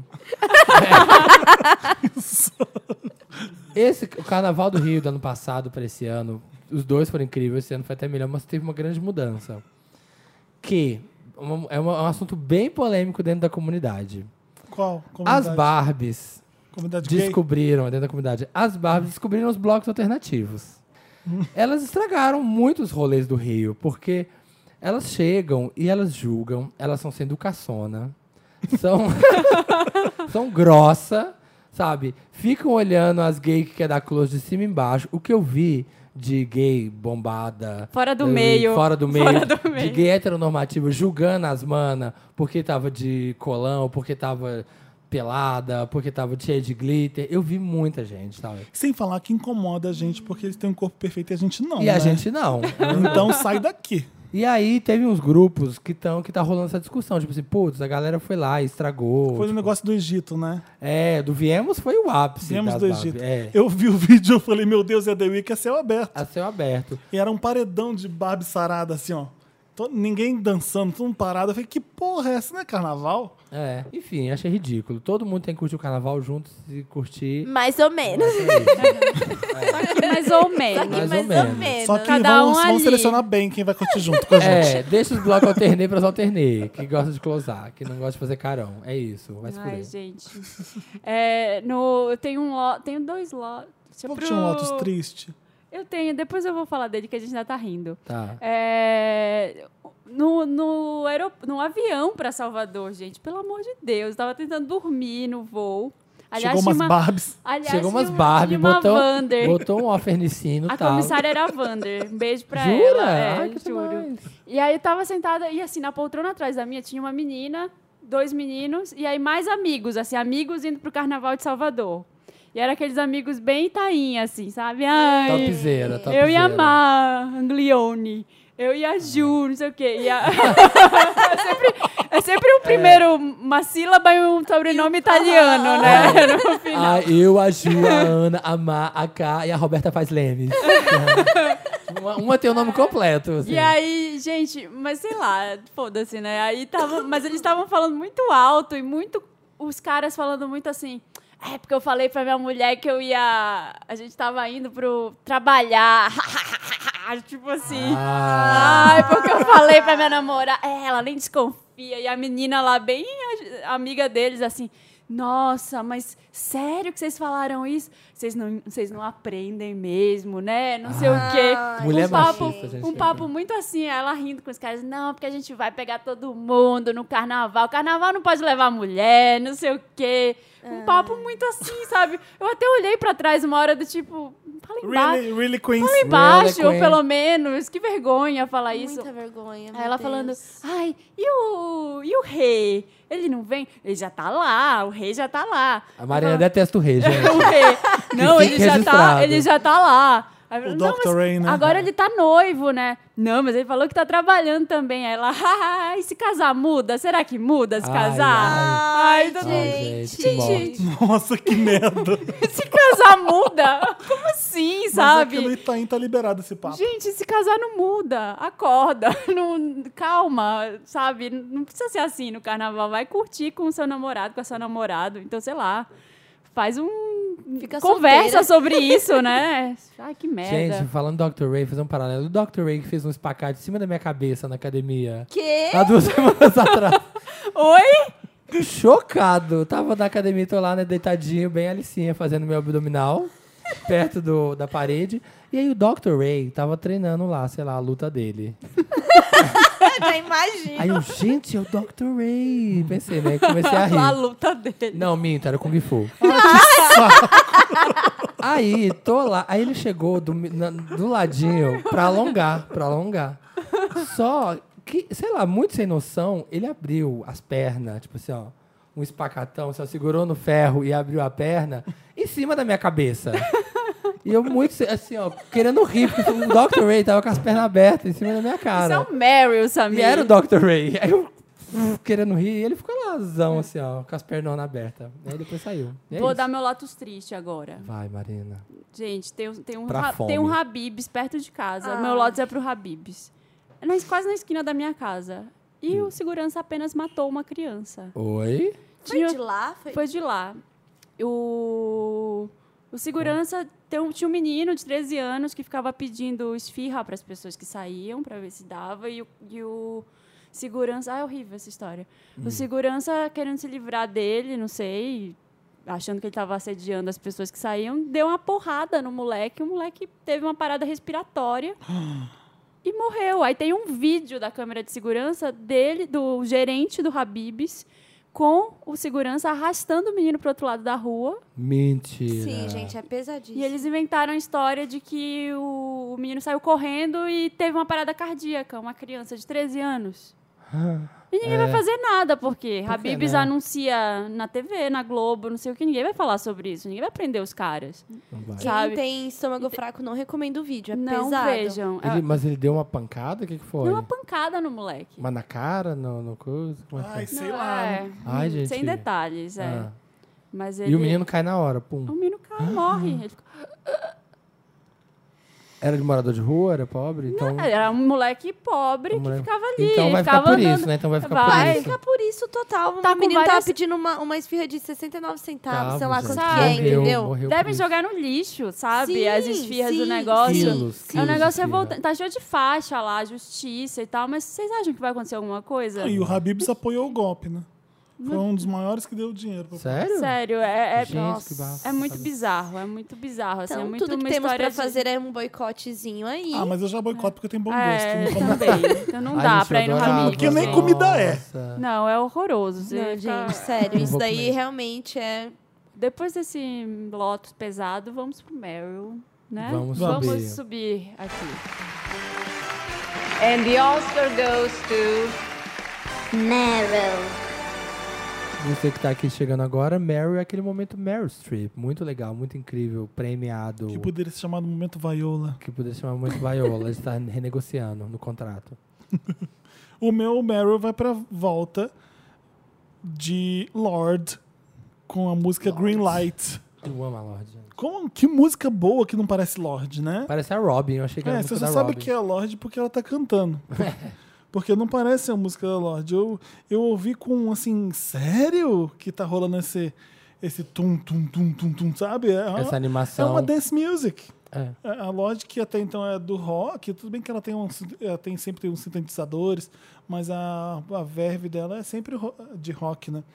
É. Esse, o Carnaval do Rio do ano passado para esse ano, os dois foram incríveis, esse ano foi até melhor, mas teve uma grande mudança. Que uma- é uma- um assunto bem polêmico dentro da comunidade. Qual? As Comunidade? Barbies Comunidade gay? descobriram, dentro da comunidade, as Barbies descobriram os blocos alternativos. Elas estragaram muitos rolês do Rio, porque elas chegam e elas julgam, elas são sem educaçona, são, são grossa, sabe? Ficam olhando as gays que quer dar close de cima e embaixo. O que eu vi de gay bombada... Fora do eu vi meio. Fora do meio. Fora do De meio. gay heteronormativo, julgando as manas porque tava de colão, porque tava pelada, porque tava cheia de glitter. Eu vi muita gente, sabe? Sem falar que incomoda a gente porque eles têm um corpo perfeito e a gente não. E né? a gente não. Então sai daqui. E aí teve uns grupos que estão que tá rolando essa discussão. Tipo assim, putz, a galera foi lá e estragou. Foi o tipo, negócio do Egito, né? É, do Viemos foi o ápice. Viemos das do Barbie. Egito. É, Eu vi o vídeo e falei, meu Deus, é The Week, é céu aberto. a céu aberto. E era um paredão de Barbie sarada, assim, ó. Todo- ninguém dançando, todo mundo parado. Eu falei, que porra é essa, não é carnaval? É, enfim, achei ridículo. Todo mundo tem que curtir o carnaval juntos e curtir. Mais ou menos. Mais ou Só menos. que Mais mais, ou ou menos. menos. Só que Cada vamos, um vamos ali. selecionar bem quem vai curtir junto com a gente. É, deixa os blocos alternê para os alternê, que gosta de closar, que não gosta de fazer carão. É isso, vai se Ai, fuder. gente. É, no, eu tenho um lo, tenho dois lotes. Qual que tinha um Lotus triste? Eu tenho, depois eu vou falar dele, que a gente ainda tá rindo. Tá. É, no, no, aerop- no avião pra Salvador, gente, pelo amor de Deus, eu tava tentando dormir no voo. Chegou tinha umas uma, Barbies. aliás, Chegou umas tinha uma- Barbie, tinha uma botou, Wander. botou um ofernicino, A tal. comissária era a Wander. Um beijo pra Jura? ela. É, Ai, que juro. demais. E aí eu tava sentada, e assim, na poltrona atrás da minha tinha uma menina, dois meninos, e aí mais amigos, assim, amigos indo pro Carnaval de Salvador. E era aqueles amigos bem tainha, assim, sabe? Ai, Topzera, topzera. eu e a Mar, Anglione. Eu e a Ju, não sei o quê. E a... é, sempre, é sempre um primeiro, uma sílaba e um sobrenome italiano, né? No final. Ah, eu, a Ju, a Ana, a Má, a K e a Roberta faz Lemes. uma, uma tem o nome completo. Assim. E aí, gente, mas sei lá, foda-se, né? Aí tava, mas eles estavam falando muito alto e muito. Os caras falando muito assim. É porque eu falei pra minha mulher que eu ia. A gente tava indo pro trabalhar. Tipo assim. Ah. Ai, porque eu falei pra minha namorada. É, ela nem desconfia. E a menina lá, bem a- amiga deles, assim. Nossa, mas sério que vocês falaram isso? Vocês não, vocês não aprendem mesmo, né? Não sei o quê. Mulher um papo, machista, gente. um papo muito assim, ela rindo com os caras. Não, porque a gente vai pegar todo mundo no carnaval. Carnaval não pode levar mulher, não sei o quê. Um papo muito assim, sabe? Eu até olhei pra trás uma hora do tipo... Fala embaixo, Really, really Queens. fala embaixo Really, Queen. pelo menos. Que vergonha falar isso. Muita vergonha. Aí ela falando, ai, e o, e o rei? Ele não vem? Ele já tá lá, o rei já tá lá. A Marina detesta o rei, gente. O rei. Não, fique ele já, tá, registrado. ele já tá lá. Aí eu O falei, não, doutor mas Ray, né? agora ele tá noivo, né? Não, mas ele falou que tá trabalhando também. Aí ela, haha, e se casar muda? Será que muda se Ai, casar? Ai, Ai, todo- Ai, gente, que Gente, morte. Nossa, que merda. se casar muda? Como assim, Mas sabe? aqui no Itaim tá liberado esse papo. Gente, se casar não muda. Acorda. Não, calma, sabe? Não precisa ser assim no carnaval. Vai curtir com o seu namorado, com a sua namorada. Então, sei lá, faz um... Fica Conversa solteira. sobre isso, né? Ai, que merda. Gente, falando do doutor Ray, fazer um paralelo. O doutor Ray que fez um espacate em cima da minha cabeça na academia. Quê? Há duas semanas atrás. Oi? Chocado. Tava na academia, tô lá, né, deitadinho, bem alicinha, fazendo meu abdominal, perto do, da parede. E aí o doutor Ray tava treinando lá, sei lá, a luta dele. Já imagino. Aí eu, gente, é o doutor Ray. Pensei, né? Comecei a A rir. luta dele. Não, minto, era Kung Fu. Aí, tô lá. Aí ele chegou do, na- do ladinho pra alongar, pra alongar. Só que, sei lá, muito sem noção, ele abriu as pernas, tipo assim, ó, um espacatão, só segurou no ferro e abriu a perna em cima da minha cabeça. E eu muito, se- assim, ó, querendo rir, porque o doutor Ray tava com as pernas abertas em cima da minha Isso cara. é o Meryl, Samir. E era o doutor Ray. Aí eu, querendo rir, e ele ficou lá, assim, ó, com as pernas abertas. Aí depois saiu. E é Vou isso. dar meu Lotus triste agora. Vai, Marina. Gente, tem, um- tem, um, Pra ra- fome. tem um Habib's perto de casa. Ah. Meu Lotus é pro Habib's. É na- quase na esquina da minha casa. E Hum. o segurança apenas matou uma criança. Oi? Foi Tinha- de lá? Foi... Foi de lá. O, o segurança tem um- tinha um menino de treze anos que ficava pedindo esfirra para as pessoas que saíam para ver se dava. E o, e o segurança. Ah, é horrível essa história. O segurança, querendo se livrar dele, não sei, achando que ele estava assediando as pessoas que saíam, deu uma porrada no moleque. O moleque teve uma parada respiratória. E morreu. Aí tem um vídeo da câmera de segurança dele, do gerente do Habib's, com o segurança arrastando o menino pro outro lado da rua. Mentira. Sim, gente, é pesadíssimo. E eles inventaram a história de que o, o menino saiu correndo e teve uma parada cardíaca, uma criança de treze anos. E ninguém vai fazer nada, porque Por quê, Habib's né? anuncia na T V, na Globo, não sei o que. Ninguém vai falar sobre isso. Ninguém vai prender os caras. Não vai. Quem sabe? tem estômago fraco, não recomendo o vídeo. É não pesado. vejam. Ele- mas ele deu uma pancada? O que, que foi? Deu uma pancada no moleque. Mas na cara, no, no coisa? Como é que Ai, foi? sei Não, lá. é. Ai, gente. Sem detalhes, é. Ah. Mas E ele... o menino cai na hora, pum. O menino cai, morre. Ele fica- Era de morador de rua, era pobre? Então, Era um moleque pobre Um que moleque- ficava ali. então vai ficar ficava por andando. isso, né? Então vai ficar Vai. por Vai isso. ficar por isso total. Tá o com menino várias- tava pedindo uma, uma esfirra de sessenta e nove centavos, Tava, sei lá gente. quanto Sabe? que é, Morreu, entendeu? morreu Devem por isso. jogar no lixo, sabe? Sim, As esfirras do sim, negócio. Quilos, É um quilos negócio de revoltante. esfirra. Tá cheio de faixa lá, justiça e tal, mas vocês acham que vai acontecer alguma coisa? E o Habib's apoiou o golpe, né? Foi um dos maiores que deu dinheiro. Pra Sério? Sério, é, é, Gente, nossa, que bafo. é muito bizarro, é muito bizarro. Assim, Então, é muito tudo que uma temos história pra de- fazer é um boicotezinho aí. Ah, mas eu já boicoto porque eu tenho bom É, gosto. Não como- também. Então não Ai, dá gente, pra eu ir no adorava. Habib's. Porque nem gente. comida é. Nossa. Não, é horroroso. Você Não, fica- gente, sério, Não isso vou daí comer. realmente é... Depois desse Lotus pesado, vamos pro Meryl, né? Vamos vamos subir. subir aqui. And the Oscar goes to Meryl. Você que tá aqui chegando agora, Meryl é aquele momento Meryl Streep. Muito legal, muito incrível, premiado. Que poderia ser chamado Momento Viola. Que poderia se chamar muito Viola. A gente tá renegociando no contrato. O meu Meryl vai pra volta de Lorde com a música Green Light. Eu amo a Lorde. gente. Como, que música boa que não parece Lorde, né? Parece a Robin, eu achei que era É, a você música só da sabe Robin. que é a Lorde porque ela tá cantando. Porque não parece a música da Lorde. Eu, eu ouvi com, assim, sério que tá rolando esse, esse tum, tum, tum, tum, tum, sabe? É uma, Essa é animação. uma dance music. É. A Lorde, que até então é do rock, tudo bem que ela tem, um, ela tem sempre uns sintetizadores, mas a, a verve dela é sempre ro- de rock, né?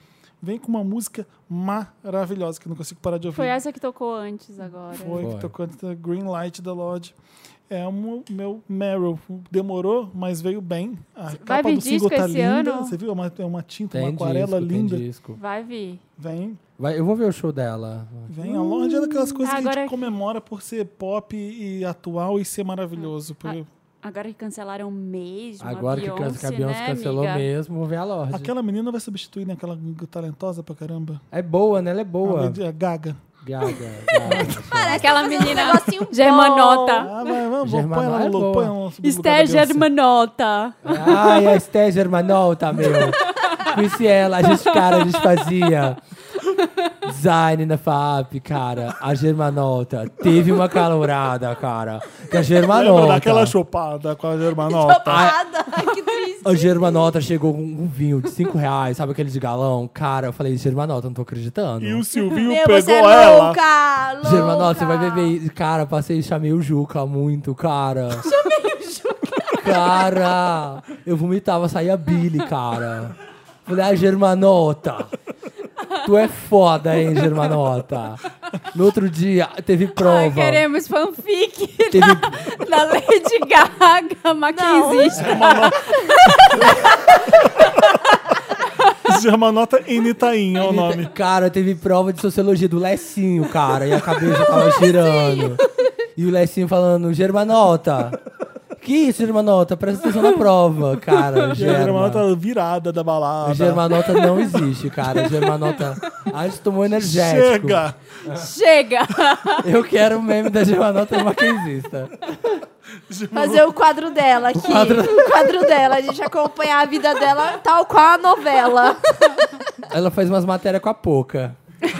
vem com uma música maravilhosa, que eu não consigo parar de ouvir. Foi essa que tocou antes agora. Foi, Foi. que tocou antes da Green Light da Lodge. É o meu Meryl. Demorou, mas veio bem. A Vai capa vir do single disco tá esse linda. ano? Você viu? É uma, é uma tinta, Tem uma aquarela disco, linda. tem disco. Vai vir. Vem, Vai, eu vou ver o show dela. vem. A Lodge é daquelas coisas que a Agora- gente comemora por ser pop e atual e ser maravilhoso. Porque Agora que cancelaram mesmo. Agora a que, Beyoncé, que a Beyoncé né, cancelou amiga? mesmo, vou ver a loja. aquela menina vai substituir, né? Aquela talentosa pra caramba. É boa, né? Ela é A boa. Lady Gaga. Gaga, Gaga. Parece Aquela que tá fazendo um menina negocinho bom. germanota. Ah, vai, vamos, Germano- põe ela é no boa. look, põe ela no lugar da Esté Beyoncé. germanota. Ai, a Esté Germanota, meu. Conheci ela, a gente, cara, a gente fazia design na F A P, cara. A Germanota teve uma calorada, cara. Que a Lembra Germanota. daquela chupada com a Germanota? Chopada. Ai, que triste. A Germanota chegou com um vinho de cinco reais, sabe aquele de galão? Cara, eu falei, Germanota, não tô acreditando. E o Silvinho Meu, pegou você é ela. louca, louca. Germanota, você vai beber isso. Cara, passei e chamei o Juca muito, cara. Chamei o Juca? Cara, eu vomitava, saía Billy, cara. Falei, ah, Germanota. Tu é foda, hein, Germanota. No outro dia, teve prova. Ai, queremos fanfic Teve... da Lady Gaga, mas que existe. Germanota em Itaim é o nome. Cara, teve prova de sociologia do Lecinho, cara. E a cabeça tava girando. E o Lecinho falando, Germanota. Que isso, Germanota? Presta atenção na prova, cara. E a Germa. Germanota virada da balada. Germanota não existe, cara. Germanota. A gente tomou energético. Chega! Chega. Eu quero o meme da Germanota numa queizista. Fazer o quadro dela aqui. O quadro- quadro... dela. A gente acompanhar a vida dela tal qual a novela. Ela faz umas matérias com a Poca.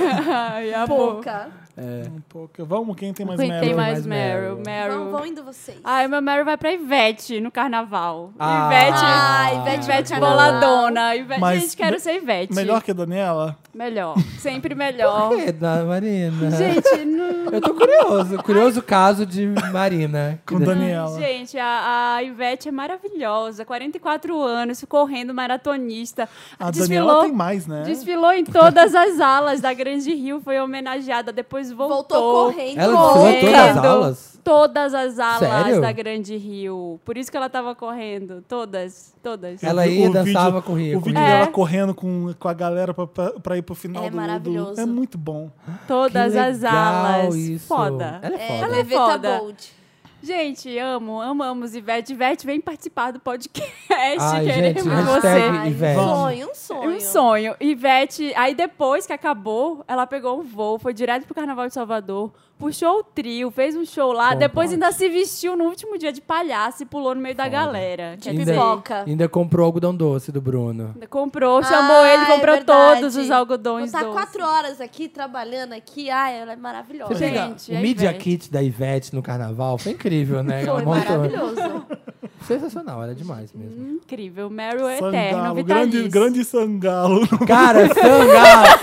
Ai, a boca. Pouca. Um pouco. Vamos, quem tem mais Quem Meryl? tem mais mais Meryl? Meryl. Meryl. Vão, vão indo vocês. Ai, meu Meryl vai pra Ivete no carnaval. Ah. Ivete. Ah, Ivete Ivete no carnaval. boladona. Ivete, Mas gente, quero me- ser Ivete. Melhor que a Daniela? Melhor. Sempre melhor. É, da Marina. Gente, não... Eu tô curioso. Curioso caso de Marina. Com Daniela. Gente, a, a Ivete é maravilhosa. quarenta e quatro anos, correndo, maratonista. A Desfilou, Daniela tem mais, né? desfilou em todas as alas da Grande Rio, foi homenageada, depois voltou. Voltou correndo. Ela desfilou em todas as Correndo. aulas? Todas as alas Sério? da Grande Rio. Por isso que ela tava correndo. Todas, todas. Ela Eu vi ia o dançava vídeo- com o Rio. O vídeo É. dela correndo com, com a galera pra, pra, pra ir pro final É do, maravilhoso. do... É muito bom. Todas Que as legal alas. isso. Foda. Ela é É, foda. é Leveta foda. Bold. Gente, amo, amamos Ivete. Ivete, vem participar do podcast. Ai, Queremos gente, você. hashtag Ivete. Vamos. Sonho, um sonho. Um sonho. Ivete, aí depois que acabou, ela pegou um voo, foi direto pro Carnaval de Salvador, puxou o trio, fez um show lá, Bom, depois pode. ainda se vestiu no último dia de palhaço e pulou no meio da galera. Quer Ainda, dizer, Pipoca. ainda comprou algodão doce do Bruno. comprou, chamou Ah, ele, é comprou verdade. todos os algodões Vou estar doces. quatro horas aqui trabalhando aqui. Ai, ela é maravilhosa. Você pega Gente, o a Media Ivete. Kit da Ivete no carnaval, foi incrível, né? Ela Foi montou- maravilhoso. Sensacional, ela é demais mesmo. Incrível, Meryl eterno, Sangalo, vitalício. grande, grande sangalo. Cara, Sangalo!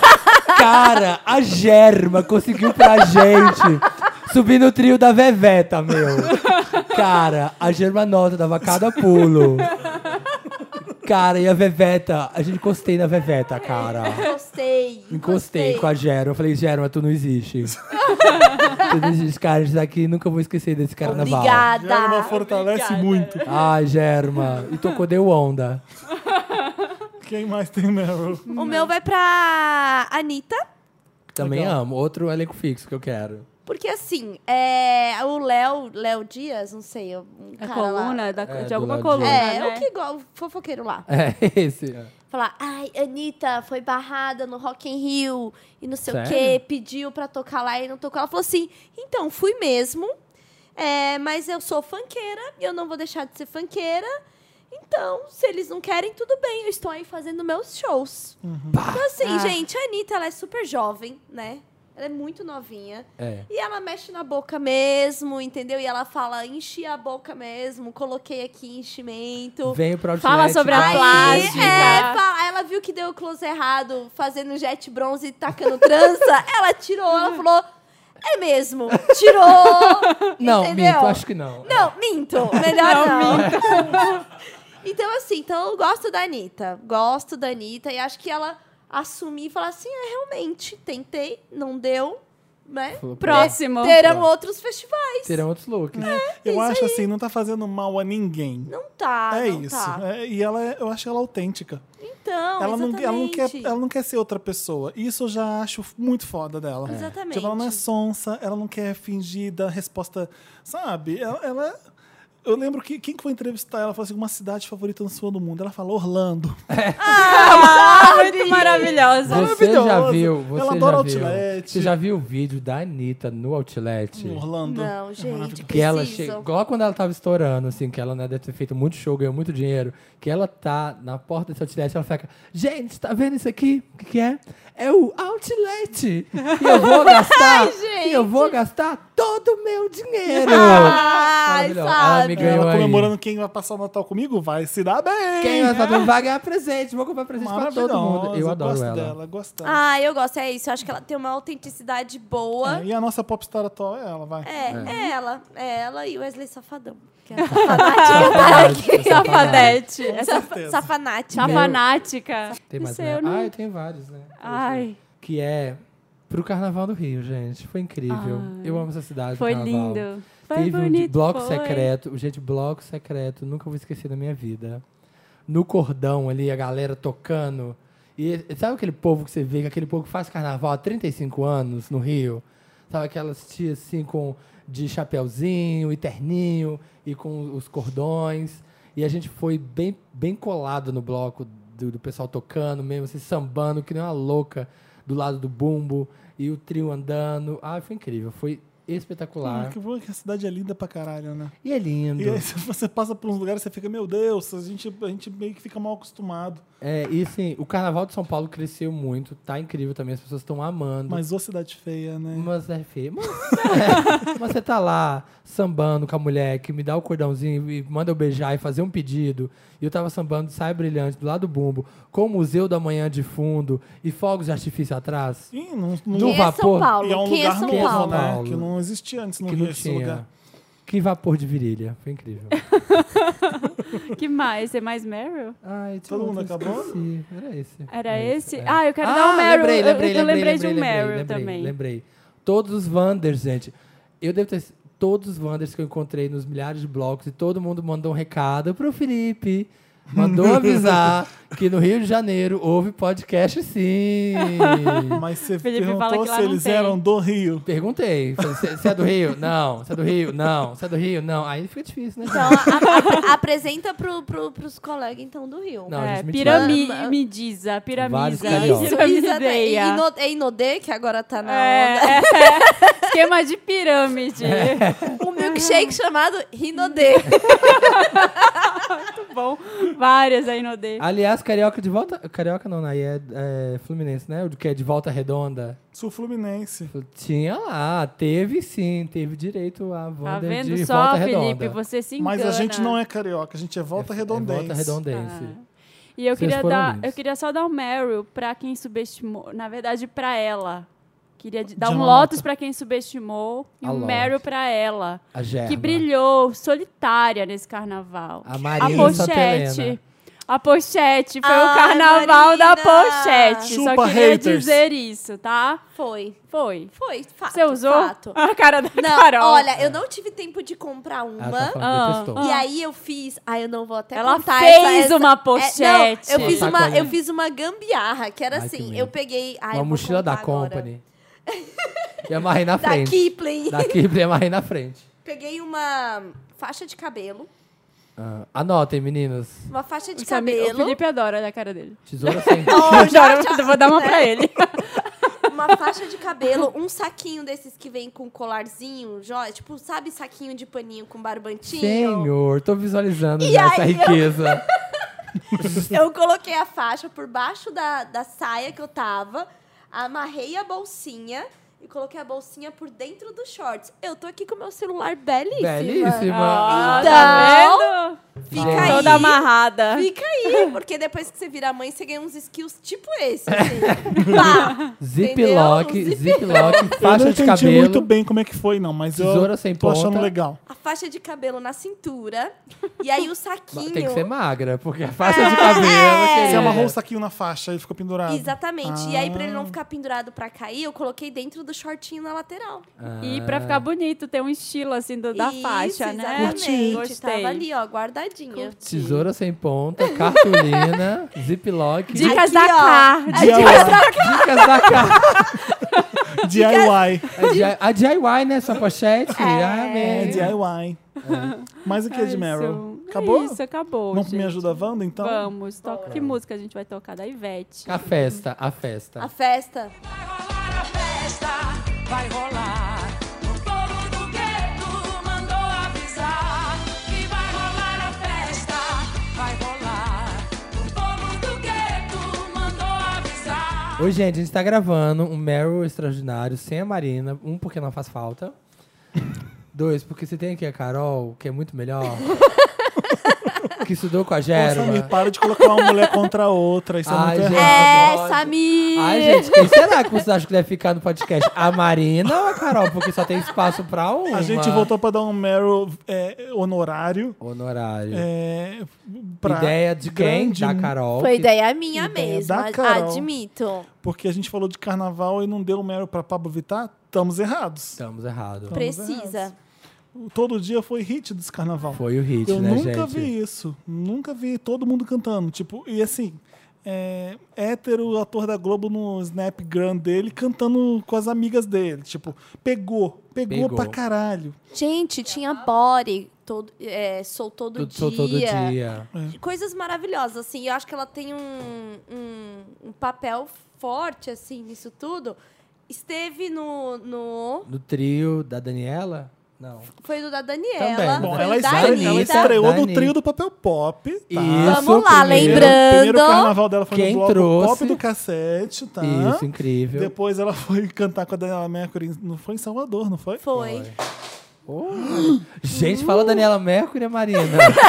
Cara, a Germa conseguiu pra gente subir no trio da Veveta, meu. Cara, a Germanota dava cada pulo. Cara, e a Veveta, a gente encostei na Veveta, cara. Encostei. Encostei com a Germa. Eu falei, Germa, tu não existe. Tu não existe, cara. A gente tá aqui, nunca vou esquecer desse carnaval. Germa Obrigada. fortalece Obrigada. muito. Ai, Germa. E tocou Deu Onda. Quem mais tem Meryl? O meu vai pra Anitta. Também Legal. amo. Outro elenco fixo que eu quero. Porque assim, é, o Léo, Léo Dias, não sei, um A cara lá. coluna, da, É, de do alguma lado coluna, É, né? o que igual o fofoqueiro lá. É, esse. Falar, ai, Anitta foi barrada no Rock in Rio e não sei Sério? o quê, pediu pra tocar lá e não tocou. Ela falou assim, então, fui mesmo, é, mas eu sou funkeira e eu não vou deixar de ser funkeira. Então, se eles não querem, tudo bem, eu estou aí fazendo meus shows. Então, assim, Ah. gente, a Anitta, ela é super jovem, né? Ela é muito novinha. É. E ela mexe na boca mesmo, entendeu? E ela fala, enchi a boca mesmo, coloquei aqui enchimento. Venho pro outlet. Fala sobre a vai- Aí, plástica. é, fala- ela viu que deu o close errado, fazendo jet bronze e tacando trança. Ela tirou, ela falou, é mesmo, tirou. Não, entendeu? minto, acho que não. Não, minto. Melhor não. Então, assim, então eu gosto da Anitta. Gosto da Anitta e acho que ela assumir e falar assim, é, realmente, tentei, não deu, né? Falou, Próximo. Terão Pronto. outros festivais. Terão outros looks. Eu isso acho assim, não tá fazendo mal a ninguém. Não tá, é não isso. tá. É, e ela é- eu acho ela autêntica. Então, ela, não, ela, não quer, exatamente. ela não quer ser outra pessoa. Isso eu já acho muito foda dela. Exatamente. Tipo, ela não é sonsa, ela não quer fingir da resposta, sabe? Ela, ela- eu lembro que quem que foi entrevistar ela falou assim, uma cidade favorita sua do mundo. Ela falou Orlando. Ah, muito maravilhosa. Você já Maravilhosa. viu? Você Ela adora já viu, Outlet. Você já viu o vídeo da Anitta no Outlet? Orlando. Não, gente, Que ela preciso. chega, igual quando ela tava estourando, assim, que ela né, deve ter feito muito show, ganhou muito dinheiro, que ela tá na porta desse outlet, ela fica, gente, tá vendo isso aqui? O que, que é? É o outlet! E eu vou gastar, e eu vou gastar todo o meu dinheiro! Ai, Maravilhosa. sabe. Ela me ganhou Ela aí. comemorando quem vai passar o Natal comigo vai se dar bem. Quem vai fazer vai ganhar presente, vou comprar presente pra todo mundo. Maravilhosa, Eu adoro gosto ela. dela, gosto dela. Ah, eu gosto, é isso. Eu acho que ela tem uma autenticidade boa. É, e a nossa popstar atual é ela, vai. É, é, ela. É ela e o Wesley Safadão. Que é a Safadete, Safadete. Com Saf- certeza. Safanática. Safanática. Tem mais, Isso né? eu não- Ai, tem vários, né? Ai, Que é pro Carnaval do Rio, gente. Foi incrível. Ai. Eu amo essa cidade. foi Carnaval. lindo. Foi Teve um de- bonito, bloco foi. secreto. Gente, bloco secreto. Nunca vou esquecer da minha vida. No cordão ali, a galera tocando. E sabe aquele povo que você vê, que aquele povo que faz carnaval há trinta e cinco anos no Rio? Sabe aquelas tias assim com de chapeuzinho e terninho e com os cordões. E a gente foi bem, bem colado no bloco do, do pessoal tocando mesmo, assim, sambando, que nem uma louca do lado do bumbo. E o trio andando. Ah, foi incrível. Foi espetacular. Ah, que bom que a cidade é linda pra caralho, né? E é lindo. E aí se você passa por uns lugares e você fica, meu Deus, a gente, a gente meio que fica mal acostumado. É, e assim, o Carnaval de São Paulo cresceu muito, tá incrível também, as pessoas estão amando. Mas ô cidade feia, né? Mas é feio. Mas, é, mas você tá lá sambando com a mulher que me dá o cordãozinho e manda eu beijar e fazer um pedido. E eu tava sambando Saia Brilhante do lado do bumbo, com o Museu da Manhã de fundo e fogos de artifício atrás. Ih, não, não, No Quem é vapor. São Paulo? E é um Quem é lugar São novo, Paulo? né? Paulo. Que não existia antes no Que Rio não esse tinha. lugar. Que vapor de virilha. Foi incrível. Que mais? Tem mais Meryl? Ai, Todo mundo outro, acabou? esqueci. Era esse. Era É esse? é. Ah, eu quero Ah, dar um Meryl. Lembrei, Eu- lembrei, eu, lembrei, lembrei de um lembrei, Meryl lembrei, também. Lembrei. Todos os Wanders, gente. Eu devo ter... Todos os Wanders que eu encontrei nos milhares de blocos e todo mundo mandou um recado pro Felipe. Mandou avisar que no Rio de Janeiro houve podcast sim. Mas você Felipe fala perguntou que lá se não eles tem. eram do Rio. Perguntei. Falei, Você é do Rio? Não. Você é do Rio? Não. Você é do Rio? Não. Aí fica difícil, né? Então, a- a- apresenta pro, pro, pros colegas, então, do Rio. Não, É, gente, mentira. piramidiza, Vários piramiza. cariocas. Isso, exato. E Ino- é Inodê, que agora tá na onda. É, é, esquema de pirâmide. Um milkshake chamado Rinodê. Muito bom. Várias aí no D. Aliás, Carioca de volta... Carioca não, né? Aí é, é Fluminense, né? O que é de Volta Redonda. Sul Fluminense. Tinha lá. Teve sim. Teve direito a Tá Wander vendo de só, Volta Redonda. Felipe? Você se engana. Mas a gente não é carioca, a gente é volta É redondense. Volta Redondense. Ah. E eu Vocês queria, foram dar, lindos. eu queria só dar um Meryl pra quem subestimou. Na verdade, pra ela. Queria d- dar um Jamamata. Lotus pra quem subestimou e A um Lotus. Meryl pra ela. A Germa. Que brilhou solitária nesse carnaval. A Marina A Pochete. Santelena. A Pochete. Foi Ai, o carnaval da Marina. Pochete. Chupa Só queria haters. dizer isso, tá? Foi. Foi. Foi, fato. Você usou? Fato. A cara da Não, Carol. olha, eu não tive tempo de comprar uma. Ela tá falando Ah, que detestou. E aí eu fiz. Ah, eu não vou até Ela contar fez essa- essa- uma É, pochete. não, eu fiz uma, Sacolinha. eu fiz uma gambiarra, que era Ai, que assim, medo. eu peguei. Ah, eu Uma vou mochila da contar agora. Company. E amarrei na Da frente. Kipling. Da Kipling e amarrei na frente. Peguei uma faixa de cabelo. Ah, anotem, meninas. Uma faixa de O Samir- cabelo. O Felipe adora olhar a cara dele. Tesoura sem... Oh, já, já, Eu vou dar uma pra ele. uma faixa de cabelo, um saquinho desses que vem com colarzinho, joia, tipo, sabe saquinho de paninho com barbantinho? Senhor, tô visualizando E já essa aí eu- riqueza. Eu coloquei a faixa por baixo da, da saia que eu tava, amarrei a bolsinha e coloquei a bolsinha por dentro dos shorts. Eu tô aqui com o meu celular belíssimo. Belíssima. Ah, Então, tá vendo? Fica Gente. aí. Toda amarrada. Fica aí porque depois que você vira mãe, você ganha uns skills tipo esse, assim. Pá, Ziplock, entendeu? ziplock, Eu não faixa de entendi cabelo, muito bem como é que foi, não, mas tesoura eu sem tô achando ponta. legal. A faixa de cabelo na cintura, e aí o saquinho... Tem que ser magra, porque a faixa de cabelo... Você querida. amarrou o saquinho na faixa e ficou pendurado. Exatamente. E aí, pra ele não Ah. ficar pendurado pra cair, eu coloquei dentro do shortinho na lateral. E pra ficar bonito, ter um estilo assim do- da Isso, faixa, né? exatamente. Gostei. Tava ali, ó, guardadinha. Tesoura sem ponta, cartolina, ziplock, Dicas Aqui, da ó. Car. D I Y. dicas da cara. D I Y. A D I- A D I Y, né? Sua pochete. Ah, É, amém. D I Y. Mais o que de Meryl? Isso. Acabou? É isso, acabou. Vamos pro Me gente. Ajuda Wanda, então? Vamos. Toca. Que música a gente vai tocar? Da Ivete. A festa, a festa. A festa. A festa vai rolar. O povo do gueto mandou avisar que vai rolar a festa, vai rolar. O povo do gueto mandou avisar. Oi, gente, a gente tá gravando um Meryl extraordinário sem a Marina. Um, porque não faz falta. Dois, porque você tem aqui a Carol, que é muito melhor. Que estudou com a Ô, Samir, Germa. para de colocar uma mulher contra a outra. Isso é Ai, muito gente. errado. É, pode. Samir! Ai, gente, quem será que vocês acham que deve ficar no podcast? A Marina ou a Carol? Porque só tem espaço pra uma. A gente voltou pra dar um Meryl é, honorário. Honorário. É, pra Ideia de quem? grande- Da Carol. Foi que- ideia minha Ideia mesmo, da ad- Carol. admito. Porque a gente falou de carnaval e não deu o Meryl pra Pablo Vittar. Estamos errados. Estamos errados. Precisa. Todo dia foi hit desse carnaval. Foi o hit, Eu né, nunca gente? vi isso. Nunca vi todo mundo cantando. Tipo, e assim, é, hétero, ator da Globo no Snapgram dele, cantando com as amigas dele. Tipo, pegou. Pegou, Pegou. pra caralho. Gente, tinha body, todo, é, sou todo Tudo, dia. todo dia. Coisas maravilhosas, assim. Eu acho que ela tem um, um, um papel forte, assim, nisso tudo. Esteve no... no No trio da Daniela? Não. foi do da Também. Daniela, Bom, foi ela, o da estre- ela Anitta. estreou Da no Anitta. trio do Papel Pop. Tá? Isso, Vamos lá, primeiro- lembrando. Primeiro carnaval dela foi Quem no bloco trouxe? Pop do Cassete, tá? Isso, incrível. Depois ela foi cantar com a Daniela Mercury. Não foi em Salvador, não foi? Foi. Oh. Gente, fala Daniela Mercury, Marina.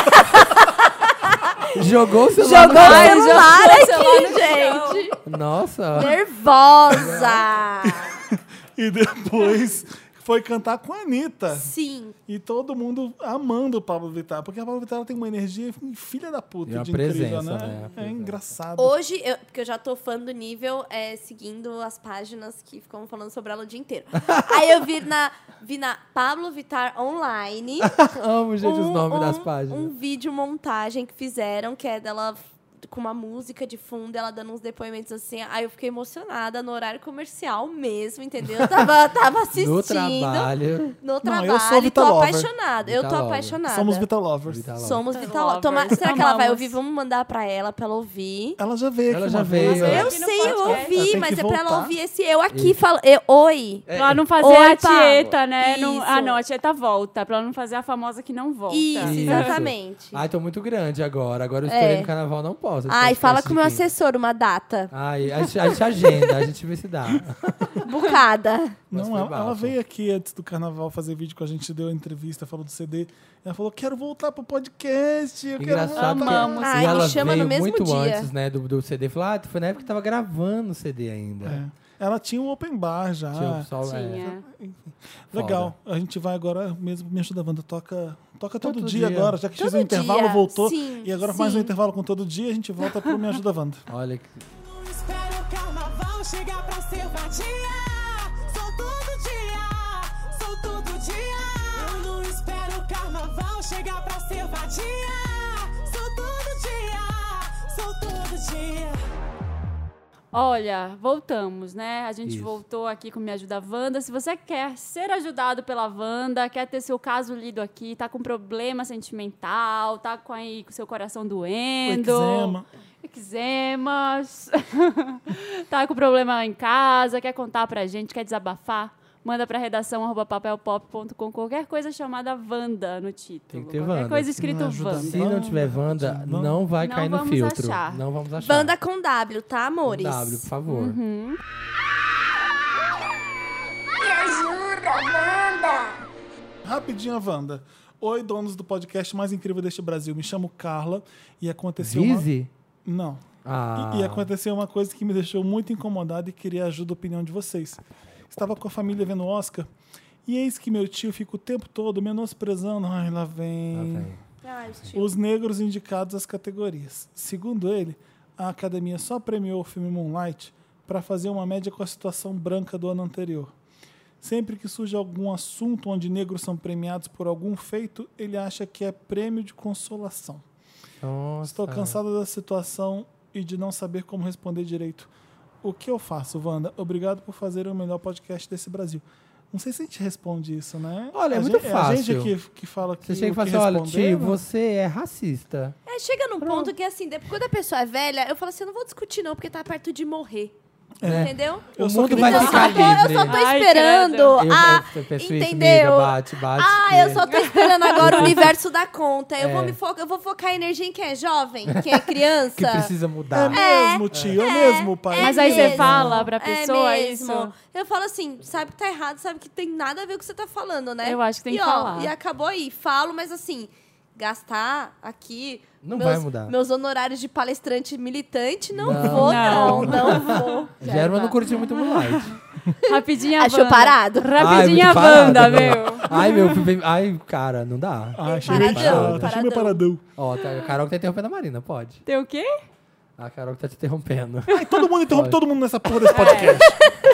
Jogou o celular Jogou o no chão. celular aqui, gente. Nossa. Nervosa. E depois foi cantar com a Anitta. Sim. E todo mundo amando o Pablo Vittar. Porque a Pablo Vittar tem uma energia filha da puta E uma de incrível, presença, né? né? É engraçado. Hoje, eu, porque eu já tô fã do nível, é, seguindo as páginas que ficam falando sobre ela o dia inteiro. Aí eu vi na, vi na Pablo Vittar Online Amo, gente, os um- nomes das um- páginas. um vídeo montagem que fizeram, que é dela com uma música de fundo, ela dando uns depoimentos assim. Aí eu fiquei emocionada no horário comercial mesmo, entendeu? Eu tava, tava assistindo. No trabalho. No Não, trabalho. eu sou e Vita tô Lover. apaixonada. Eu Vita tô Lover. apaixonada. Somos Vita Lovers. Vita Lover. Somos Vita Vita Lover. Toma- Lovers. Será que ela vai Amamos. ouvir? Vamos mandar pra ela, pra ela ouvir. Ela já veio Ela aqui já uma veio. vez. Eu Eu aqui no sei, eu podcast. Ela ouvi, tem mas que é pra ela voltar. ouvir esse eu aqui falo. Eu, oi. Pra ela não fazer Oi, a tieta, Pablo. né? Não, Isso. ah, não, a tieta volta. Pra ela não fazer a famosa que não volta. Isso, Isso. exatamente. Ai, tô muito grande agora. Agora eu estourei É. no carnaval, não posso. esse Ai, podcast fala de com o meu quinta. assessor uma data. Ai, a gente, a gente agenda, a gente vê se dá. Bucada. Mas Não, foi ela, ela bafo. veio aqui antes do carnaval fazer vídeo com a gente, deu entrevista, falou do C D. Ela falou, quero voltar pro podcast. Eu quero Engraçado voltar. Amamos. que Ai, e ela me chama veio no mesmo muito dia. antes, né, do, do C D. Falou, ah, foi na época que tava gravando o C D ainda. É. Ela tinha um open bar já. Tinha o sol, Tinha. é. Legal. A gente vai agora mesmo, Me Ajuda Wanda, toca, toca todo, Todo dia, dia. agora. Já que Todo fiz um intervalo, dia. voltou. Sim, e agora mais um sim. intervalo com todo dia, a gente volta pro Me Ajuda Wanda. Olha que... Espero o carnaval chegar pra ser vadia. Sou todo dia, sou todo dia. Eu não espero o carnaval chegar pra ser vadia. Sou todo dia, sou todo dia. Olha, voltamos, né? A gente Isso. voltou aqui com Me Ajuda Wanda. Se você quer ser ajudado pela Wanda, quer ter seu caso lido aqui, tá com problema sentimental, tá com aí com seu coração doendo. Eczema. Eczemas. Tá com problema em casa, quer contar pra gente, quer desabafar? Manda pra redação arroba papelpop ponto com qualquer coisa chamada Wanda no título. Tem que ter qualquer Wanda. coisa Se escrito não ajuda Wanda. Se não tiver Wanda, Vamos. não vai Não cair no vamos filtro. achar. Não vamos achar. Banda com W, tá, amores? W, por favor. Uhum. Rapidinho a Wanda. Oi, donos do podcast mais incrível deste Brasil. Me chamo Carla e aconteceu uma... Easy? Não. Ah. E, e aconteceu uma coisa que me deixou muito incomodado e queria a ajuda, a opinião de vocês. Estava com a família vendo o Oscar e eis que meu tio fica o tempo todo menosprezando. Ai, lá vem. Lá vem. Ai, esse tio. Os negros indicados às categorias. Segundo ele, a academia só premiou o filme Moonlight para fazer uma média com a situação branca do ano anterior. Sempre que surge algum assunto onde negros são premiados por algum feito, ele acha que é prêmio de consolação. Nossa. Estou cansado da situação e de não saber como responder direito. O que eu faço, Wanda? Obrigado por fazer o melhor podcast desse Brasil. Não sei se a gente responde isso, né? Olha, é A muito gente- A gente fácil. que, que fala que Você chega e o fala que assim, olha, responder, tio, né? você é racista. É, chega num ponto que, assim, depois, quando a pessoa é velha, eu falo assim, eu não vou discutir não, porque tá perto de morrer. É. Entendeu? Eu O só mundo queria- vai Então, ficar eu, só tô, eu livre. só tô Ai, esperando credo. Eu, a... eu penso isso, entendeu? amiga, bate, bate. Ah, que- eu só tô esperando agora o universo da conta. Eu, É. vou me focar, eu vou focar a energia em quem é jovem, quem é criança. Que precisa É mudar. mesmo, tio, é, mesmo, pai. Mas aí você mesmo. fala pra pessoa é mesmo. isso? Eu falo assim, sabe que tá errado, sabe que tem nada a ver com o que você tá falando, né? Eu acho que tem e, que ó, falar. E acabou aí. Falo, mas assim, gastar aqui... Não meus, vai mudar. Meus honorários de palestrante militante, não, Não. vou, não, Não. não vou. Germa não curtiu muito Moonlight. Rapidinho a Achou Wanda. parado? Rapidinho Ai, a muito parado, Wanda, meu. meu. Ai, meu, vem- ai, cara, não dá. Ah, achei meio Paradão, chato, achei meio paradão. paradão. Ó, tá, a Carol que tá interrompendo a Marina, pode. Tem o quê? A Carol que tá te interrompendo. Ai, todo mundo interrompe Pode. todo mundo nessa porra desse podcast.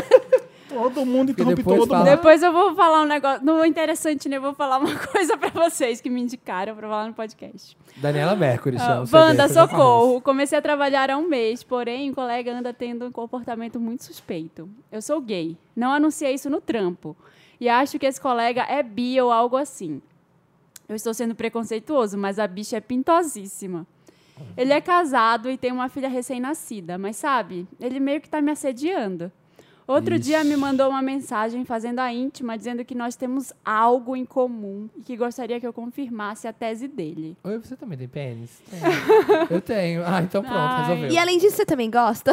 Todo mundo interrompe depois todo fala- mundo. Depois eu vou falar um negócio. No interessante, né? Eu vou falar uma coisa pra vocês que me indicaram pra falar no podcast. Daniela Mercury Ah, chama. você Wanda, vê, você já socorro. Comecei a trabalhar há um mês, porém, um colega anda tendo um comportamento muito suspeito. Eu sou gay. Não anunciei isso no trampo. E acho que esse colega é bi ou algo assim. Eu estou sendo preconceituoso, mas a bicha é pintosíssima. Ele é casado e tem uma filha recém-nascida, mas sabe, ele meio que tá me assediando. Outro Ixi. dia me mandou uma mensagem fazendo a íntima, dizendo que nós temos algo em comum e que gostaria que eu confirmasse a tese dele. Oi, você também tem pênis? Tenho. Eu tenho. Ah, então pronto, Ai. resolveu. E além disso, você também gosta?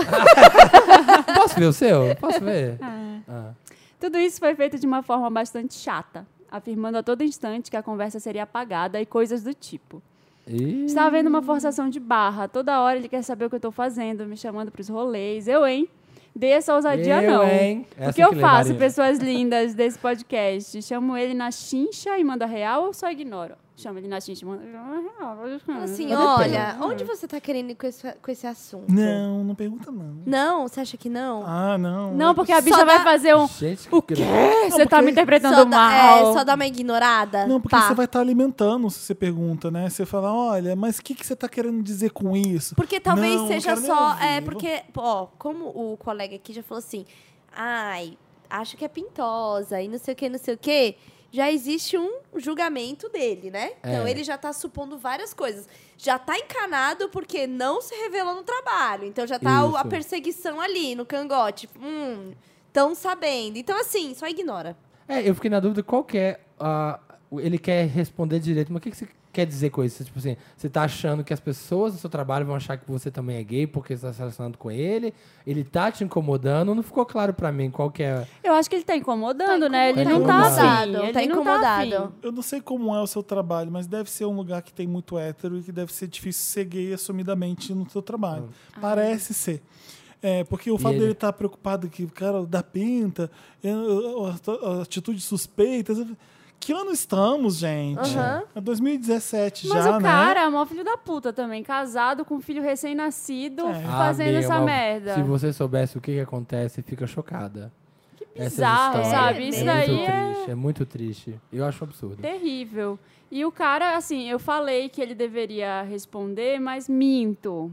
Posso ver o seu? Posso ver? Ah. Tudo isso foi feito de uma forma bastante chata, afirmando a todo instante que a conversa seria apagada e coisas do tipo. Ih, Estava havendo uma forçação de barra. Toda hora ele quer saber o que eu estou fazendo, me chamando para os rolês. Eu, hein? Dei essa ousadia, eu, não. hein? O Essa que eu que faço, levaria. pessoas lindas desse podcast? Chamo ele na chincha e mando a real ou só ignoro? Chamo ele na chincha e mando a real. Assim, Mas olha, depende. onde você tá querendo ir com esse, com esse assunto? Não, não pergunta não. Não? Você acha que não? Ah, não. Não, porque a Só bicha vai dá- fazer um... Gente, O que quê? gra- Você tá porque- me interpretando Só dá, mal. é, só dá uma ignorada? Não, porque Pá. você vai estar alimentando se você pergunta, né? Você fala, olha, mas o que, que você está querendo dizer com isso? Porque talvez Não, não seja quero nem só. ouvir. É, porque, ó, como o colega aqui já falou assim, ai, acho que é pintosa e não sei o que, não sei o que, já existe um julgamento dele, né? Então É. ele já tá supondo várias coisas. Já tá encanado porque não se revelou no trabalho. Então já tá o- a Isso. perseguição ali no cangote. Hum, tão sabendo. Então, assim, só ignora. É, eu fiquei na dúvida qual que é. ah, o- ele quer responder direito, mas o que, que você quer dizer com isso? Tipo assim, você tá achando que as pessoas no seu trabalho vão achar que você também é gay porque você tá se relacionando com ele? Ele tá te incomodando? Não ficou claro pra mim qual que é. Eu acho que ele tá incomodando, né? Ele Tá não tá incomodado, afim. Ele tá não incomodado. Tá afim. Eu não sei como é o seu trabalho, mas deve ser um lugar que tem muito hétero e que deve ser difícil ser gay assumidamente no seu trabalho. Parece ser. É, porque o E fato ele? dele estar preocupado que o cara dá pinta, é, a- a- a atitude suspeita. Que ano estamos, gente? Aham. É dois mil e dezessete Mas já, o né? cara é mó filho da puta também, casado com um filho recém-nascido, É. fazendo Amiga, essa mas merda. Se você soubesse o que, que acontece, fica chocada. Que bizarro, sabe? Isso é daí muito é- triste, é muito triste. Eu acho um absurdo. Terrível. E o cara, assim, eu falei que ele deveria responder, mas minto.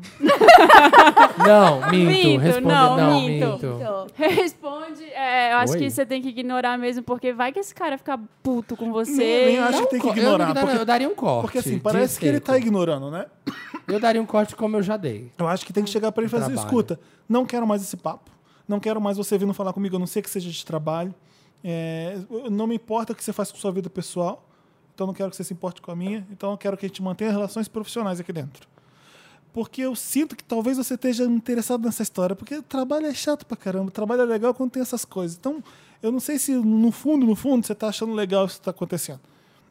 Não, minto. Minto, responde, não, não, minto. minto. Então, Responde. É, eu acho Oi? que você tem que ignorar mesmo, porque vai que esse cara fica puto com você. Nem- nem acho Não, que tem que co- eu, ignorar. não, porque, eu daria um corte. porque assim, de parece que ele seco. tá ignorando, né? Eu daria um corte como eu já dei. Eu acho que tem que chegar pra ele e falar assim, Trabalho. escuta, não quero mais esse papo. Não quero mais você vindo falar comigo, a não ser que seja de trabalho. É, não me importa o que você faz com sua vida pessoal. Então não quero que você se importe com a minha. Então eu quero que a gente mantenha relações profissionais aqui dentro. Porque eu sinto que talvez você esteja interessado nessa história. Porque o trabalho é chato pra caramba. O trabalho é legal quando tem essas coisas. Então, eu não sei se no fundo, no fundo, você tá achando legal isso que tá acontecendo.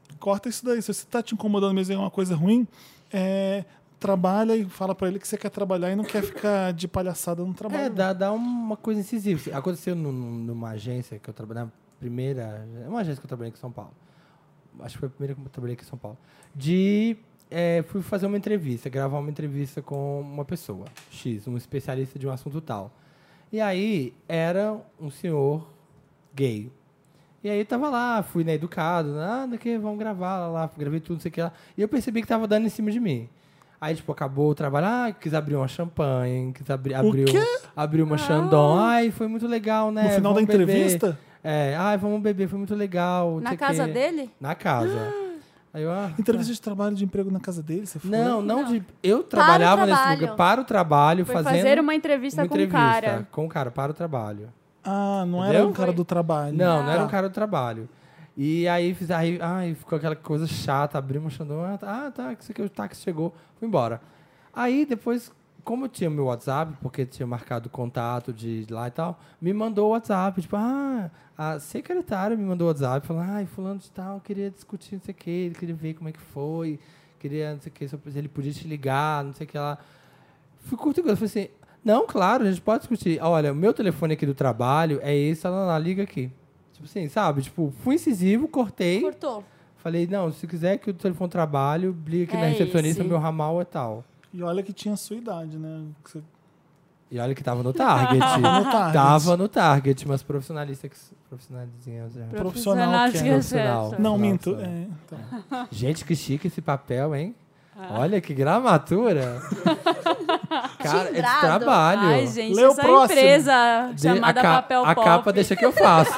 corta isso daí. Se você tá te incomodando mesmo em uma coisa ruim, é, trabalha e fala pra ele que você quer trabalhar e não quer ficar de palhaçada no trabalho. É, dá, dá uma coisa incisiva. Aconteceu num- numa agência que eu trabalhei, na primeira... É uma agência que eu trabalhei aqui em São Paulo. Acho que foi a primeira que eu trabalhei aqui em São Paulo. De... é, fui fazer uma entrevista, gravar uma entrevista com uma pessoa, X, um especialista de um assunto tal. E aí, era um senhor gay. E aí, eu tava lá, fui, né, educado. Ah, daqui, vamos gravar lá, lá. Gravei tudo, não sei o que lá. E eu percebi que tava dando em cima de mim. Aí, tipo, acabou o trabalho. Ah, quis abrir uma champanhe, quis abrir... Abriu, quê? abriu uma Chandon. Ai, foi muito legal, né? No final da vamos beber. entrevista? É, ai, vamos beber, foi muito legal. não Na sei o casa quê. dele? Na casa. Aí eu, ah, Entrevista de trabalho de emprego na casa dele, você foi? não, não, de. Eu trabalhava nesse trabalho. lugar para o trabalho, Foi fazendo. fazer uma entrevista uma com o entrevista cara. com o cara, para o trabalho. Ah, não Entendeu? era um cara do trabalho. Não, não era Tá. um cara do trabalho. E aí, fiz, aí ai, ficou aquela coisa chata, abrimos um Xandão. Ah, tá, ah, tá, que isso aqui, o táxi chegou, fui embora. Aí depois, como eu tinha meu WhatsApp, porque tinha marcado contato de lá e tal, me mandou o WhatsApp, tipo, ah, a secretária me mandou o WhatsApp, falando, ai, fulano de tal, queria discutir não sei o que, ele queria ver como é que foi, queria não sei o que, se ele podia te ligar, não sei o que lá. Fui curto e grosso, falei assim, não, claro, a gente pode discutir. Olha, o meu telefone aqui do trabalho é esse, lá, lá, liga aqui. Tipo assim, sabe? Tipo, fui incisivo, cortei. Cortou. Falei, não, se quiser que o telefone do trabalho, liga aqui É na recepcionista, esse. meu ramal é tal. E olha que tinha a sua idade, né? Que você- E olha que tava no Target. no Target. Tava no Target, mas profissionalistas que... Profissionalizinhas, é. Profissional que é. Profissional. Não, Profissional, minto. profissional. É, então. Gente, que chique esse papel, hein? Olha que gramatura. Cara, é de Timbrado. trabalho. Ai, gente, Lê o essa próximo. empresa De- chamada a ca- Papel A Pop. capa deixa que eu faço.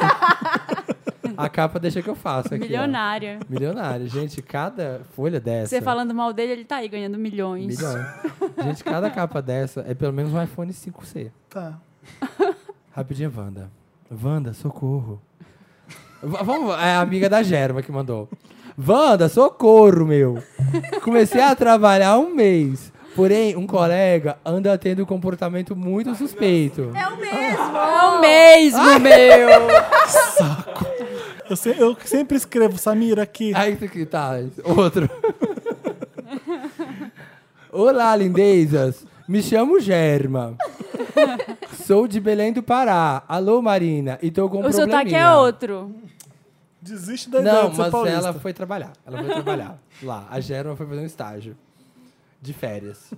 A capa deixa que eu faço aqui. ó. Milionária. Milionário. Gente, cada folha dessa... Você falando mal dele, ele tá aí ganhando milhões. Milhões. Gente, cada capa dessa é pelo menos um iPhone cinco C. Tá. Rapidinho, Wanda. Wanda, socorro. V- vamos, é a amiga da Germa que mandou. Wanda, socorro, meu. Comecei a trabalhar há um mês. Porém, um colega anda tendo um comportamento muito suspeito. É o mesmo. É o mesmo, meu. Eu, se- eu sempre escrevo, Samira, aqui. Aí, isso aqui, tá. Outro. Olá, lindezas. Me chamo Germa. Sou de Belém do Pará. Alô, Marina. E tô com um O probleminha. sotaque é outro. Desiste da ideia Não, de ser mas paulista. ela foi trabalhar. Ela foi trabalhar lá. A Germa foi fazer um estágio de férias.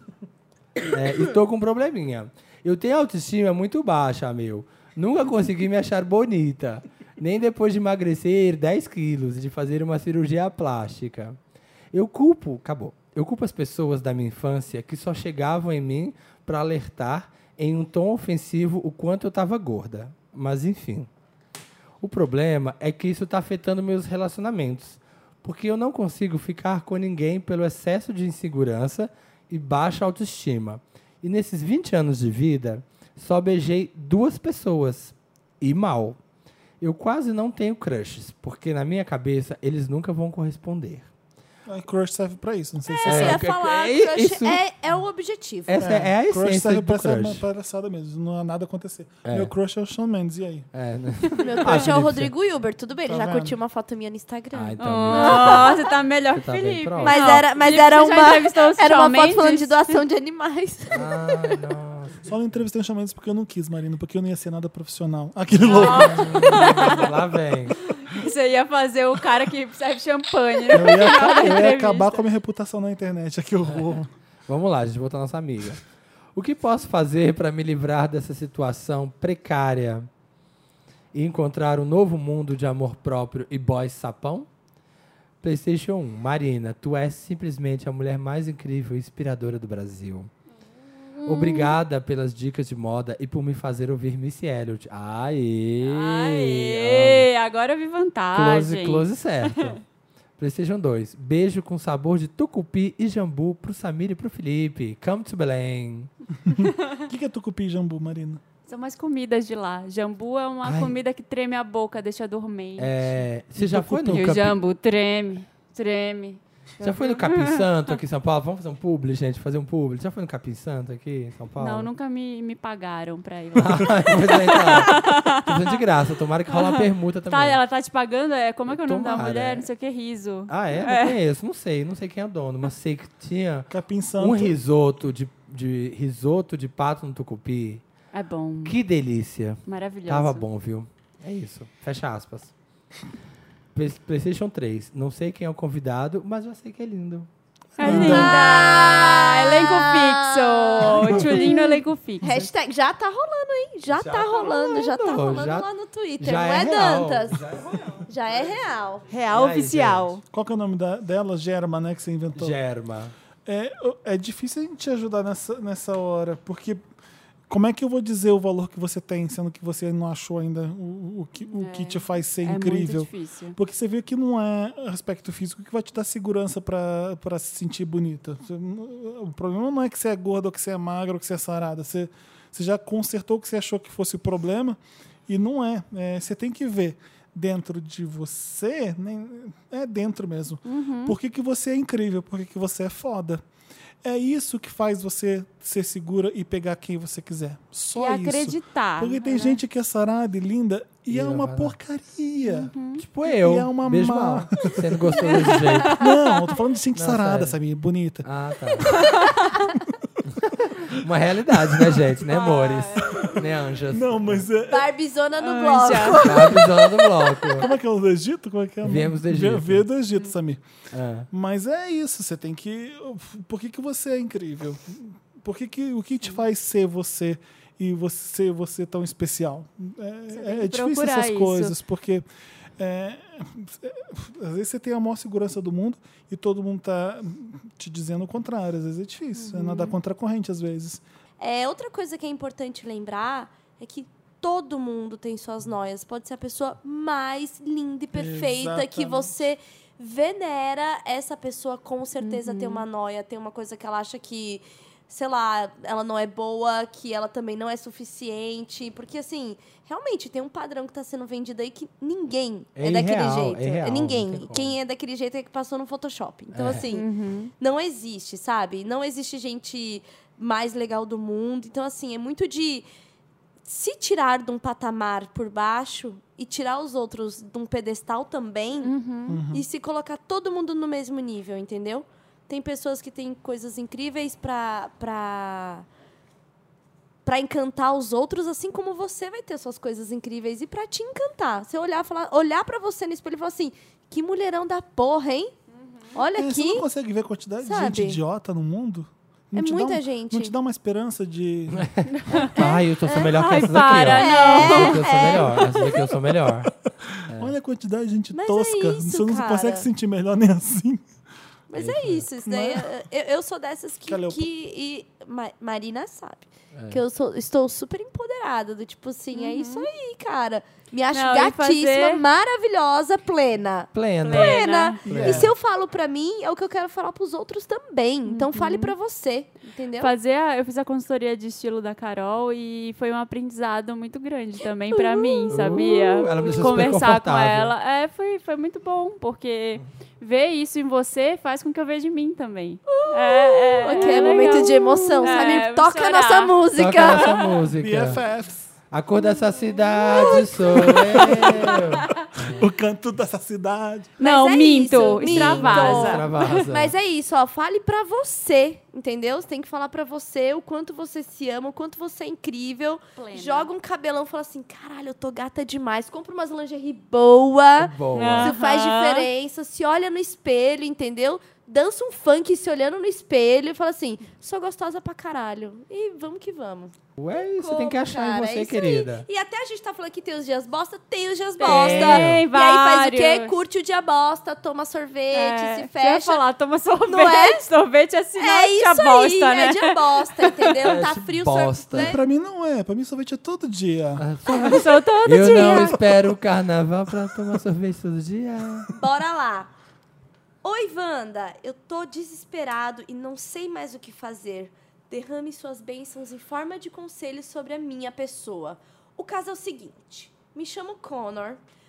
É, e tô com um probleminha. Eu tenho autoestima muito baixa, meu. Nunca consegui me achar bonita. Nem depois de emagrecer dez quilos e de fazer uma cirurgia plástica. Eu culpo... Acabou. Eu culpo as pessoas da minha infância que só chegavam em mim para alertar em um tom ofensivo o quanto eu estava gorda. Mas, enfim. O problema é que isso está afetando meus relacionamentos, porque eu não consigo ficar com ninguém pelo excesso de insegurança e baixa autoestima. E nesses vinte anos de vida, só beijei duas pessoas. E mal. Eu quase não tenho crushes, porque na minha cabeça eles nunca vão corresponder. A crush serve pra isso, não sei se É, você eu ia sabe. é- falar, é- crush isso- é, é o objetivo. Essa é, a Crush essência serve do pra ser uma crush. palhaçada mesmo, não há nada a acontecer. É. Meu crush é o Shawn Mendes, e aí? É, né? Meu Ah, crush é o Felipe, Rodrigo Hilbert, tudo bem, ele Tá já vendo? curtiu uma foto minha no Instagram. Ah, então. Nossa, tá melhor Você que tá bem Felipe. próximo. Mas Não, era, mas Felipe, era você já uma, entrevistou o era uma Shawn foto falando Mendes? de doação de animais. Ai, nossa. Só não entrevistei o Shawn Mendes porque eu não quis, Marina, porque eu não ia ser nada profissional. Aquele louco. Lá vem. Você ia fazer o cara que serve champanhe. Eu ia, No final da eu ia entrevista. acabar com a minha reputação na internet. Aqui eu vou. Vamos lá, a gente volta à nossa amiga. O que posso fazer para me livrar dessa situação precária e encontrar um novo mundo de amor próprio e boys sapão? PlayStation um. Marina, tu és simplesmente a mulher mais incrível e inspiradora do Brasil. Obrigada pelas dicas de moda e por me fazer ouvir Missy Elliott. Aê! Aê, agora eu vi Close, vantagem. close certo. PlayStation dois. Beijo com sabor de tucupi e jambu pro Samir e pro Felipe. Come to Belém. O que, que é tucupi e jambu, Marina? São mais comidas de lá. Jambu é uma Ai. comida que treme a boca, deixa dormente. É, você já foi no E o Campi... jambu treme, treme. Já foi no Capim Santo aqui em São Paulo? Vamos fazer um publi, gente? Fazer um publi. Já foi no Capim Santo aqui em São Paulo? Não, nunca me, me pagaram pra ir lá. Pois é, então. Tô fazendo de graça. Tomara que rola uma permuta também. Tá, ela tá te pagando? É, como é que é o nome da Tomara, mulher? é. Não sei o que, riso. Ah, é? Não conheço. Não sei. Não sei quem é o dono, mas sei que tinha Capim Santo. um risoto de, de, risoto de pato no tucupi. É bom. Que delícia. Maravilhoso. Tava bom, viu? É isso. Fecha aspas. Play- PlayStation três. Não sei quem é o convidado, mas eu sei que é lindo. É linda! Ah! Elenco fixo! Tchulinho no elenco fixo. Hashtag já tá rolando, hein? Já, Já tá, tá rolando, já tá rolando, rolando já- lá no Twitter. já Não é é, real. Dantas. Já é real. Já é real. Real E aí, oficial. gente? Qual que é o nome da- dela? Germa, né? Que você inventou. Germa. É, é difícil a gente te ajudar nessa, nessa hora, porque como é que eu vou dizer o valor que você tem, sendo que você não achou ainda o, o, que, o que te faz ser É incrível? muito difícil. Porque você vê que não é aspecto físico que vai te dar segurança pra pra se sentir bonita. Você- o problema não é que você é gorda, ou que você é magra, ou que você é sarada. Você, você já consertou o que você achou que fosse o problema e não é. É, você tem que ver dentro de você, nem, é dentro mesmo. Por que, que você é incrível? Por que, que você é foda? É isso que faz você ser segura e pegar quem você quiser. Só E isso. acreditar. Porque tem né? gente que é sarada e linda e, E é não uma vai lá. porcaria. Tipo eu. E é uma Beijo má- mal. Sendo gostoso desse jeito. Não, eu tô falando de gente Não, sarada, sério. sabe? Bonita. Ah, tá. Uma realidade, né, gente? Né, amores? Né, anjas? Não, mas é. Barbizona no Anja. bloco. Tá avisando do bloco. Como é que é o do Egito? Como é que é? Viemos do Egito. Veio do Egito, Samir. Ah. Mas é isso, você tem que. Por que, que você é incrível? Por que, que o que te faz ser você e você você tão especial? É, é que difícil procurar essas isso. coisas, porque é, às vezes você tem a maior segurança do mundo e todo mundo tá te dizendo o contrário. Às vezes é difícil, é nadar contra a corrente às vezes. É, outra coisa que é importante lembrar é que todo mundo tem suas noias. Pode ser a pessoa mais linda e perfeita que Exatamente. você venera. Essa pessoa com certeza tem uma noia, tem uma coisa que ela acha que, sei lá, ela não é boa, que ela também não é suficiente. Porque, assim, realmente tem um padrão que está sendo vendido aí que ninguém é, É daquele irreal, jeito. é irreal, não ninguém. tem como. Quem é daquele jeito é que passou no Photoshop. Então, É. assim, não existe, sabe? Não existe gente mais legal do mundo. Então, assim, é muito de se tirar de um patamar por baixo e tirar os outros de um pedestal também e se colocar todo mundo no mesmo nível, entendeu? Tem pessoas que têm coisas incríveis pra, pra, pra encantar os outros, assim como você vai ter suas coisas incríveis e pra te encantar. Você olhar, falar, olhar pra você no espelho e falar assim, que mulherão da porra, hein? Olha É, você aqui. não consegue ver a quantidade de Sabe? gente idiota no mundo? Não É te dá muita um- gente. Não te dá uma esperança de. Ai, eu tô sou melhor que Ai, essas para, aqui, ó. não. Essas aqui eu sou melhor. Essas aqui eu sou melhor. Olha a quantidade de gente Mas é tosca. isso, Você não cara. consegue se sentir melhor nem assim. Mas é isso, isso daí, eu, eu sou dessas que, Calhou. que e Ma- Marina sabe, que eu sou, estou super empoderada, do tipo assim, é isso aí, cara. Me acho Não, e gatíssima, fazer- maravilhosa, plena. Plena. Plena. Plena. E se eu falo pra mim, é o que eu quero falar pros outros também. Então fale pra você, entendeu? Fazer a- eu fiz a consultoria de estilo da Carol e foi um aprendizado muito grande também pra mim, sabia? ela me deixou super Conversar com confortável. ela. É, foi, foi muito bom, porque ver isso em você faz com que eu veja em mim também. É, é, Ok, é momento legal. de emoção. É, Samir, vou toca a chorar. nossa música. Toca a nossa música. B F Fs. A cor dessa cidade sou eu. O canto dessa cidade. Não, Mas é minto, isso, extravasa. Extravasa. Mas é isso, ó. Fale pra você, entendeu? Você tem que falar pra você o quanto você se ama, o quanto você é incrível. Plena. Joga um cabelão e fala assim: caralho, eu tô gata demais. Compra umas lingerie boa. Boa. Ah. Isso faz Aham. diferença. Se olha no espelho, entendeu? Dança um funk se olhando no espelho e fala assim: sou gostosa pra caralho. E vamos que vamos. Ué, isso tem que Como, achar cara? em É você, isso querida. aí. E até a gente tá falando que tem os dias bosta, tem os dias Tem, bosta. E aí faz o quê? vários. Curte o dia bosta, toma sorvete, É, se você ia fecha. falar, toma sorvete, Não é? sorvete é sinal É de isso tia bosta, aí, né? é dia bosta, entendeu? É, Tá de frio, bosta. sorvete. Pra mim não é. Pra mim sorvete é todo dia. Ah, Sou todo eu dia. não espero o carnaval pra tomar sorvete todo dia. Bora lá. Oi, Wanda. Eu tô desesperado e não sei mais o que fazer. Derrame suas bênçãos em forma de conselhos sobre a minha pessoa. O caso é o seguinte. Me chamo Connor.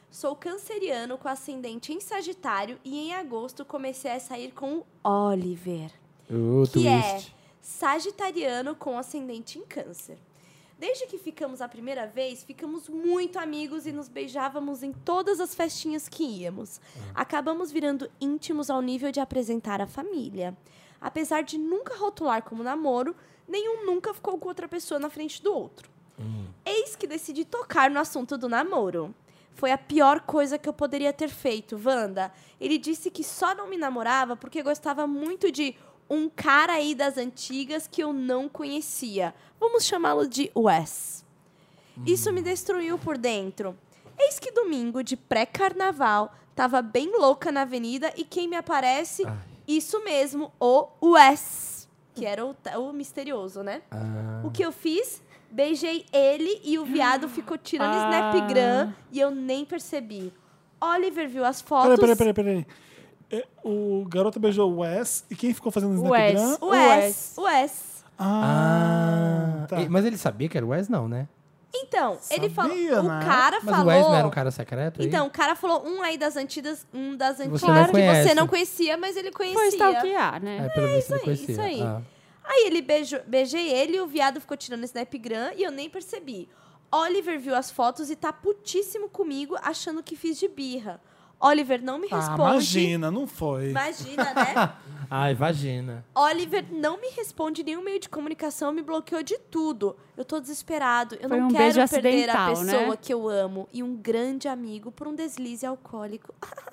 Sou canceriano com ascendente em Sagitário e em agosto comecei a sair com o Oliver, Uh, que é twist. sagitariano com ascendente em Câncer. Desde que ficamos a primeira vez, ficamos muito amigos e nos beijávamos em todas as festinhas que íamos. Acabamos virando íntimos ao nível de apresentar a família. Apesar de nunca rotular como namoro, nenhum nunca ficou com outra pessoa na frente do outro. Eis que decidi tocar no assunto do namoro. Foi a pior coisa que eu poderia ter feito, Wanda. Ele disse que só não me namorava porque gostava muito de um cara aí das antigas que eu não conhecia. Vamos chamá-lo de Wes. Isso me destruiu por dentro. Eis que domingo, de pré-carnaval, tava bem louca na avenida e quem me aparece? Ai. Isso mesmo, o Wes. Que era o, o misterioso, né? Ah. O que eu fiz? Beijei ele e o viado ficou tirando Ah. Snapgram e eu nem percebi. Oliver viu as fotos. Peraí, peraí, peraí, peraí. É, o garoto beijou o Wes e quem ficou fazendo O Wes. Snapgram? O Wes. O Wes. Ah, Ah, tá. e- mas ele sabia que era o Wes, não, né? Então, ele falou. Sabia, O né? cara Mas falou. o Wes não era um cara secreto aí? Então, o cara falou um aí das antigas, um das antigas Você não que conhece. você não conhecia, mas ele conhecia. Foi stalkear, né? É, pelo visto isso ele aí, conhecia. isso aí. Ah. Aí ele beijou, beijei ele e o viado ficou tirando Snapgram e eu nem percebi. Oliver viu as fotos e tá putíssimo comigo, achando que fiz de birra. Oliver não me Ah, responde. imagina, não foi. Imagina, né? Ai, vagina. Oliver não me responde nenhum meio de comunicação, me bloqueou de tudo. Eu tô desesperado. Eu Foi não um quero beijo perder a acidental, pessoa né? que eu amo e um grande amigo por um deslize alcoólico.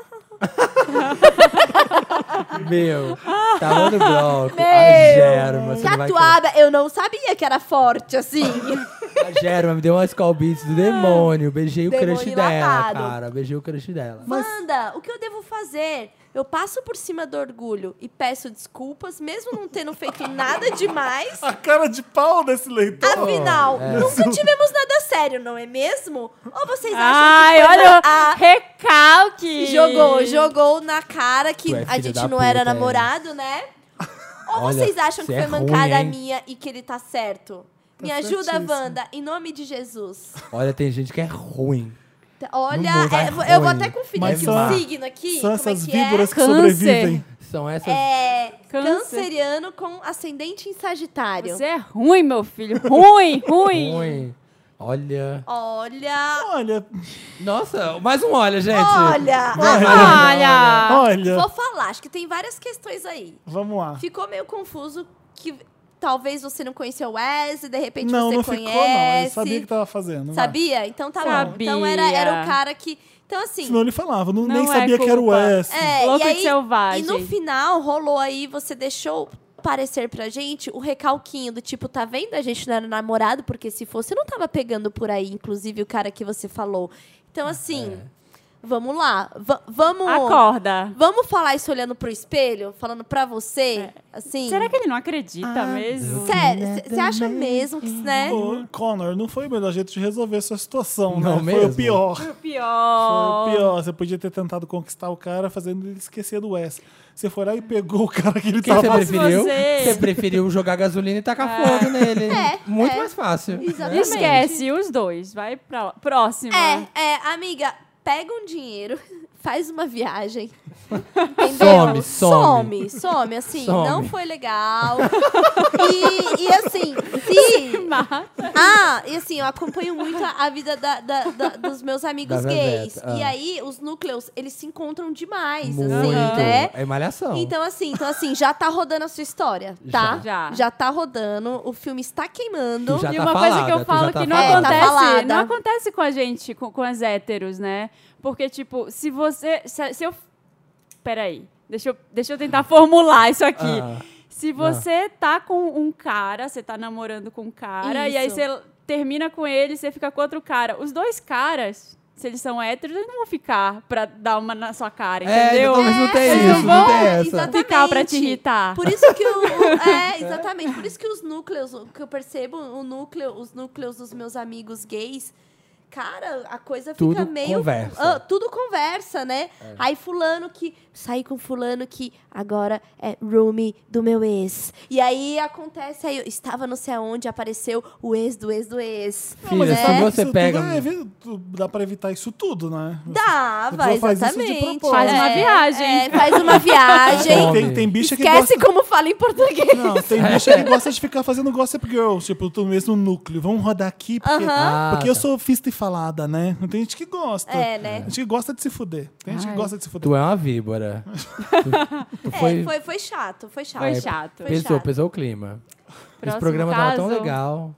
Meu, tava no bloco. A Germa, você não vai crer. Catuaba, eu não sabia que era forte assim. A Germa me deu uma Skull Beats do demônio. Beijei o Demônio crush dela, enlatado. cara. Beijei o crush dela. Wanda, o que eu devo fazer? Eu passo por cima do orgulho e peço desculpas, mesmo não tendo feito nada demais. A cara de pau desse leitor. Afinal, é. nunca tivemos nada sério, não é mesmo? Ou vocês acham Ai, que foi olha a... o recalque. Jogou, jogou na cara que Tu é a filho gente da não era puta, é. namorado, né? Ou Olha, vocês acham que cê foi é ruim, mancada hein? minha e que ele tá certo? Me Tá ajuda, certíssimo. Wanda, em nome de Jesus. Olha, tem gente que é ruim. Olha, No mundo é é, eu vou ruim. até conferir Mas aqui são- o signo aqui. São como é essas que víboras é? que Câncer. sobrevivem. São essas... É Câncer. canceriano com ascendente em Sagitário. Você é ruim, meu filho. Ruim, ruim. ruim. Olha... Olha, Olha, Nossa, mais um olha, gente. olha. Olha. olha. Vou falar, acho que tem várias questões aí. Vamos lá. Ficou meio confuso que talvez você não conhecia o Wes e de repente Não, você não conhece. ficou, não. Ele sabia o que tava fazendo. vai. Sabia? Então tá bom. Sabia. Então era, era o cara que... Então assim... Senão ele falava, não, Não nem é sabia que era o culpa. Wes. É, Louco e de aí, selvagem. E no final rolou aí, você deixou parecer pra gente o recalquinho do tipo, tá vendo? A gente não era namorado, porque se fosse, não tava pegando por aí, inclusive o cara que você falou. Então, assim, vamos lá. Va- vamos. Acorda. Vamos falar isso olhando pro espelho, falando pra você, assim. Será que ele não acredita mesmo? Sério, você acha mesmo que, né? Ô, Connor, não foi o melhor jeito de resolver essa situação, Não né? Foi o mesmo? pior. O Foi pior. o pior. Você podia ter tentado conquistar o cara fazendo ele esquecer do Wes. Você foi lá e pegou o cara que ele O que você tava... preferiu? você- Você preferiu jogar gasolina e tacar fogo nele. É, Muito é. mais fácil. Exatamente. Esquece os dois. Vai pra próxima. É, é, amiga, pega um dinheiro, faz uma viagem. Entendeu? Some, some. Some, some, assim, Some. não foi legal. E, e assim, se. Mata. Ah, e assim, eu acompanho muito a, a vida da- da- da- dos meus amigos Da gays. Veveta, ah. E aí, os núcleos, eles se encontram demais, Muito. assim, né? É malhação. Então assim, então, assim, já tá rodando a sua história, tá? Já. Já tá rodando, o filme está queimando. Tu já E tá uma coisa falada, que eu tu falo já tá que não falada. É, tá acontece, falada. não acontece com a gente, com, com as héteros, né? Porque, tipo, se você. Se, se eu. Peraí. Deixa eu, deixa eu tentar formular isso aqui. Ah. Se você tá com um cara, você tá namorando com um cara, e aí Isso. você termina com ele, você fica com outro cara. Os dois caras, se eles são héteros, eles não vão ficar pra dar uma na sua cara, É, entendeu? mas não tem Eles isso, não não vão tem essa. exatamente. ficar pra te irritar. Por isso que o, o- é, exatamente, por isso que os núcleos, o que eu percebo, o núcleo, os núcleos dos meus amigos gays, cara, a coisa Tudo fica meio... conversa. Ah, tudo conversa, né? Aí fulano que... Saí com fulano que agora é roomie do meu ex. E aí acontece, aí eu estava não sei aonde, apareceu o ex do ex do ex. Filha, né? se você Isso pega... tudo é evi- tu- dá pra evitar isso tudo, né? Dava, pessoa faz isso de exatamente. propósito. Faz uma É, viagem. é, faz uma viagem. Come. Tem, tem bicha que Esquece gosta... como fala em português. Não, tem bicha que gosta de ficar fazendo Gossip Girls, tipo, do mesmo núcleo. Vamos rodar aqui, porque, Ah, porque eu tá. sou fista e falada, né? Tem gente que gosta. É, né? Tem gente que gosta de se fuder. Tem gente que Ai. gosta de se fuder. Tu é uma víbora. tu, tu foi... É, foi, foi chato, foi chato. Foi chato. Foi Pesou, chato. pesou o clima. Esse Próximo programa tava tão caso. legal.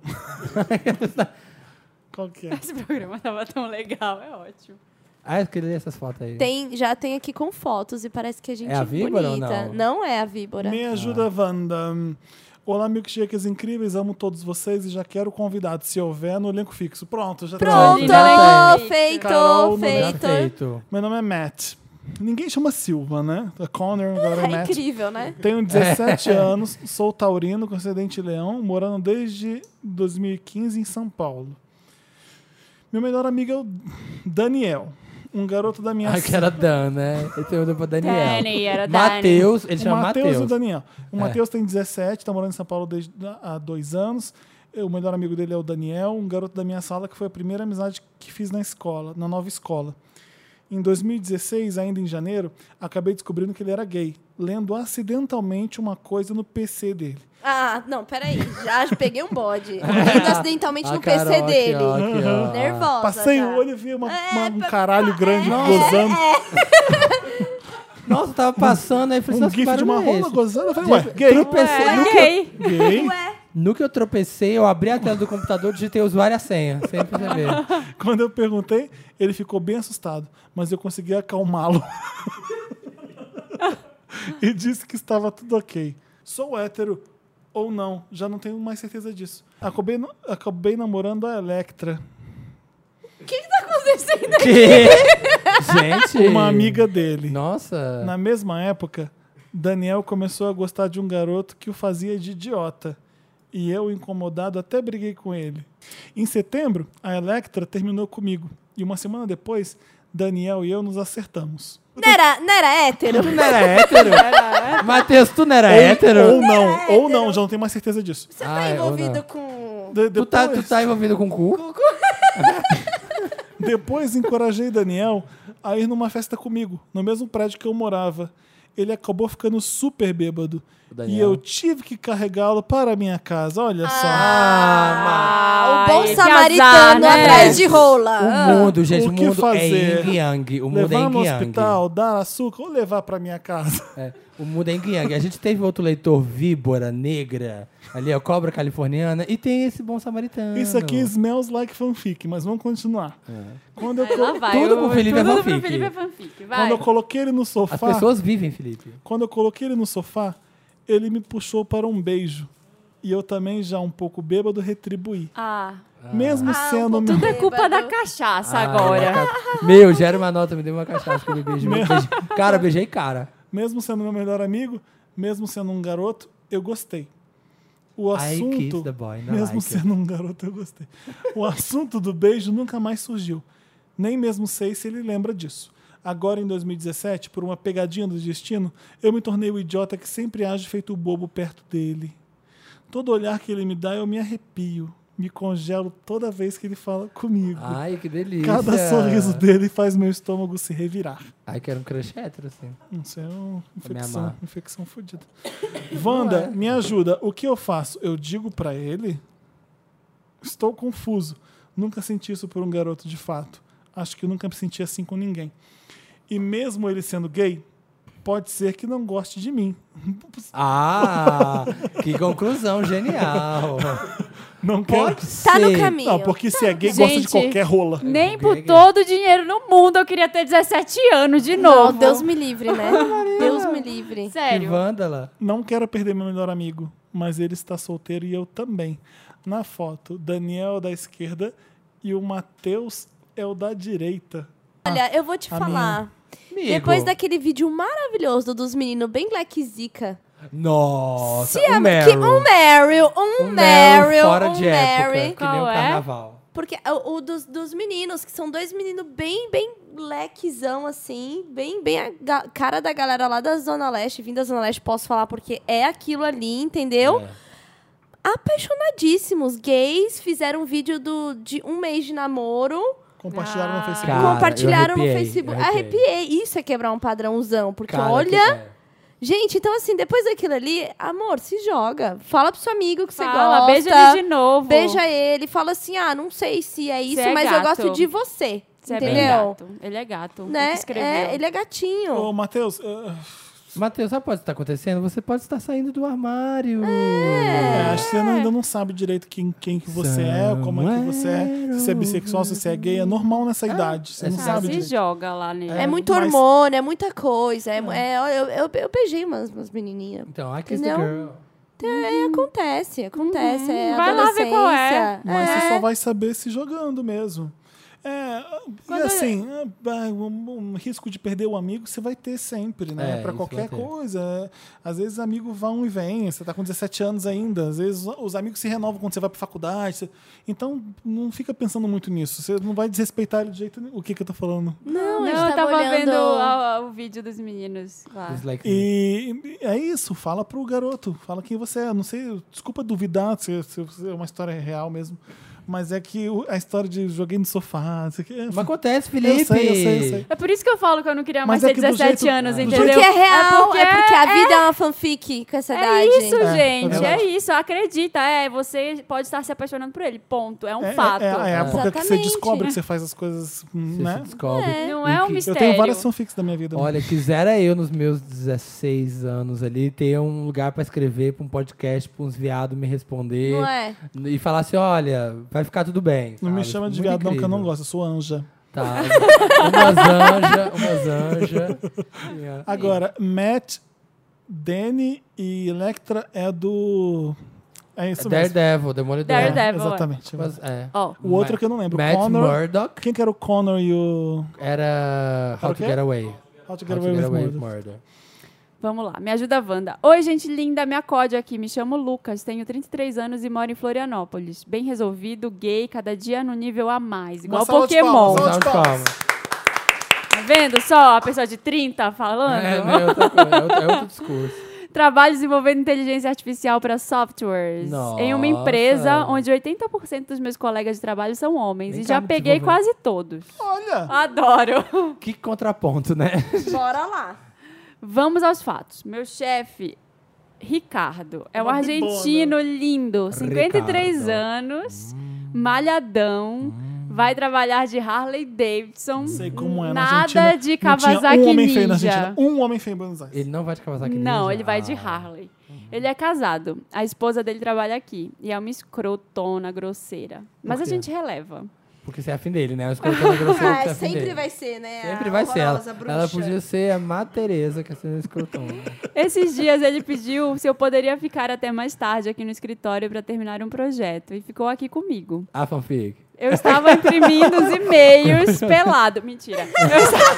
Qual que é? Esse programa tava tão legal, é ótimo. Ah, eu queria ler essas fotos aí. Tem, já tem aqui com fotos e parece que a gente É a víbora ou bonita. não? é a víbora. Me ajuda, Wanda. Olá, milkshakers incríveis, amo todos vocês e já quero convidado, se houver, no elenco fixo. Pronto, já Pronto, Linda, né? feito, Carol, no Já feito. feito. Meu nome é Matt. Ninguém chama Silva, né? É Connor, agora é É Matt. incrível, né? Tenho dezessete anos, sou taurino, com ascendente leão, morando desde dois mil e quinze em São Paulo. Meu melhor amigo é o Daniel, um garoto da minha Ah, que era Dan, né? Ele tem pra Daniel. Dani, era Dani. Matheus, ele O chama Matheus e o Matheus. Daniel. O É. Matheus tem dezessete, tá morando em São Paulo desde há dois anos. O melhor amigo dele é o Daniel, um garoto da minha sala que foi a primeira amizade que fiz na escola, na nova escola. Em dois mil e dezesseis, ainda em janeiro, acabei descobrindo que ele era gay, lendo acidentalmente uma coisa no P C dele. Ah, não, peraí. Já peguei um bode. Lendo acidentalmente A no P C Carol aqui, dele. ó, aqui, ó. Nervosa. Passei já. o olho e vi uma- É, uma- um pa- caralho grande é, gozando. Nossa, tava passando aí, falei, Um nossa, que gif de uma barulho é rola esse? gozando. Eu falei, ué, gay. Tropecei. É No, que, gay. Gay. Ué, no que eu tropecei, eu abri a tela do computador, digitei o usuário e a senha. Sem perceber. Quando eu perguntei, ele ficou bem assustado, mas eu consegui acalmá-lo. E disse que estava tudo ok. Sou hétero ou não, já não tenho mais certeza disso. Acabei, no- acabei namorando a Electra, o que que tá acontecendo? Que? Gente. uma amiga dele. Nossa. Na mesma época, Daniel começou a gostar de um garoto que o fazia de idiota. E eu, incomodado, até briguei com ele. Em setembro, a Electra terminou comigo. E uma semana depois, Daniel e eu nos acertamos. Não era, não era hétero? Tu não era hétero? Matheus, tu não era Ou, hétero? ou não, ou não, já não tenho mais certeza disso. Você Ah, tá é, ou envolvido não. com... De- Tu tá, tu depois- tá envolvido com cu? Depois encorajei Daniel a ir numa festa comigo, no mesmo prédio que eu morava. Ele acabou ficando super bêbado. O Daniel. E eu tive que carregá-lo para a minha casa. Olha só. Ah, o bom Ai, que samaritano azar, né? atrás de rola. O Ah. mundo, gente, o o, que mundo fazer? é yin yang. O mundo Levar é no yin yang. hospital, dar açúcar ou levar para minha casa. É, o mundo é yin yang. A gente teve outro leitor, víbora, negra, ali, ó, cobra californiana, e tem esse bom samaritano. Isso aqui smells like fanfic, mas vamos continuar. Quando, eu, Aí lá co- vai. Tudo o- pro Felipe é tudo fanfic. pro Felipe é fanfic. Vai. quando eu coloquei ele no As sofá, pessoas vivem, Felipe. quando eu coloquei ele no sofá, ele me puxou para um beijo. E eu também, já um pouco bêbado, retribuí. Ah, Mesmo Ah, sendo... um pouco tudo é culpa da Bêbado. cachaça Ah, agora. uma ca- Meu, gera uma nota, me deu uma cachaça que eu beijei. beijei. Cara, beijei cara. Mesmo sendo meu melhor amigo, mesmo sendo um garoto, eu gostei. O I assunto, kissed the boy, não mesmo like sendo um garoto, eu gostei. O assunto do beijo nunca mais surgiu. Nem mesmo sei se ele lembra disso. Agora, em dois mil e dezessete, por uma pegadinha do destino, eu me tornei o idiota que sempre age feito bobo perto dele. Todo olhar que ele me dá, eu me arrepio. Me congelo toda vez que ele fala comigo. Ai, que delícia. Cada sorriso dele faz meu estômago se revirar. Ai, quero um crush hétero, assim. Isso é uma Pra me infecção, amar. infecção fodida. Wanda, me ajuda. O que eu faço? Eu digo pra ele? Estou confuso. Nunca senti isso por um garoto de fato. Acho que nunca me senti assim com ninguém. E mesmo ele sendo gay, pode ser que não goste de mim. Ah, que conclusão genial. Não quero. Pode ser. Tá no caminho. Não, porque se é gay, gosta de Gente, qualquer rola. Nem por Gay, gay. todo o dinheiro no mundo eu queria ter dezessete anos de Não, novo. Deus me livre, né? Deus me livre. Que Sério. vândala. Não quero perder meu melhor amigo, mas ele está solteiro e eu também. Na foto, Daniel da esquerda e o Matheus é o da direita. Olha, eu vou te a falar. Amigo. Depois daquele vídeo maravilhoso dos meninos bem Black Zica. Nossa, Se um ama- Meryl. que um Meryl, um, Um Meryl, fora um de época, Mary. que nem o Qual é? carnaval. Porque o, o dos, dos meninos, que são dois meninos bem, bem lequezão, assim, bem, bem a ga- cara da galera lá da Zona Leste, vindo da Zona Leste, posso falar porque é aquilo ali, entendeu? É. Apaixonadíssimos. Gays fizeram um vídeo do, de um mês de namoro, Compartilharam no Ah. Facebook. Cara, compartilharam eu no arrepiei, Facebook. eu arrepiei. Arrepiei. Isso é quebrar um padrãozão, porque Cara, olha... que- é. Gente, então assim, depois daquilo ali, amor, se joga. Fala pro seu amigo que você Fala, gosta. beija ele de novo. Beija ele, fala assim: ah, não sei se é isso, é mas eu gato. gosto de você. Você é bem entendeu? gato. Ele é gato. Né? Ele escreveu. É, ele é gatinho. Ô, Matheus, uh, Matheus, sabe o que pode estar acontecendo? Você pode estar saindo do armário. é, acho que você não- ainda não sabe direito quem, quem que você é, como é que você é, se você é bissexual, se você é gay. É normal nessa idade. Você não é Ah, sabe se direito. joga lá nele. É, muito mas- hormônio, é muita coisa. É, é, eu, eu, eu beijei umas, umas menininhas. Então, I kiss the Entendeu? girl. É, acontece, acontece. É Vai lá ver qual é. adolescência. Mas é. você só vai saber se jogando mesmo. É, e assim, é, um, um risco de perder o amigo você vai ter sempre, né? É, Pra isso qualquer vai ter. coisa. É, às vezes amigos vão e vêm. Você tá com dezessete anos ainda. Às vezes os amigos se renovam quando você vai pra faculdade. você- Então, não fica pensando muito nisso. Você não vai desrespeitar ele de jeito nenhum. O que que eu tô falando? Não, Não, a gente eu tava olhando... vendo o, o vídeo dos meninos lá. It's like- E é isso, fala pro garoto, fala quem você é. Não sei, desculpa duvidar se, se, se é uma história real mesmo, mas é que o- a história de joguei no sofá, não sei o que. Mas acontece, Felipe. Eu sei, eu sei, eu sei. É por isso que eu falo que eu não queria mais Mas é ter que do dezessete jeito- anos, do entendeu? Porque é real, porque é porque a é- vida é uma fanfic com essa É idade. isso, É, gente. é É, verdade. isso. Acredita. É, você pode estar se apaixonando por ele. Ponto. É um É, fato. é, é a época que você Exatamente. descobre que você faz as coisas, Você né? se descobre. Não é um E que- mistério. Eu tenho várias fanfics da minha vida. Olha, quisera eu nos meus dezesseis anos ali ter um lugar pra escrever pra um podcast, pra uns viados me responder. Não é? E falar assim, olha, vai ficar tudo bem. Não me sabe? chama de Muito viado não, que eu não incrível. gosto, eu sou anja. Tá. umas anja, umas anja. Yeah. Agora, Matt, Danny e Electra é do... É isso mesmo. Daredevil, Demolidor. Daredevil. É, exatamente. Mas, é. Ó, O outro que eu não lembro. Matt Connor. Murdock Quem que era o Connor e o... era How Era o to quê? Get Away. How to How Get to Away Get with Away with Murder. Murder. vamos lá. Me ajuda, Wanda. Oi, gente linda. Me acode aqui. Me chamo Lucas. Tenho trinta e três anos e moro em Florianópolis. Bem resolvido, gay, cada dia no nível a mais. Igual Uma salva de Pokémon. palmas, salva Salve de de palmas. palmas. Tá vendo só a pessoa de trinta falando? É, não é outra coisa, é outro, é outro discurso. Trabalho desenvolvendo inteligência artificial para softwares. Nossa. Em uma empresa onde oitenta por cento dos meus colegas de trabalho são homens. Vem e cá já me peguei desenvolver. quase todos. Olha! Adoro. Que contraponto, né? Bora lá. Vamos aos fatos. Meu chefe, Ricardo, é um Uma argentino lindo, cinquenta e três Ricardo. anos, malhadão, vai trabalhar de Harley Davidson. Sei como é na Nada Argentina. de Não tinha Kawasaki um homem feio na Ninja. Argentina. Um homem feio em Buenos Aires. Ele não vai te causar aqui Não, ninja? ele vai de Ah. Harley. Ele é casado. A esposa dele trabalha aqui. E é uma escrotona, grosseira. Mas a quê? gente releva. Porque você é afim dele, né? Eu escolhi pela grosseira porque você é Ah, afim sempre dele. vai ser, né? Sempre a vai ser ela. horrorosa bruxa. Ela podia ser a Má Teresa, que é sendo escrotona. Esses dias ele pediu se eu poderia ficar até mais tarde aqui no escritório para terminar um projeto. E ficou aqui comigo. A fanfic. Eu estava imprimindo os e-mails pelado. Mentira. Eu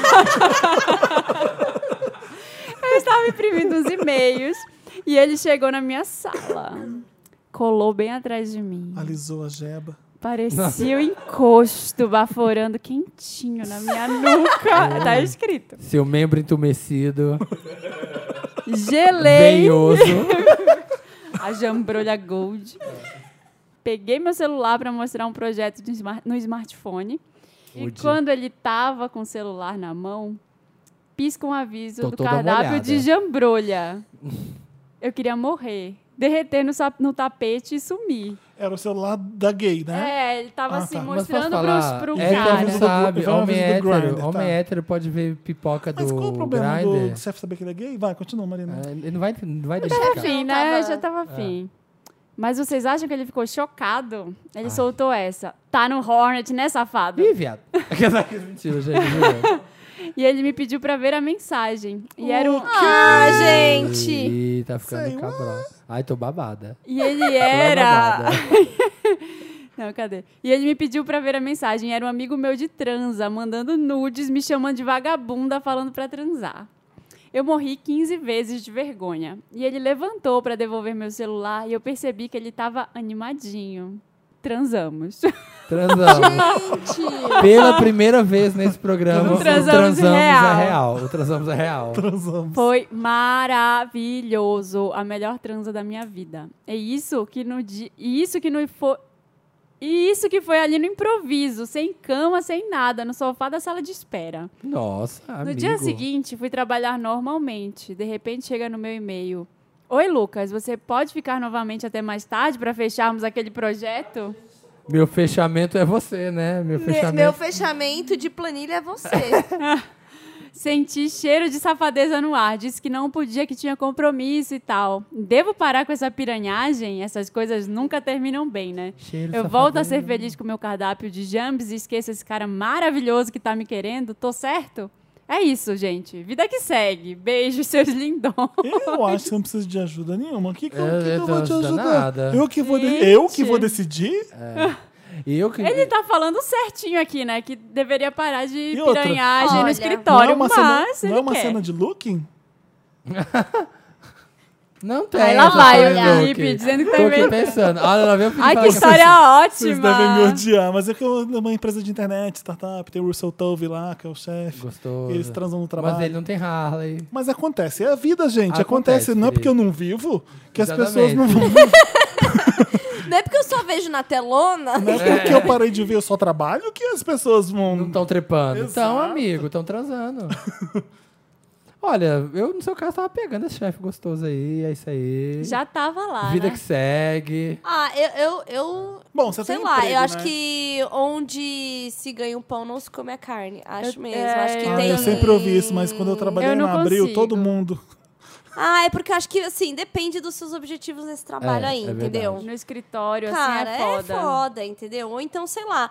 estava... eu estava imprimindo os e-mails e ele chegou na minha sala. Colou bem atrás de mim. Alisou a jeba. Parecia o encosto baforando quentinho na minha nuca. Tá escrito. Seu membro entumecido, Gelei venhoso. a jambrolha gold. Peguei meu celular para mostrar um projeto de smart- no smartphone. E Fude. quando ele tava com o celular na mão, pisca um aviso Tô do toda cardápio molhada. de jambrolha. Eu queria morrer. Derreter no, sap- no tapete e sumir. Era o celular da gay, né? É, ele tava Ah, assim, tá. Mas posso mostrando falar, pros, pro hétero cara. aviso do- sabe, foi um homem aviso do hétero, Grindr, tá. homem hétero pode ver pipoca Mas do qual o problema Grindr. do chefe saber que ele é gay? Vai, continua, Marina. É, ele não vai, não vai Tava identificar. afim, Não né? tava- Já tava afim. Mas vocês acham que ele ficou chocado? Ele soltou essa. Tá no Hornet, né, safado? Ih, viado. Mentira, gente. juro. E ele me pediu pra ver a mensagem. E era um... Ah, gente! Ih, tá ficando Sei cabrão. Ai, tô babada. E ele Tô era... babada. Não, cadê? E ele me pediu pra ver a mensagem. Era um amigo meu de transa, mandando nudes, me chamando de vagabunda, falando pra transar. Eu morri quinze vezes de vergonha. E ele levantou pra devolver meu celular e eu percebi que ele tava animadinho. transamos. Transamos. Gente, Pela primeira vez nesse programa, o Transamos transamos é real. real. O transamos é real. Transamos. Foi maravilhoso. A melhor transa da minha vida. É isso que no dia... E isso que não foi... E isso que foi ali no improviso, sem cama, sem nada, no sofá da sala de espera. Nossa, amigo. No dia seguinte, fui trabalhar normalmente. De repente, chega no meu e-mail. Oi, Lucas, você pode ficar novamente até mais tarde para fecharmos aquele projeto? Meu fechamento é você, né? Meu me- fechamento. meu fechamento de planilha é você. Senti cheiro de safadeza no ar. Disse que não podia, que tinha compromisso e tal. Devo parar com essa piranhagem? Essas coisas nunca terminam bem, né? Cheiro Eu volto a safadeza. ser feliz com o meu cardápio de jambes e esqueço esse cara maravilhoso que tá me querendo. Tô certo? É isso, gente. Vida que segue. Beijos, seus lindões. Eu acho que você não precisa de ajuda nenhuma. O que, que, eu, Eu- que que eu eu tô vou te ajudando ajudar? nada. Eu que vou, de- Gente. eu que vou decidir? E eu que... Ele tá falando certinho aqui, né? Que deveria parar de E outra? piranhagem Olha, no Não escritório, é uma, mas cena, ele não é uma quer. cena de looking? Não tem. Aí lá essa vai cena o de Felipe look. dizendo que Tô tá aqui meio... pensando. Olha, lá vem o Felipe Ai, que falar história Vocês ótima! devem me odiar, mas é que eu, uma empresa de internet, startup, tem o Russell Tovey lá, que é o chefe. Gostoso. E eles transam no trabalho. Mas ele não tem Harley. Mas acontece, é a vida, gente. Acontece, Acontece, não é porque eu Felipe. não vivo que as Exatamente. pessoas não vão. Não é porque eu só vejo na telona. Não é porque eu parei de ver, eu só trabalho que as pessoas vão. Não estão trepando. Então, Exato. amigo, estão transando. Olha, eu no seu caso tava pegando esse chefe gostoso aí, é isso aí. Já tava lá, Vida né? que segue. Ah, eu, eu, eu Bom, você sei tem lá, emprego, eu acho né? que onde se ganha um pão não se come a carne. Acho Eu- mesmo. é, acho que Ah, tem. eu sempre ouvi isso, mas quando eu trabalhei Eu não na Abril, consigo. todo mundo. Ah, é porque eu acho que, assim, depende dos seus objetivos nesse trabalho É, aí, é entendeu? verdade. No escritório, Cara, assim, é foda. é foda, entendeu? Ou então, sei lá,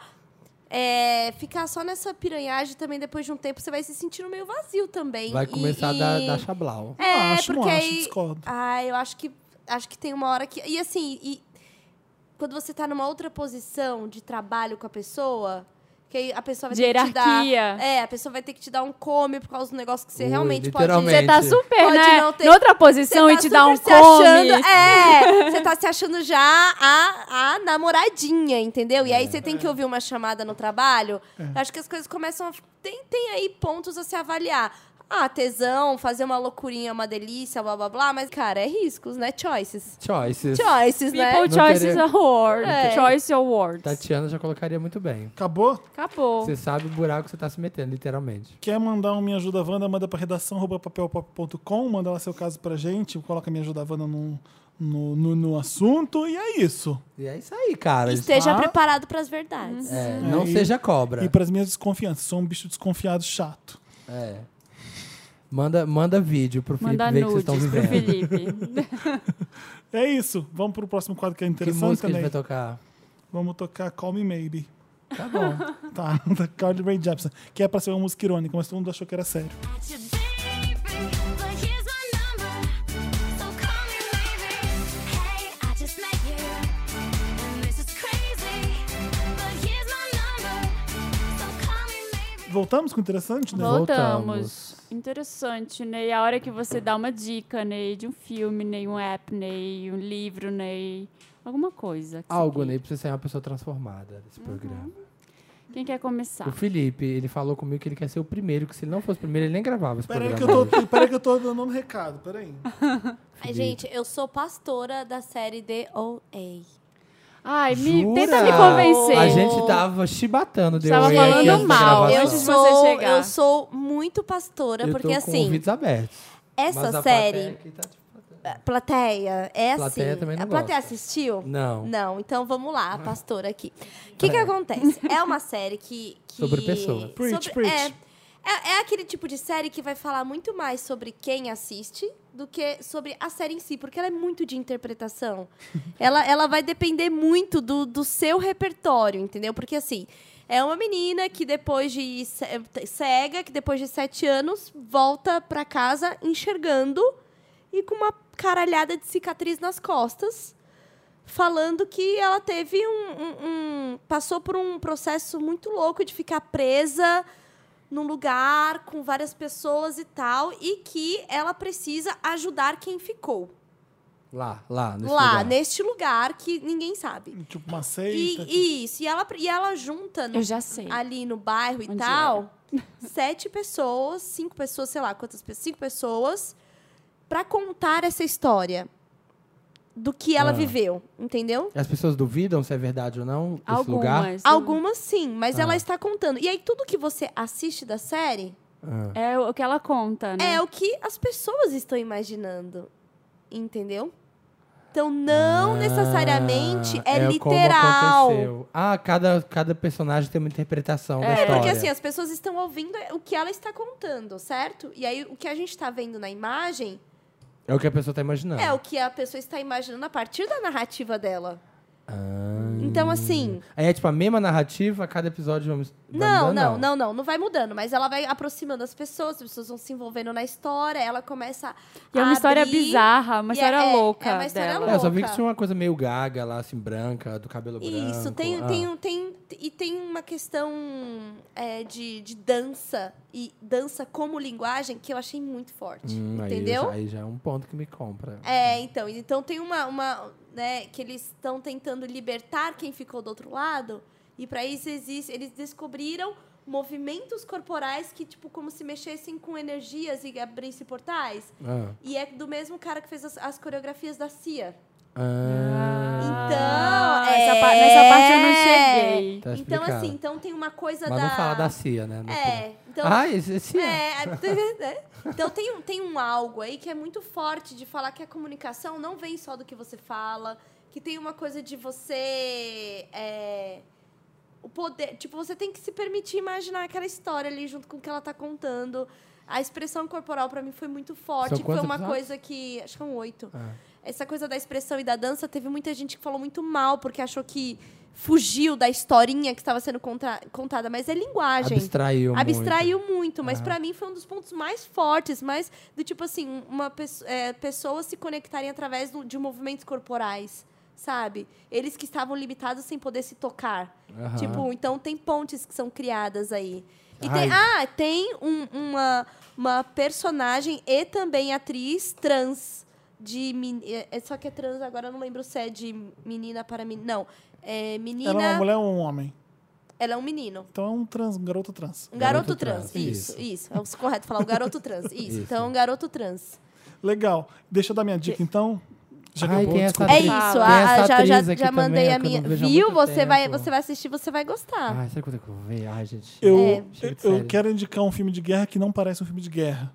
é, ficar só nessa piranhagem também, depois de um tempo, você vai se sentindo meio vazio também. Vai E- começar e... a dar, dar chablau. É, Não acho, não porque acho, aí... discordo. Ah, eu acho que, acho que tem uma hora que... E assim, e quando você tá numa outra posição de trabalho com a pessoa... Que aí a pessoa vai De ter que te dar... hierarquia. É, a pessoa vai ter que te dar um come por causa do negócio que você Ui, realmente pode... literalmente. Você tá super, Pode né? não ter- Noutra posição Você e tá te dá um super se come. achando- é, você tá se achando já a, a namoradinha, entendeu? E aí você tem que ouvir uma chamada no trabalho. Eu acho que as coisas começam a... Tem, tem aí pontos a se avaliar. Ah, tesão, fazer uma loucurinha, uma delícia, blá, blá, blá. Mas, cara, é riscos, né? Choices. Choices. Choices, né? People Não Choices teria- Award. É. Choice Awards. Tatiana já colocaria muito bem. Acabou? Acabou. Você sabe o buraco que você tá se metendo, literalmente. Quer mandar um Me Ajuda Wanda, manda pra redação arroba papelpop ponto com, manda lá seu caso pra gente, coloca Me Ajuda Wanda no, no, no, no assunto, e é isso. E é isso aí, cara. Esteja Ah. preparado pras verdades. É, não É, e- seja cobra. E pras minhas desconfianças, sou um bicho desconfiado chato. É. Manda, manda vídeo pro Felipe Manda ver que vocês nudes estão pro vivendo. Felipe. É isso, vamos pro próximo quadro que é Que interessante música a gente também. vai tocar? Vamos tocar Call Me Maybe. Tá bom. Tá, da Carly Rae Jepsen, que é pra ser uma música irônica, mas todo mundo achou que era sério. At your baby, but here's my number, so call me maybe. Hey, I just met you, and this is crazy, but here's my number, so call me maybe. Voltamos com o interessante, né? Voltamos. Voltamos. Interessante, Ney. A hora que você dá uma dica, Ney, de um filme, Ney, um app, Ney, um livro, Ney, alguma coisa. que você Algo, queira. né? Precisa ser uma pessoa transformada desse programa. Quem quer começar? O Felipe, ele falou comigo que ele quer ser o primeiro, que se ele não fosse o primeiro, ele nem gravava esse Peraí que, programa. eu tô, peraí que eu tô dando um recado, peraí. Ai, gente, eu sou pastora da série The O A. Ai, me, Jura? tenta me convencer. A gente tava chibatando de Tava Oi falando aqui antes da mal. gravação. Eu Antes de sou, você chegar. eu sou muito pastora, Eu porque tô com assim, ouvidos abertos. Mas essa a série, plateia aqui tá tipo- plateia, é Plateia assim. também não A plateia gosta. assistiu? Não. Não, então vamos lá, a pastora aqui. O que que acontece? É uma série que... que Sobre pessoa. Preach, sobre- preach. É, é, é aquele tipo de série que vai falar muito mais sobre quem assiste do que sobre a série em si, porque ela é muito de interpretação. ela, ela vai depender muito do, do seu repertório, entendeu? Porque, assim, é uma menina que depois de... ce- cega, que depois de sete anos volta pra casa enxergando e com uma caralhada de cicatriz nas costas, falando que ela teve um, um- um- passou por um processo muito louco de ficar presa num lugar com várias pessoas e tal, e que ela precisa ajudar quem ficou. Lá, lá, nesse lá, lugar. neste lugar que ninguém sabe. Tipo uma seita. E, tipo- e isso, e ela, e ela junta no- Eu já sei. ali no bairro e Onde tal, sete pessoas, cinco pessoas, sei lá quantas pessoas, cinco pessoas, pra contar essa história do que ela Ah. viveu, entendeu? As pessoas duvidam se é verdade ou não esse lugar? Algumas. Algumas sim, mas Ah. ela está contando. E aí tudo que você assiste da série Ah. É o que ela conta, né? é o que as pessoas estão imaginando, entendeu? Então não Ah, necessariamente é, como literal. aconteceu. Ah, cada, cada personagem tem uma interpretação da É, história. porque assim, as pessoas estão ouvindo o que ela está contando, certo? E aí o que a gente está vendo na imagem É o que a pessoa tá imaginando. é o que a pessoa está imaginando a partir da narrativa dela. Ah. Então, assim. Aí é tipo a mesma narrativa, cada episódio vamos. vai Não, mudando, não, não, não, não vai mudando, mas ela vai aproximando as pessoas, as pessoas vão se envolvendo na história, ela começa E é uma a história abrir, bizarra, uma e história é- é- louca. é uma história dela. É, eu só vi que louca. tinha uma coisa meio gaga lá, assim, branca, do cabelo branco. Isso, tem, Ah. tem, tem, e tem uma questão é, de, de dança, e dança como linguagem, que eu achei muito forte, Hum, aí entendeu? já- Aí já é um ponto que me compra. É, então, então tem uma, uma né, que eles estão tentando libertar quem ficou do outro lado, e para isso existe, eles descobriram movimentos corporais que, tipo, como se mexessem com energias e abrissem portais. Ah. E é do mesmo cara que fez as, as coreografias da Cia. Ah, Então, essa é... pa- nessa parte eu não cheguei. Tá Então, explicado. assim, então tem uma coisa Mas da... não fala da Cia, né? Não É, então... Ah, esse, esse é. É, né? Então tem um, tem um algo aí que é muito forte de falar que a comunicação não vem só do que você fala, que tem uma coisa de você... é, o poder... Tipo, você tem que se permitir imaginar aquela história ali junto com o que ela tá contando. A expressão corporal pra mim foi muito forte. São Foi quantos uma episódios? coisa que... Acho que são oito. Ah. Essa coisa da expressão e da dança, teve muita gente que falou muito mal, porque achou que fugiu da historinha que estava sendo contra- contada. Mas é linguagem. Abstraiu muito. Abstraiu muito, mas Aham. pra mim foi um dos pontos mais fortes, mais do tipo assim, uma pesso- é, pessoas se conectarem através do- de movimentos corporais, sabe? Eles que estavam limitados sem poder se tocar. Aham. Tipo, então tem pontes que são criadas aí. E Ai. tem, ah, tem um- uma, uma personagem e também atriz trans. De men- é, é só que é trans, agora eu não lembro se é de menina para menina. Não. É menina. Ela é uma mulher ou um homem? Ela é um menino. Então é um trans, um garoto trans. Um garoto, Garoto trans. trans, Isso, isso. isso. É o correto falar, um garoto trans. Isso. Isso. Então, um garoto trans. Legal. Deixa eu dar minha dica, então. Já que Ai, eu vou, quem é desculpa. essa É atriz? isso. Tem ah, essa já já, atriz aqui já mandei também, a que eu minha. não vejo há Viu? muito Você vai, tempo. você vai assistir, você vai gostar. Ai, será que eu vou ver? Ai, gente. Eu, É. Chega de eu série. quero indicar um filme de guerra que não parece um filme de guerra.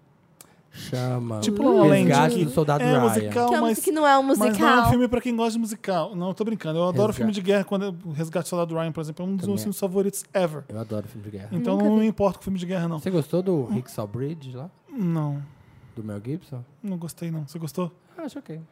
Chama. Tipo o La La Land, Resgate que do Soldado é Ryan. musical, que, é um, mas, que não é um mas não é musical. um filme pra quem gosta de musical. Não, tô brincando. Eu adoro Resgate. filme de guerra. Quando eu, o Resgate do Soldado Ryan, por exemplo, é um dos Também. meus filmes favoritos ever. Eu adoro filme de guerra. Então Nunca não vi. importa com filme de guerra, não. Você gostou do Hacksaw Bridge lá? Não, Do Mel Gibson? não gostei, não. Você gostou? Ah, acho ok.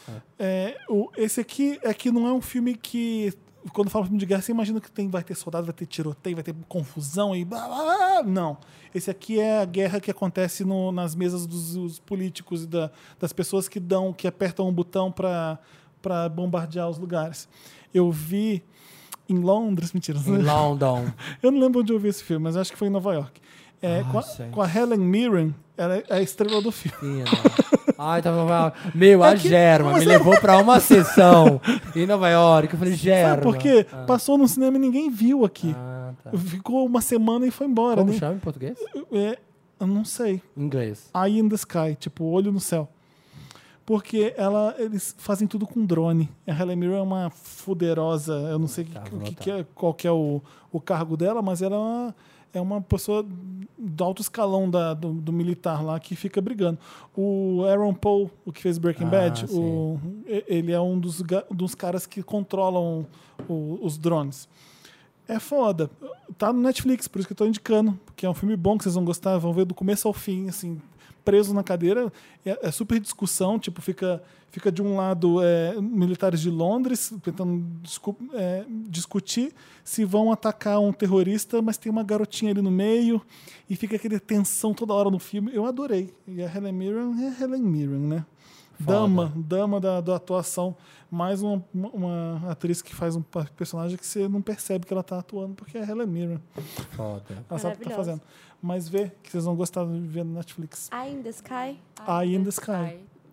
É, o, esse aqui é que não é um filme que... Quando fala filme de guerra, você imagina que tem, vai ter soldado, vai ter tiroteio, vai ter confusão e... Blá, blá, blá. Não. Esse aqui é a guerra que acontece no- nas mesas dos, dos políticos e da- das pessoas que dão, que apertam um botão para bombardear os lugares. Eu vi em Londres, mentira. Em London. Eu não lembro onde eu vi esse filme, mas acho que foi em Nova York. É, Ai, com, a, gente. com a Helen Mirren, ela é a estrela do filme. Fina. Ai, tava... Meu, a É que- Germa Mas me é- levou pra uma sessão em Nova York. Eu falei, Germa. Sabe por quê? Passou no cinema e ninguém viu aqui. Ah, tá. Ficou uma semana e foi embora. Como né? chama em português? É, eu não sei. Em inglês. Eye in the Sky, tipo, olho no céu. Porque ela, eles fazem tudo com drone. A Helen Mirren é uma fuderosa, eu não sei Tá, que- vou o que anotar. que é, qual que é o, o cargo dela, mas ela é uma, é uma pessoa do alto escalão da, do, do militar lá que fica brigando. O Aaron Paul, o que fez Breaking Ah, Bad, sim. o, e- ele é um dos, ga- dos caras que controlam o- os drones. É foda. Tá no Netflix, por isso que eu tô indicando. Porque é um filme bom que vocês vão gostar, vão ver do começo ao fim, assim, preso na cadeira. É, é super discussão, tipo, fica, fica de um lado é, militares de Londres tentando discu- é, discutir se vão atacar um terrorista, mas tem uma garotinha ali no meio e fica aquela tensão toda hora no filme. Eu adorei. E a Helen Mirren é Helen Mirren, né? Foda. Dama, dama da, da atuação. Mais uma, uma- uma atriz que faz um pa- personagem que você não percebe que ela tá atuando, porque é a Helen Mirren. Foda. Ela sabe o que tá Maravilhosa. fazendo. Mas vê, que vocês vão gostar de ver no Netflix. Eye in the Sky. Eye in the Sky.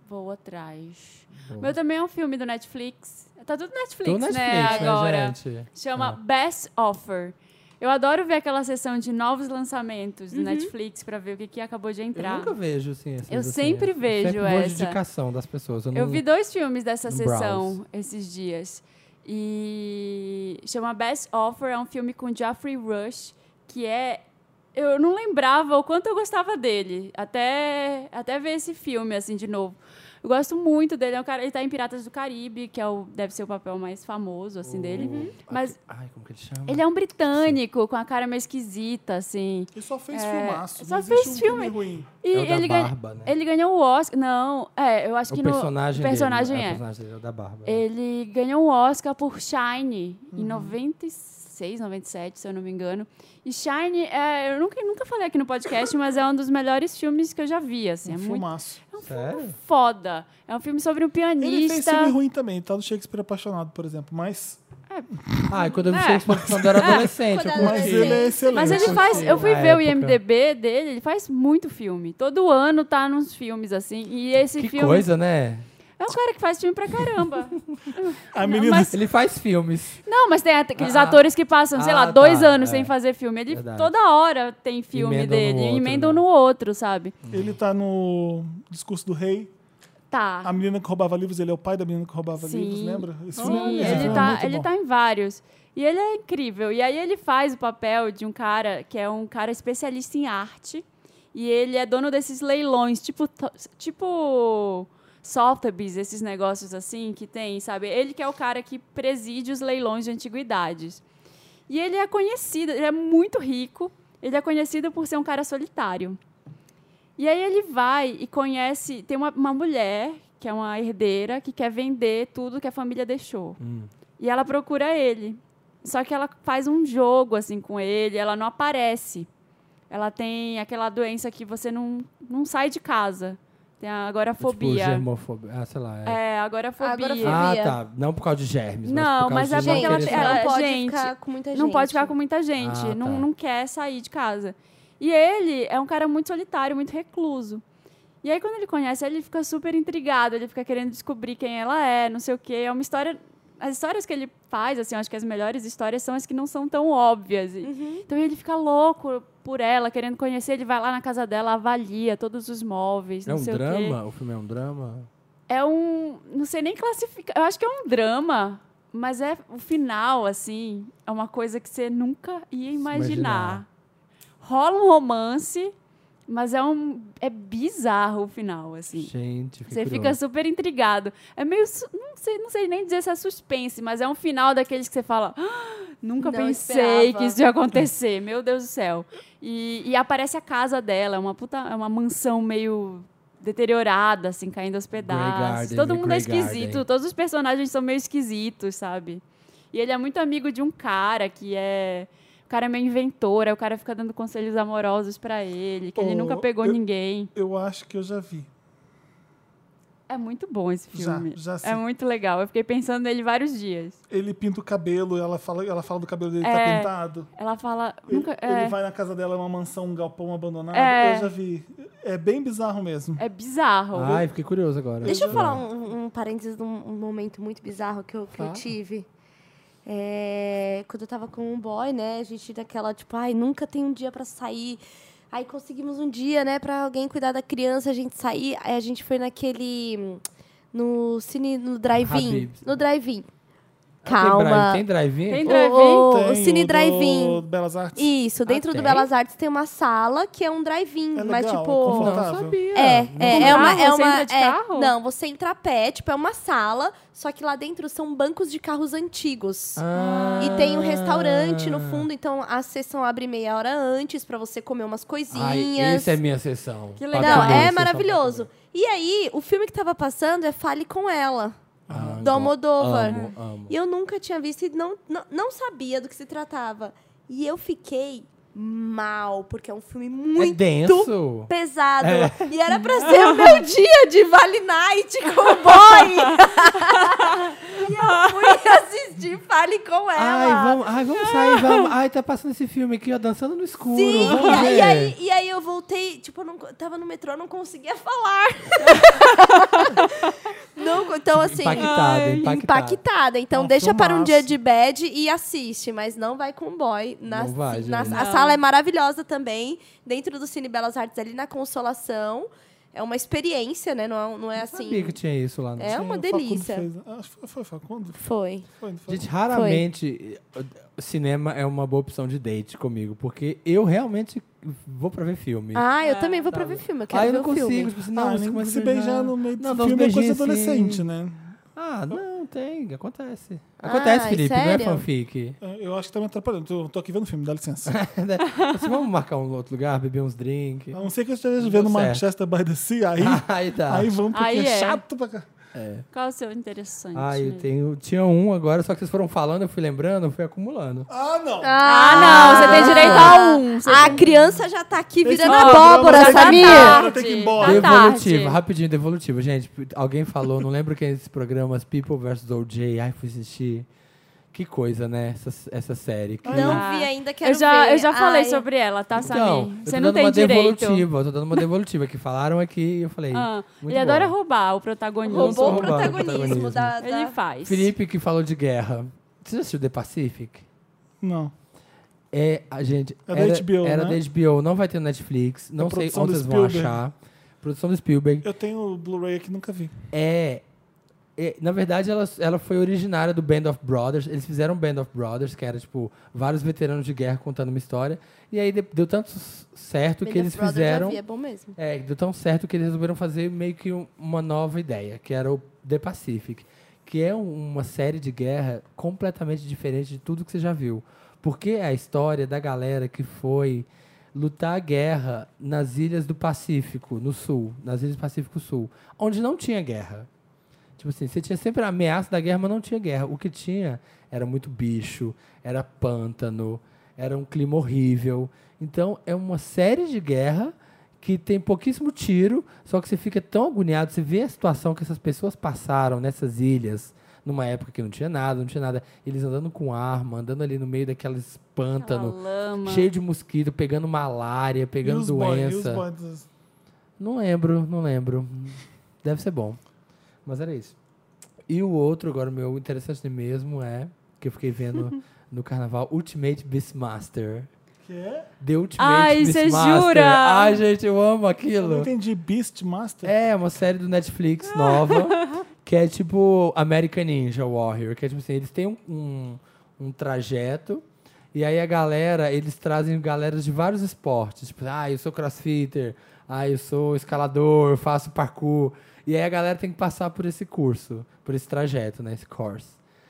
Vou atrás. Boa. Meu também é um filme do Netflix. Tá tudo Netflix, Do Netflix, né, agora. gente? Chama Ah. Best Offer. Eu adoro ver aquela sessão de novos lançamentos do Netflix pra ver o que, que acabou de Eu entrar. nunca vejo, assim, essas, Eu assim, sempre eu vejo sempre vou de essa. indicação das pessoas. Eu, não... Eu vi dois filmes dessa no sessão browse. esses dias. E chama Best Offer, é um filme com Geoffrey Rush, que é... Eu não lembrava o quanto eu gostava dele, até, até ver esse filme, assim, de novo. Eu gosto muito dele, é um cara, ele tá em Piratas do Caribe, que é o, deve ser o papel mais famoso, assim, dele. O- Mas Ai, como que ele chama? ele é um britânico, com a cara meio esquisita, assim. Ele só fez É, filmaço. só não existe fez um filme. ruim. E É o da ele, ganha- barba, né? ele ganhou o Oscar. Não, é, eu acho O que no. personagem o personagem dele, é. O personagem dele é o da barba. Ele ganhou o Oscar por Shine em Uhum. noventa e seis, noventa e sete, se eu não me engano. E Shine, é, eu nunca, nunca falei aqui no podcast, mas é um dos melhores filmes que eu já vi. Assim, Um é muito filmaço. Sério? foda. É um filme sobre um Ele fez pianista. filme ruim também, tá do Shakespeare Apaixonado, por exemplo. Mas, Ah, quando eu vi É. Shakespeare quando eu era adolescente, Quando eu era mas curti. ele é excelente. Mas ele eu faz. curti Eu fui na ver o época. I M D B dele, ele faz muito filme. Todo ano tá nos filmes, assim. E esse Que filme. coisa, né? É um cara que faz filme pra caramba. A menina... mas- Ele faz filmes. Não, mas tem at- aqueles Ah. atores que passam, sei Ah, lá, tá, dois anos é. sem fazer filme. Ele Verdade. toda hora tem filme Emendam no dele, outro, emendam né? no outro, sabe? Ele tá no Discurso do Rei. Tá. A menina que roubava livros, ele é o pai da menina que roubava Sim. livros, lembra? Esse Sim, filme, esse ele, filme é tá, muito ele bom. tá em vários. E ele é incrível. E aí ele faz o papel de um cara que é um cara especialista em arte. E ele é dono desses leilões, tipo, to- tipo Sotheby's, esses negócios assim que tem, sabe? Ele que é o cara que preside os leilões de antiguidades. E ele é conhecido, ele é muito rico. Ele é conhecido por ser um cara solitário. E aí ele vai e conhece... Tem uma, uma mulher, que é uma herdeira, que quer vender tudo que a família deixou. E ela procura ele. Só que ela faz um jogo assim com ele, ela não aparece. Ela tem aquela doença que você não, não sai de casa. Tem a Tipo, agorafobia. germofobia. Ah, sei lá. É. É, agorafobia. Agorafobia. Ah, Fobia. tá. Não por causa de germes. Não, mas, mas por é causa de porque não ela querer tem- sair. ela- não pode gente, ficar com muita gente. Não pode ficar com muita gente. Ah, não, tá. não quer sair de casa. E ele é um cara muito solitário, muito recluso. E aí, quando ele conhece ela, ele fica super intrigado. Ele fica querendo descobrir quem ela é, não sei o quê. É uma história... As histórias que ele faz, assim, eu acho que as melhores histórias são as que não são tão óbvias. E- Então, ele fica louco por ela, querendo conhecer. Ele vai lá na casa dela, avalia todos os móveis, É não um sei o quê. drama? O filme é um drama? É um... Não sei nem classificar. Eu acho que é um drama, mas é o final, assim, é uma coisa que você nunca ia imaginar. imaginar. Rola um romance, mas é um... É bizarro o final, assim. Gente, fiquei Você fica curioso. super intrigado. É meio... su- Não sei, não sei nem dizer se é suspense, mas é um final daqueles que você fala... "Ah, nunca Não pensei esperava." que isso ia acontecer. Meu Deus do céu. E, e aparece a casa dela. É uma puta... É uma mansão meio deteriorada, assim, caindo aos pedaços. Garden, Todo né? mundo é Grey esquisito. Garden. Todos os personagens são meio esquisitos, sabe? E ele é muito amigo de um cara que é... O cara é meio inventor. Aí o cara fica dando conselhos amorosos pra ele. Que ele Oh, nunca pegou eu- ninguém. Eu acho que eu já vi. É muito bom esse Já, filme. já sei. É muito legal. Eu fiquei pensando nele vários dias. Ele pinta o cabelo, ela fala, ela fala do cabelo dele que É. tá pintado. Ela fala. Ele, Nunca, ele é, vai na casa dela, é uma mansão, um galpão abandonado. É. Eu já vi. É bem bizarro mesmo. é bizarro. Ai, fiquei curioso agora. Deixa eu falar um, um parênteses de um, um momento muito bizarro que eu, que eu Fala. tive. É, quando eu tava com um boy, né? A gente daquela, tipo, ai, nunca tem um dia pra sair. Aí conseguimos um dia, né, pra alguém cuidar da criança, a gente sair. Aí a gente foi naquele. hum, No cine, no drive-in. Habib's. No drive-in. Tem drive- Calma. Tem drive-in? Tem O- drive-in? o, o Tem Cine o do Drive-in. Belas Artes. Isso, dentro do tem? Belas Artes tem uma sala que é um drive-in. É mas, legal, tipo. é Não confortável. sabia. É, Não é, Com é uma. carro? É Você uma entra de é- carro? Não, você entra a pé, tipo, é uma sala, só que lá dentro são bancos de carros antigos. Ah. E tem um restaurante no fundo, então a sessão abre meia hora antes pra você comer umas coisinhas. Ai, esse é minha sessão. Que Pra legal. Não, comer, é sessão pra maravilhoso. comer. E aí, o filme que tava passando é Fale com Ela, Ah, do Almodóvar. Amo, amo. E eu nunca tinha visto e não, não, não sabia do que se tratava. E eu fiquei mal, porque é um filme É muito denso. pesado. É. E era pra ser o meu dia de Vale Night com o boy. E eu fui assistir Fale com ela. Ai, vamos, ai, vamos sair, vamos. Ai, tá passando esse filme aqui, ó, Dançando no Escuro. Sim, Vamos e, ver. e aí, e aí eu voltei, tipo, eu não, tava no metrô, eu não conseguia falar. não, então, assim... Impactada, Ai, impactada. Impactada. Então, Um deixa para um filmaço. dia de bad e assiste, mas não vai com o boy. Na, Não vai, na- gente. a Não. sala é maravilhosa também, dentro do Cine Belas Artes, ali na Consolação. É uma experiência, né? Não é, não é Eu assim... sabia que tinha isso lá. No... É uma Tinha, o Facundo delícia. fez. Acho que foi, foi Facundo? Foi. Foi, não foi? Gente, raramente o cinema é uma boa opção de date comigo, porque eu realmente vou pra ver filme. Ah, eu também vou pra ver filme. Eu quero ah, eu ver não o consigo. filme. Tipo assim, não, Ah, você nem começa a se beijar no meio Não, do dá uns filme é coisa beijinhos adolescente, assim. né? Ah, não, tem. Acontece. Acontece, Ai, Felipe, sério? não é fanfic. É, Eu acho que tá me atrapalhando. Tô, tô aqui vendo o filme, dá licença. Assim, vamos marcar um outro lugar, beber uns drinks. A não ser que eu esteja Deu vendo certo. Manchester by the Sea, aí, Aí tá. aí vamos, porque Aí é é. chato pra cá. Qual é o seu interessante? Ah, eu né? tenho, tinha um agora, só que vocês foram falando, eu fui lembrando, eu fui acumulando. Ah, não! Ah, não, você tem direito a um. Você A tem- criança já tá aqui Esse virando programa abóbora, já tá Samir. tarde. Tem que ir embora. Tá Devolutiva, tarde. rapidinho, devolutiva. Gente, alguém falou, não lembro quem é esse programa, People versus O J. Ai, fui assistir. Que coisa, né? Essa, essa série. Que... Não Ah. vi ainda, quero Eu já, ver. eu já falei Ai, sobre ela, tá, Então, Samir? eu Você tô não dando tem uma direito. devolutiva, eu tô dando uma devolutiva que falaram aqui e eu falei. Ah, muito ele adora bom. roubar o protagonismo. Não sou roubou o roubado, protagonismo protagonismo. da... da- Ele faz. Felipe que falou de guerra. Você já assistiu The Pacific? Não. É, a gente. É da era, H B O, Era né? da H B O, não vai ter no Netflix. Não sei produção onde do vocês vão Spielberg. achar. Produção do Spielberg. Eu tenho o Blu-ray aqui, nunca vi. É, é, na verdade, ela, ela foi originária do Band of Brothers. Eles fizeram Band of Brothers, que era, tipo, vários veteranos de guerra contando uma história. E aí de- deu tanto s- certo Band que of eles Brothers fizeram... Já vi, é bom mesmo. É, deu tão certo que eles resolveram fazer meio que um- uma nova ideia, que era o The Pacific, que é um- uma série de guerra completamente diferente de tudo que você já viu. Porque é a história da galera que foi lutar a guerra nas ilhas do Pacífico, no sul, nas ilhas do Pacífico Sul, onde não tinha guerra. Tipo assim, você tinha sempre a ameaça da guerra, mas não tinha guerra. O que tinha era muito bicho, era pântano, era um clima horrível. Então, é uma série de guerra que tem pouquíssimo tiro, só que você fica tão agoniado, você vê a situação que essas pessoas passaram nessas ilhas, numa época que não tinha nada, não tinha nada. Eles andando com arma, andando ali no meio daqueles pântanos, Aquela lama. cheio de mosquito, pegando malária, E pegando os boys, e os doença. boys? Não lembro, não lembro. Deve ser bom. Mas era isso. E o outro, agora, o meu interessante mesmo é, que eu fiquei vendo no carnaval, Ultimate Beastmaster. Que é? The Ultimate Ai, cê Beastmaster. jura? Ai, gente, eu amo Eu não aquilo. entendi. Beastmaster? É, uma série do Netflix nova, que é tipo American Ninja Warrior, que é tipo assim, eles têm um, um, um trajeto, e aí a galera, eles trazem galeras de vários esportes, tipo, ah, eu sou crossfitter, ah, eu sou escalador, eu faço parkour, e aí a galera tem que passar por esse curso, por esse trajeto, né, esse course.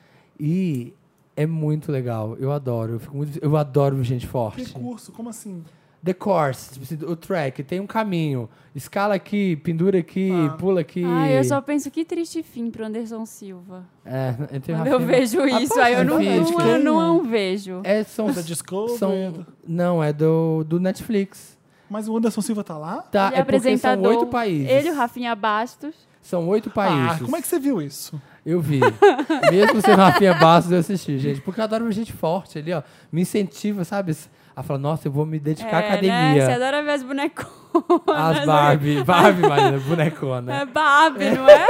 E é muito legal, eu adoro, eu, fico muito, eu adoro gente forte. Que curso? Como assim? The course, tipo assim, o track, tem um caminho. Escala aqui, pendura aqui, Ah. pula aqui. Ai, eu só penso que triste fim pro Anderson Silva. É, eu tenho Quando eu Rafinha- vejo Ah, isso, poxa, aí eu não, vídeo, não, quem? eu não vejo. É, são, Da Discovery? são, não, é do, do Netflix. Mas o Anderson Silva tá lá? Tá, Ele é é porque são apresentador. oito países. Ele e o Rafinha Bastos. São oito países. Ah, como é que você viu isso? Eu vi. Mesmo sendo Rafinha Bastos, eu assisti, gente. Porque eu adoro ver gente forte ali, ó. Me incentiva, sabe? A falar, nossa, eu vou me dedicar à É, academia. né? Você adora ver as boneconas. As Barbie. Barbie, Marina, bonecona. É Barbie, não é?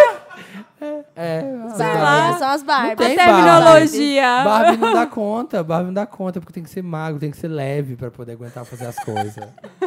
É, Sei Barbie. lá. São as Barbies. tem A terminologia. Barbie não dá conta, Barbie não dá conta, porque tem que ser magro, tem que ser leve pra poder aguentar fazer as coisas.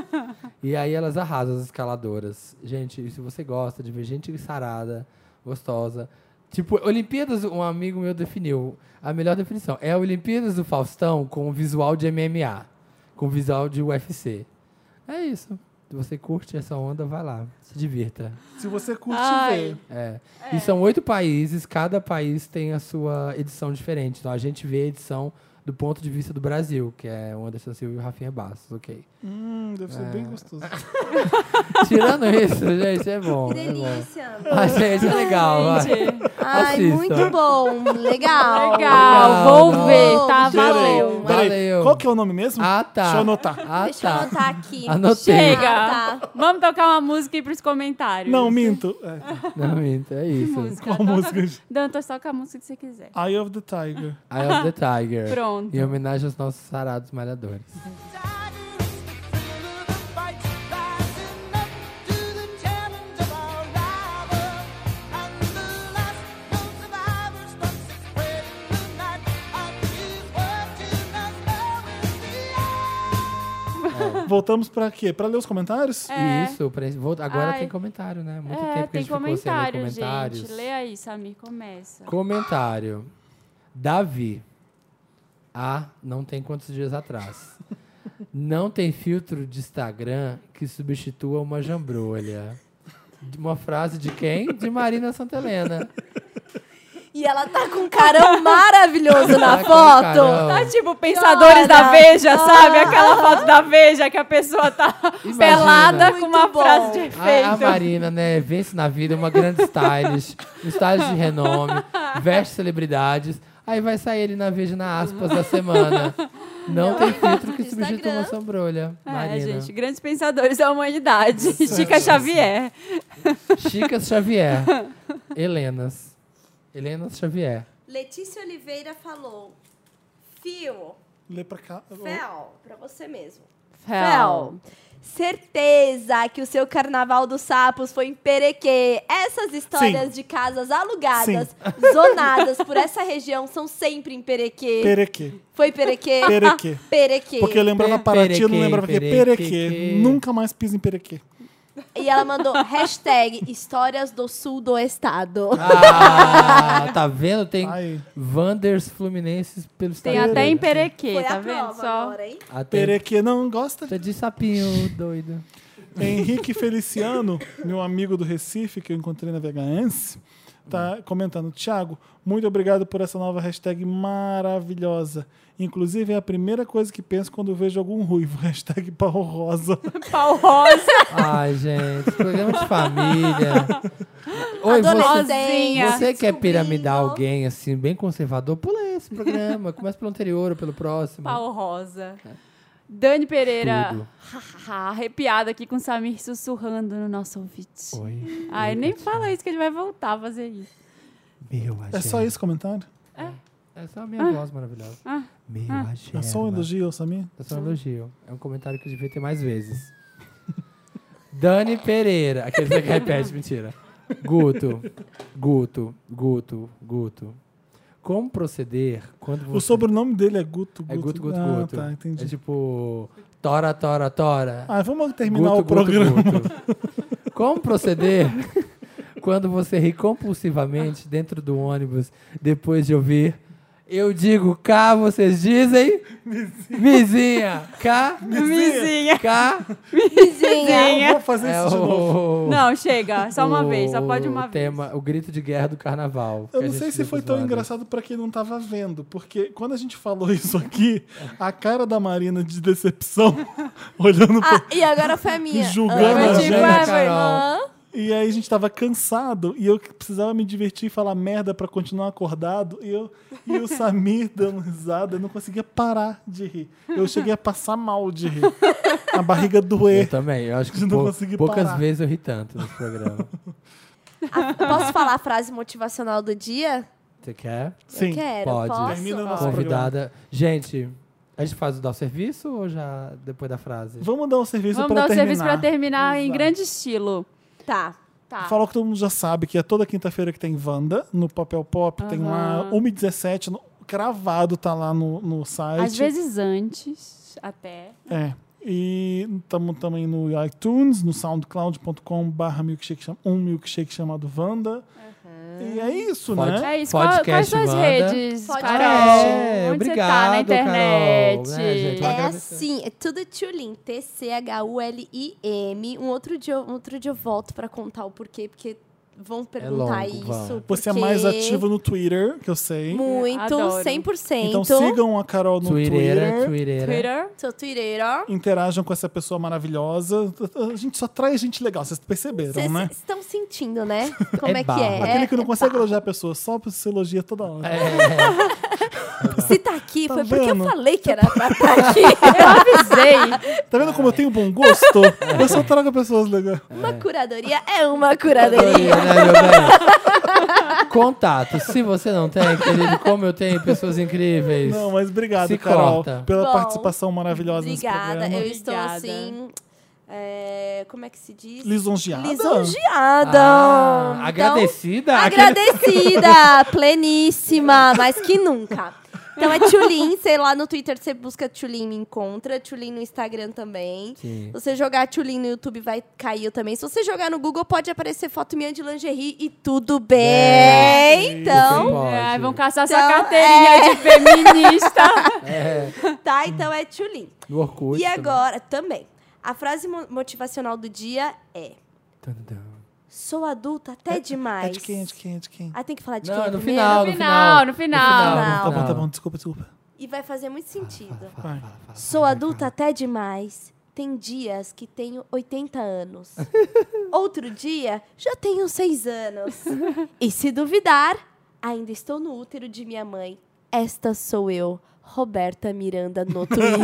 E aí elas arrasam, as escaladoras. Gente, se você gosta de ver gente sarada, gostosa. Tipo, Olimpíadas, um amigo meu definiu, a melhor definição, é a Olimpíadas do Faustão com visual de M M A, com visual de U F C. É isso. Se você curte essa onda, vai lá, se divirta. Se você curte Ai. ver. É. E são oito países, cada país tem a sua edição diferente. Então a gente vê a edição do ponto de vista do Brasil, que é o Anderson Silva e o Rafinha Bastos, ok. Hum, deve ser É. bem gostoso. Tirando isso, gente, é bom. Que é bom. delícia. Ah, gente, é legal, vai. Gente, Ai, Assista. muito bom. Legal. legal, vou não. ver, tá? Gente, Valeu. Peraí, Valeu. qual que é o nome mesmo? Ah, tá. Deixa eu anotar. Ah, Deixa eu tá. anotar aqui. Anotei. Chega. Ah, tá. Vamos tocar uma música aí pros comentários. Não, minto. É. Não, minto, é isso. Música. Qual Toca- música? Dantas, toca a música que você quiser. Eye of the Tiger. Eye of the Tiger. Pronto. Em homenagem aos nossos sarados malhadores. Voltamos pra quê? Pra ler os comentários? É. Isso, pra- vou- agora Ai. tem comentário, né? Muito É, tempo que tem a gente ficou sem ler comentário, comentários. gente. Lê aí, Samir, começa. Comentário. Davi. Ah, não tem quantos dias atrás. Não tem filtro de Instagram que substitua uma jambrolha. Uma frase de quem? De Marina Santelena. E ela tá com um carão maravilhoso na Tá com foto. carão. Tá tipo Pensadores da Olha. Veja, sabe? Aquela foto da Veja que a pessoa tá Imagina. pelada com Muito uma bom. frase de A, a efeito. Marina, né, vence na vida uma grande stylist, um stylist de renome, veste celebridades, aí vai sair ele na Veja na aspas da semana. Não tem filtro que no substitua Instagram. uma sombrolha. É, Marina. gente, grandes pensadores da humanidade. Chica Xavier. Chicas Xavier. Helenas. Helenas Xavier. Letícia Oliveira falou: Fio, Lê pra cá. Fel, pra você mesmo. Fel. Certeza que o seu carnaval dos sapos foi em Perequê. Essas histórias de casas alugadas, zonadas por essa região, são sempre em Perequê. Perequê. Foi Perequê? Perequê. Perequê. Porque eu lembrava Pe- Paraty, eu não Perequê, lembrava que Perequê. Perequê. Nunca mais piso em Perequê. E ela mandou hashtag Histórias do Sul do Estado. Ah, tá vendo? Tem Ai. Wanders Fluminenses pelo Tem Instagram. até em Perequê, Foi tá a vendo? prova Só. agora, hein? Até Perequê não gosta. Tá de sapinho doido. Henrique Feliciano, meu amigo do Recife, que eu encontrei na Vegaense, tá comentando: Thiago, muito obrigado por essa nova hashtag maravilhosa. Inclusive, é a primeira coisa que penso quando vejo algum ruivo. Hashtag pau rosa. Pau rosa. Ai, gente, programa de família. Oi, você, Adolescência. você quer descobrindo. piramidar alguém assim, bem conservador? Pula esse programa. Começa pelo anterior ou pelo próximo. Pau rosa. Dani Pereira, Tudo. arrepiada aqui com o Samir sussurrando no nosso ouvido. Oi. Ai, Oi, nem Gatinho. fala isso que ele vai voltar a fazer isso. Meu É só esse comentário? É só a minha voz maravilhosa. Ah. Meu Ah. agema. É só um elogio, Samir? É só um elogio. É um comentário que eu devia ter mais vezes. Dani Pereira. Aquele que repete, mentira. Guto. Guto. Guto. Guto. Como proceder quando você... O sobrenome dele é Guto. É Guto, Guto, ah, Guto. tá, entendi. É tipo... Tora, tora, tora. Ah, vamos terminar Guto, o programa. Guto, Guto. Como proceder quando você ri compulsivamente dentro do ônibus depois de ouvir eu digo K, vocês dizem vizinha. K, Vizinha. K. Vizinha. Não vou fazer É isso de novo. o... Não, chega. Só uma o vez. Só pode uma vez. tema, O grito de guerra do carnaval. Eu que a não gente sei se deu foi pros tão brothers. engraçado pra quem não tava vendo, porque quando a gente falou isso aqui, a cara da Marina de decepção, olhando pra... Ah, e agora foi a minha. Julgando Foi a tipo, gente. é, foi- Carol. Ah, E aí a gente tava cansado e eu precisava me divertir e falar merda pra continuar acordado. E, eu, e o Samir dando risada, eu não conseguia parar de rir. Eu cheguei a passar mal de rir. A barriga Eu doer. também. Eu acho que De não pou- conseguir poucas parar. vezes eu ri tanto nesse programa. ah, posso falar a frase motivacional do dia? Você quer? Sim. Eu quero, pode. posso? Termina nosso Convidada. Gente, a gente faz o dar o serviço ou já depois da frase? Vamos dar um serviço Vamos pra dar o terminar. serviço pra terminar em Exato. grande estilo. Tá. Tá. Falar que todo mundo já sabe que é toda quinta-feira que tem Wanda no Papel Pop, tem lá Aham. uma e dezessete, no- cravado tá lá no, no site. Às vezes antes, até. É. E estamos também no iTunes, no soundcloud ponto com barra milkshake, cham- um milkshake chamado Wanda. E é isso, Pode- né? É isso. Qual- Podcast quais suas Wanda. redes, Podcast. Carol? É, Onde você tá na obrigado, internet? Carol, né, gente? É agradecer. assim, é tudo Tchulin, T C H U L I M. Um outro dia, um outro dia eu volto pra contar o porquê, porque vão perguntar longo, isso. vão. Você é porque mais ativo no Twitter, que eu sei. Muito, Adoro. cem por cento. Então sigam a Carol no Twitteira, Twitter. Twitteira. Twitter. Seu Twitter, ó. Interajam com essa pessoa maravilhosa. A gente só traz gente legal, vocês perceberam, Vocês né? estão sentindo, né? Como É é, que barra. é? Aquele que não É consegue barra. elogiar a pessoa, só se elogia toda hora. Se tá aqui, Tá foi porque eu vendo? falei que era pra estar aqui. Eu avisei. Tá vendo como eu tenho bom gosto? Eu só trago pessoas legais. Uma curadoria é uma curadoria. Né, meu bem? Contato. Se você não tem, querido, como eu tenho pessoas incríveis. Não, mas obrigado, Se Carol, corta. pela Bom, participação maravilhosa nesse Obrigada. programa. Eu estou Obrigada. assim. é, como é que se diz? Lisonjeada? Lisonjeada. Ah, Então, agradecida? Agradecida, pleníssima, mais que nunca. Então é Tulin, sei lá, no Twitter você busca Tulin, me encontra. Tulin no Instagram também. Sim. Se você jogar Tulin no YouTube, vai cair eu também. Se você jogar no Google, pode aparecer foto minha de lingerie e tudo bem. É, Então, Pode. Ai, vão caçar Então, sua carteirinha é. de feminista. tá, então é Tulin. No Orkut E agora, também, a frase mo- motivacional do dia é: também. sou adulta até demais. É de quem, é de quem, é de quem? Ah, tem que falar de Não, quem no primeiro? final, No no final, final. no final. Não. Tá bom, tá bom, desculpa, desculpa. E vai fazer muito sentido. Vai. Sou adulta até demais. Tem dias que tenho oitenta anos. Outro dia, já tenho seis anos. E se duvidar, ainda estou no útero de minha mãe. Esta sou eu, Roberta Miranda, no Twitter.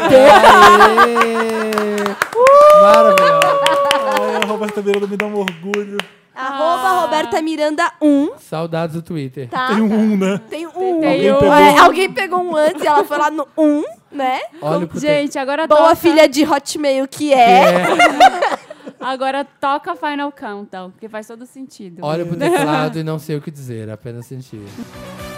Aê! Maravilhoso. Ai, a Roberta Miranda me dá um orgulho. Arroba Roberta Miranda um, Saudades do Twitter. tá? Tem um, né? Tem um. Tem Alguém um. pegou. É, alguém pegou um antes e ela foi lá no um, né? Olha pro Gente, agora Boa toca, filha de Hotmail que é. agora toca Final Countdown, porque faz todo sentido. Olha pro teclado e não sei o que dizer, apenas sentir.